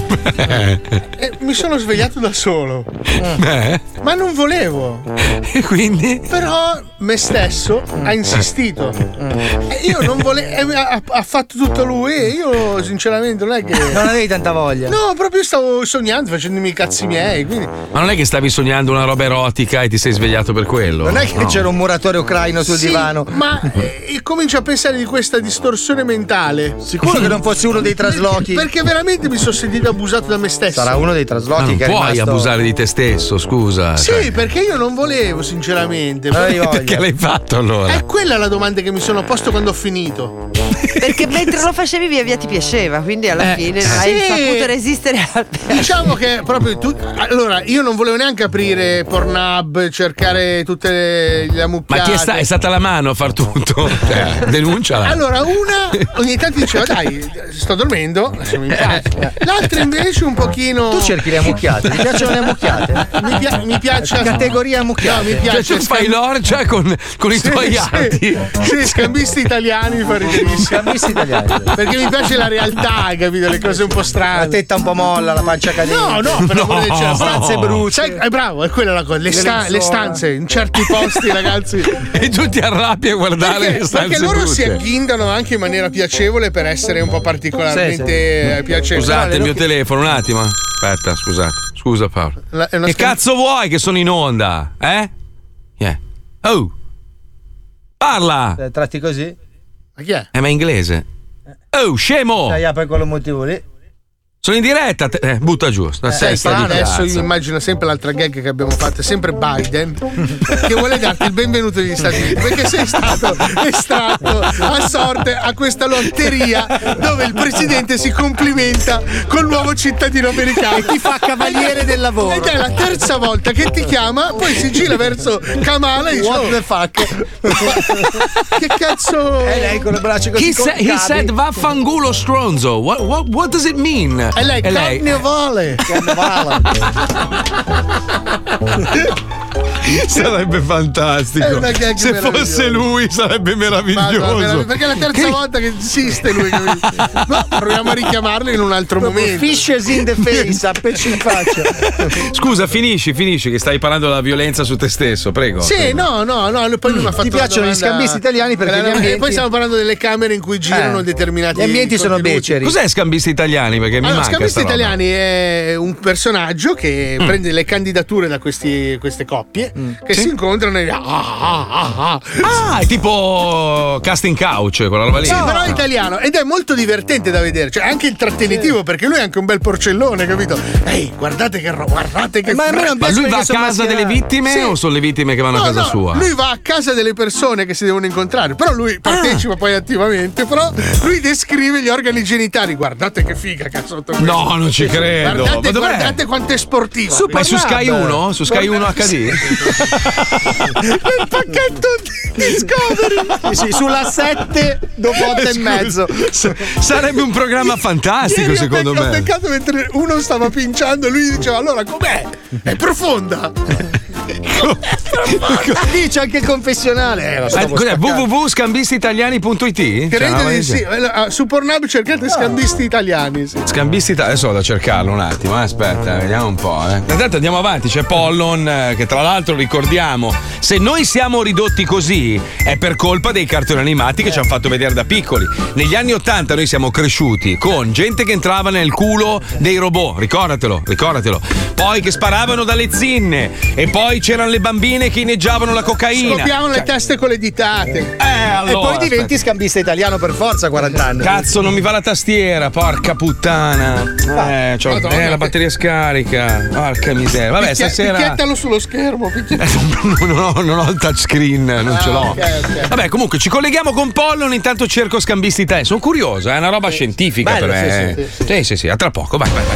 e mi sono svegliato da solo. Eh? Ma non volevo. E quindi? Però me stesso ha insistito. E io non volevo. Ha, ha fatto tutto lui. E io, sinceramente, non è che. Non avevi tanta voglia. No, proprio stavo sognando, facendomi i cazzi miei. Quindi. Ma non è che stavi sognando una roba erotica e ti sei svegliato per quello? Non è che No. c'era un muratore ucraino sul Sì, divano. Ma eh, comincio a pensare di questa distorsione mentale. Sicuro che non fossi uno dei traslochi? Perché veramente mi sono sentito abusato da me stesso. Sarà uno dei Ma traslochi non che è puoi rimasto... abusare di te stesso, scusa. Sì, cioè. perché io non volevo, sinceramente. Avevi voglia. Perché l'hai fatto allora? È quella la domanda che mi sono posto quando ho finito. Perché mentre lo facevi via via ti piaceva, quindi alla Eh, fine eh. hai Sì. saputo resistere al Diciamo che proprio tu. Allora, io non volevo neanche aprire Pornhub, cercare tutte le, le Ma ammucchiate. ti è, sta- è stata la mano a far tutto? Cioè, denunciala. Allora, una ogni tanto diceva, dai, sto dormendo, lasciami in pace. L'altra invece un pochino. Tu cerchi le ammucchiate, ti piacciono le ammucchiate? Mi, pia- mi piace. Categoria ammucchiate. No, mi Cioè, piace. tu fai l'orgia con, con i Sì, tuoi sì. arti. Sì, scambisti italiani mi fa riderissimo. Scambisti italiani. Perché mi piace la realtà, capito? Le cose un po' La strane. tetta un po' molla, la pancia cadente. No, no, per l'amore del cielo. Stanze brucie. Sai, è bravo, è quella la cosa. Le, Le sta- lenzuola. le stanze in certi posti, ragazzi. E tu ti arrabbi a guardare Perché, le stanze perché loro brutte. si agghindano anche in maniera piacevole per essere un po' particolarmente eh, piacevoli. Scusate il No, mio telefono un attimo. Aspetta, scusate. Scusa Paolo. la- è una Che scam- cazzo vuoi che sono in onda? Eh? Yeah. Oh. Parla! Eh, Tratti così? Ma chi è? Eh, ma è inglese. Oh, scemo! Dai, per quello motivo lì. Sono in diretta. te- Eh, butta giù. Sta Sei testa strano, di adesso cazzo. io immagino sempre l'altra gag che abbiamo fatto, è sempre Biden che vuole darti il benvenuto negli Stati Uniti perché sei stato estratto a sorte a questa lotteria dove il presidente si complimenta col nuovo cittadino americano E ti fa cavaliere del lavoro. ed è la terza volta che ti chiama, poi si gira verso Kamala e dice What "Oh, the fuck? che cazzo E lei con le braccia così He, sa- he concavi. said vaffangulo stronzo. What, what, what does it mean? e lei E lei- carnevale Carnevale. Sarebbe fantastico. È una gag Se fosse meravigliosa. lui sarebbe meraviglioso. Madonna, veramente, perché è la terza volta che insiste lui, capito? Ma proviamo a richiamarlo in un altro momento. Fishes in the face, a pesce in faccia. Scusa, finisci, finisci, che stai parlando della violenza su te stesso, prego. Sì, no, no, no, lui- poi lui mi ha fatto Ti una piacciono gli domanda- scambisti italiani perché Eh, gli no, ambienti- E poi stiamo parlando delle camere in cui girano Eh, determinati gli ambienti sono contenuti. beceri. Cos'è scambisti italiani? Perché mi Allora, manca Scambisti sta roba. Italiani è un personaggio che Mm. prende le candidature da questi, queste coppie che Sì. si incontrano e. Ah, ah, ah, ah. Ah, è tipo casting couch, quella roba lì. Sì, però è italiano ed è molto divertente da vedere, cioè anche intrattenitivo perché lui è anche un bel porcellone, capito? Ehi, guardate che roba, guardate che Ma, ma lui va a casa delle vittime Sì. o sono le vittime che vanno No, a casa no, sua? lui va a casa delle persone che si devono incontrare, però lui partecipa poi attivamente, però lui descrive gli organi genitali. Guardate che figa che ha sotto questo. No, non ci credo. Guardate, Ma dov'è? guardate quanto è sportiva. Ma è su Sky uno? Su Sky uno acca di? Il pacchetto di Discovery. Sì, sulla sette dopo otto e mezzo. Sarebbe un programma fantastico, Ieri ho secondo becca- Ho me. beccato mentre uno stava pinciando e lui diceva allora com'è? È profonda. Lì c'è anche il confessionale. Eh, lo Eh, stavo cos'è? spaccando. w w w punto scambisti italiani punto i t? Credo di sì. Eh, Su Pornhub cercate scambisti italiani. Sì. Scambisti italiani, adesso vado a cercarlo un attimo, eh, aspetta, vediamo un po'. Eh. Intanto andiamo avanti, c'è Pollon, eh, che tra l'altro ricordiamo, se noi siamo ridotti così è per colpa dei cartoni animati che ci hanno fatto vedere da piccoli. Negli anni ottanta noi siamo cresciuti con gente che entrava nel culo dei robot, ricordatelo, ricordatelo. Poi che sparavano dalle zinne e poi c'erano le bambine che inneggiavano la cocaina. Scopiamo le Cioè, teste con le ditate. Eh, allora, e poi diventi aspetta. scambista italiano per forza a quaranta anni. Cazzo, non mi va la tastiera, porca puttana. Eh, c'ho, Madonna. eh, la batteria scarica. Porca miseria. Vabbè, Picchia- stasera. Picchiettalo sullo schermo. picchia- non, ho, non ho il touchscreen, non ce Ah, l'ho. ok, ok. Vabbè, comunque ci colleghiamo con Pollon. Intanto cerco scambisti italiani. Sono curioso, è una roba scientifica Bello, per me. sì, sì, sì, sì, sì, a tra poco. Vai, vai, vai.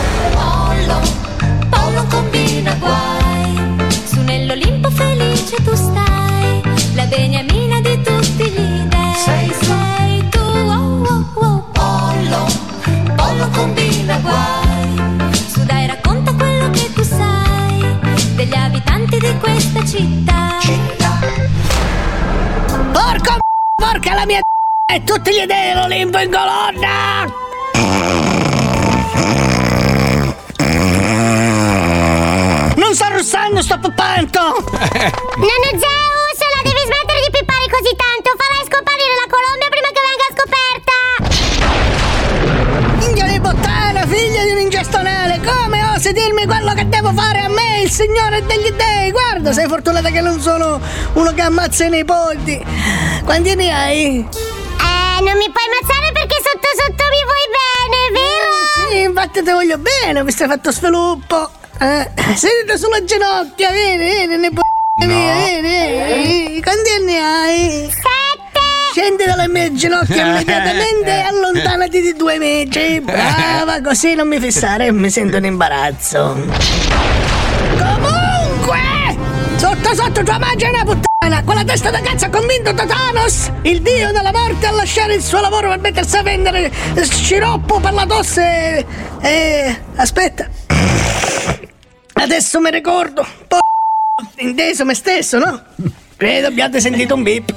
Pollo combina guai, su nell'Olimpo felice tu stai, la beniamina di tutti gli dei. Sei, sei tu, oh, oh, oh. Pollo, pollo combina guai, su dai racconta quello che tu sai, degli abitanti di questa città. Città. Porco m***o, porca la mia d***a e tutti gli dei dell'Olimpo in colonna! Non sto russando, sto poppando! Nonno Zeus, la devi smettere di pippare così tanto, farai scomparire la Colombia prima che venga scoperta. Figlio di puttana, figlio di un ingestonale, come osi dirmi quello che devo fare a me, il signore degli dei? Guarda, sei fortunata che non sono uno che ammazza i nipoti. Quanti ne hai? Eh, non mi puoi ammazzare perché sotto sotto mi vuoi bene, vero? Sì, infatti ti voglio bene, mi stai fatto sviluppo. Eh, sedete sulle ginocchia, vieni, vieni, ne p***a mia, vieni, vieni. Quanti anni hai? Sette! Scendi dalle mie ginocchia immediatamente e allontanati di due metri. Brava, così non mi fissare, mi sento in imbarazzo. Comunque, sotto sotto tua madre è una puttana. Quella testa da cazzo ha convinto Thanos, il dio della morte, a lasciare il suo lavoro per mettersi a vendere sciroppo per la tosse. E aspetta. Adesso mi ricordo. Po- inteso me stesso, no? Credo abbiate sentito un beep.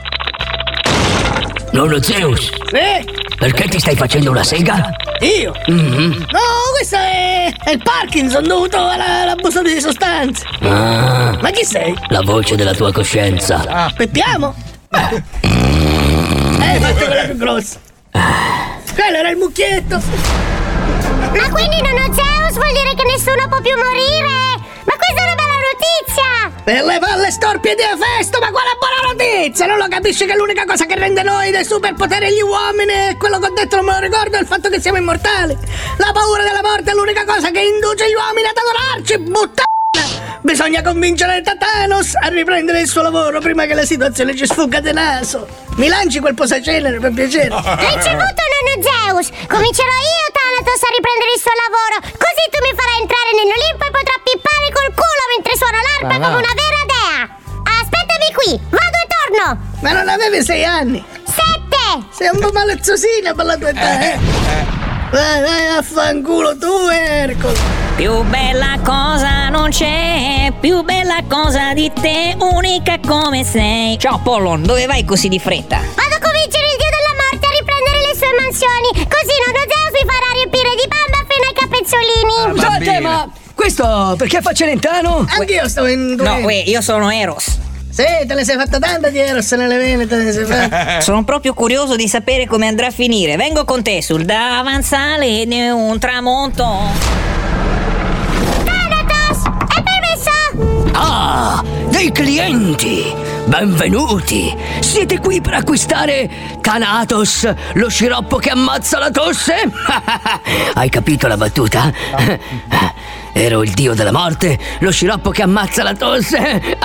Nonno Zeus, Sì? perché ti stai facendo una sega? Io? Mhm. No, questo è, è il Parkinson dovuto alla- all'abuso di sostanze. Ah, Ma chi sei? la voce della tua coscienza. Ah, Peppiamo? Eh, hai fatto quella più grossa. Quello era il mucchietto. Ma quindi nonno Zeus vuol dire che nessuno può più morire? Ma questa è una bella notizia! Per le palle storpie di Efesto, ma quale buona notizia! Non lo capisci che l'unica cosa che rende noi dei superpoteri gli uomini è quello che ho detto, non me lo ricordo, è il fatto che siamo immortali. La paura della morte è l'unica cosa che induce gli uomini ad adorarci, buttana! Bisogna convincere Thanos a riprendere il suo lavoro prima che la situazione ci sfugga di naso. Mi lanci quel posacenere, per piacere. Hai ricevuto nonno Zeus! Comincerò io, Thanatos, a riprendere il suo lavoro! Così tu mi farai entrare nell'Olimpo e potrò pippare col culo mentre suono l'arpa Ah, no. come una vera dea! Aspettami qui, vado e torno! Ma non avevi sei anni? Sette! Sei un po' malezzosina per la tua età, eh? Vai, vai, affanculo tu, Ercole! Più bella cosa non c'è, più bella cosa di te, unica come sei. Ciao Pollon, dove vai così di fretta? Vado a convincere il dio della morte a riprendere le sue mansioni, così nonno Zeus mi farà riempire di bamba fino ai capezzolini! Scusate, ma questo perché fa Celentano? Anch'io stavo in... No, uè, io sono Eros. Sì, te ne sei fatta tanta di Eros nelle vene, te ne sei fatta. Sono proprio curioso di sapere come andrà a finire. Vengo con te sul davanzale di un tramonto. Thanatos, è permesso? Ah, dei clienti! Benvenuti! Siete qui per acquistare Thanatos, lo sciroppo che ammazza la tosse? Hai capito la battuta? Ero il dio della morte, lo sciroppo che ammazza la tosse?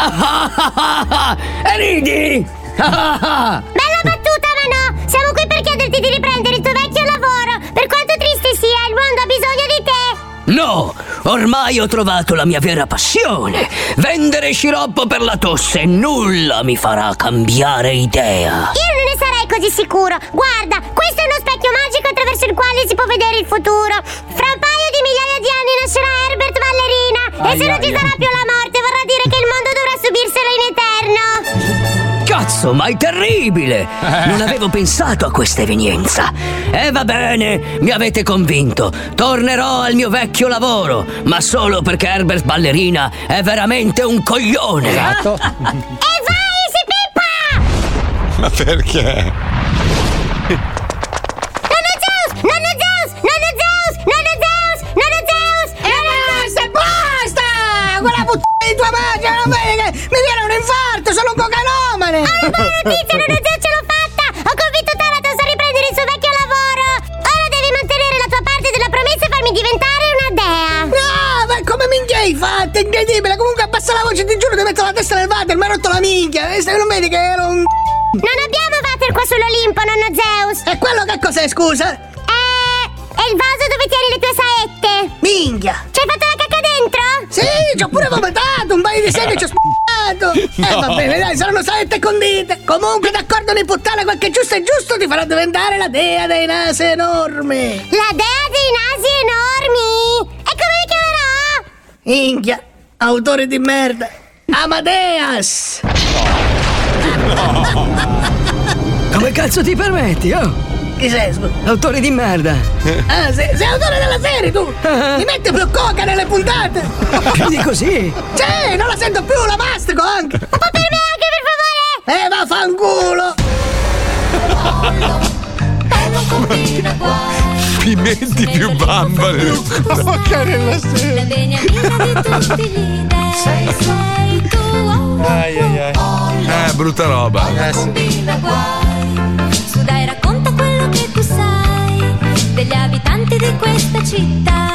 E ridi! Bella battuta, ma no! Siamo qui per chiederti di riprendere il tuo vecchio lavoro. Per quanto triste sia, il mondo ha bisogno di te. No, ormai ho trovato la mia vera passione. Vendere sciroppo per la tosse. Nulla mi farà cambiare idea. Io non ne sarei così sicuro. Guarda, questo è uno specchio magico attraverso il quale si può vedere il futuro. Fra un paio di migliaia di anni nascerà Herbert Ballerina. E se non ci sarà più la morte, vorrà dire che il mondo dovrà subirselo in eterno. Cazzo, ma è terribile! Non avevo pensato a questa evenienza. E va bene, mi avete convinto. Tornerò al mio vecchio lavoro, ma solo perché Herbert Ballerina è veramente un coglione. Esatto. E vai, si pippa! Ma perché? Nonno Zeus! Nonno Zeus! Nonno Zeus! Nonno Zeus! Nonno Zeus! E basta, basta! Quella puttana di tua madre, non vedi che mi viene un infarto, sono un cocanomane! Ah, buona notizia, Nonno Zeus, ce l'ho fatta! Ho convinto Thanatos a riprendere il suo vecchio lavoro! Ora devi mantenere la tua parte della promessa e farmi diventare una dea! No, ma come minchia hai fatto? È incredibile! Comunque abbassa la voce, ti giuro, ti metto la testa nel water, mi ha rotto la minchia! E se non vedi che ero un... Non abbiamo water qua sull'Olimpo, Nonno Zeus! E quello che cos'è, scusa? Eh, è il vaso dove tieni le tue saette! Minchia! Ci hai fatto la cacca dentro? Sì, ci ho pure vomitato, un paio di semi ci ho sputato! No. Eh, va bene, dai, saranno saette condite! Comunque, d'accordo, di puttana, quel che è giusto è giusto, ti farà diventare la dea dei nasi enormi! La dea dei nasi enormi! E come mi chiamerò? Minchia, autore di merda! Amadeus! Come cazzo ti permetti, oh? Chi sei, scusa? Autore di merda. Ah, sei, sei autore della serie, tu! Mi metti più coca nelle puntate! Quindi così? Sì, non la sento più, la mastico anche! Un po' per me anche, per favore! Eh, vaffanculo! Pimenti più bambole. Coca nella serie. La beniamina di tutti gli dei. Sei, sei tu. Ai ai ai. Eh, brutta roba. Eh, sì. Su dai, racconta quello che tu sai degli abitanti di questa città.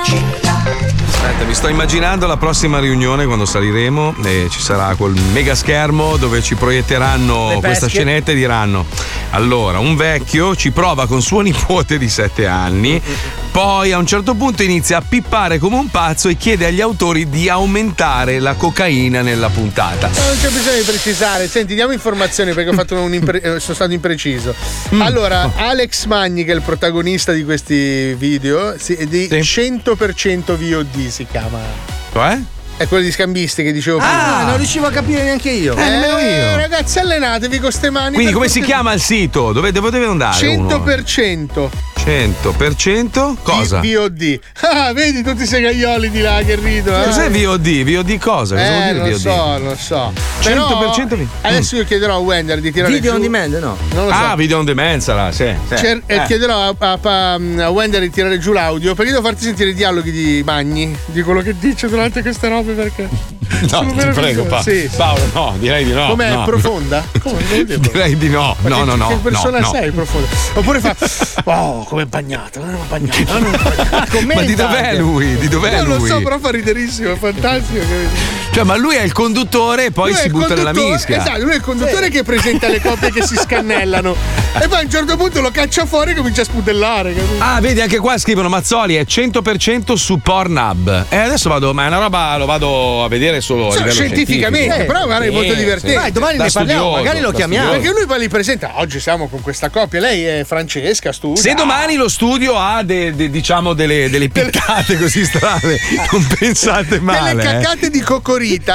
Aspetta, mi sto immaginando la prossima riunione quando saliremo e ci sarà quel mega schermo dove ci proietteranno questa scenetta e diranno: allora, un vecchio ci prova con suo nipote di sette anni, poi a un certo punto inizia a pippare come un pazzo e chiede agli autori di aumentare la cocaina nella puntata. Non c'è bisogno di precisare. Senti, diamo informazioni perché ho fatto un impre- sono stato impreciso. Allora, Alex Magni, che è il protagonista di questi video, si- è di cento per cento V O D si chiama. Cioè? È quello di Scambisti che dicevo prima. Ah, non riuscivo a capire neanche io. Eh, nemmeno io. Ragazzi, allenatevi con ste mani. Quindi per come si poter- chiama il sito? Dove, dove deve andare? cento uno? per cento cento per cento cosa? V O D. Ah, vedi tutti i segaioli di là che ridono. Cos'è eh? V O D? V O D cosa? Cosa Eh, vuol non dire V O D? so, non so. cento per cento Però, vi- adesso io chiederò a Wender di tirare Video giù. on demand, no? Non lo so. Ah, video on demand sarà, sì. sì. Cer- Eh. Chiederò a, a, a, a Wender di tirare giù l'audio perché devo farti sentire i dialoghi di Magni di quello che dice durante queste robe perché No, sono ti meravigliosi. prego, Pa- Sì, sì. Paolo, no, direi di no. Com'è no. profonda? Come devo dire? Direi di no. Ma No, che, no, no. che persona no, no. sei profonda? Oppure fa oh, come bagnato, non è bagnata. Non è bagnata. Ma di dov'è lui? Di dov'è non lui? lo so, però fa riderissimo, è fantastico. Cioè, ma lui è il conduttore e poi Lui è si il butta nella conduttore- mischia. Esatto, lui è il conduttore che presenta le coppie che si scannellano. E poi a un certo punto lo caccia fuori e comincia a sputellare. Capito? Ah, vedi, anche qua scrivono Mazzoli è cento per cento su Pornhub. E adesso vado, ma è una roba, lo vado a vedere solo a Cioè, livello scientificamente, scientifico. però guarda, è Sì, molto sì. divertente. Dai, domani Da ne parliamo, studioso, magari lo da chiamiamo. Perché lui poi li presenta. Oggi siamo con questa coppia. Lei è Francesca, studia. Se domani lo studio ha de- de- diciamo delle, delle piccate così strane, non pensate male. Delle eh. caccate di cocorita.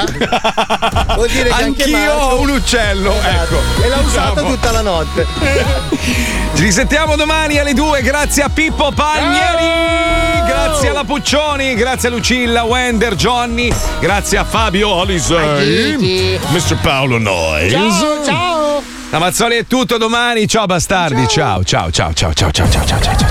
Vuol dire che anche Anch'io Marco- ho un uccello, Esatto. ecco. E l'ha usato Diciamo. tutta la notte. Ci risentiamo domani alle due, grazie a Pippo Palmieri. Grazie Grazie alla Puccioni, grazie a Lucilla, Wender, Johnny, grazie a Fabio Alisei, mister Paolo Noyes. Ciao, ciao. La Mazzoli è tutto domani. Ciao bastardi. Ciao, ciao, ciao, ciao, ciao, ciao, ciao, ciao, ciao.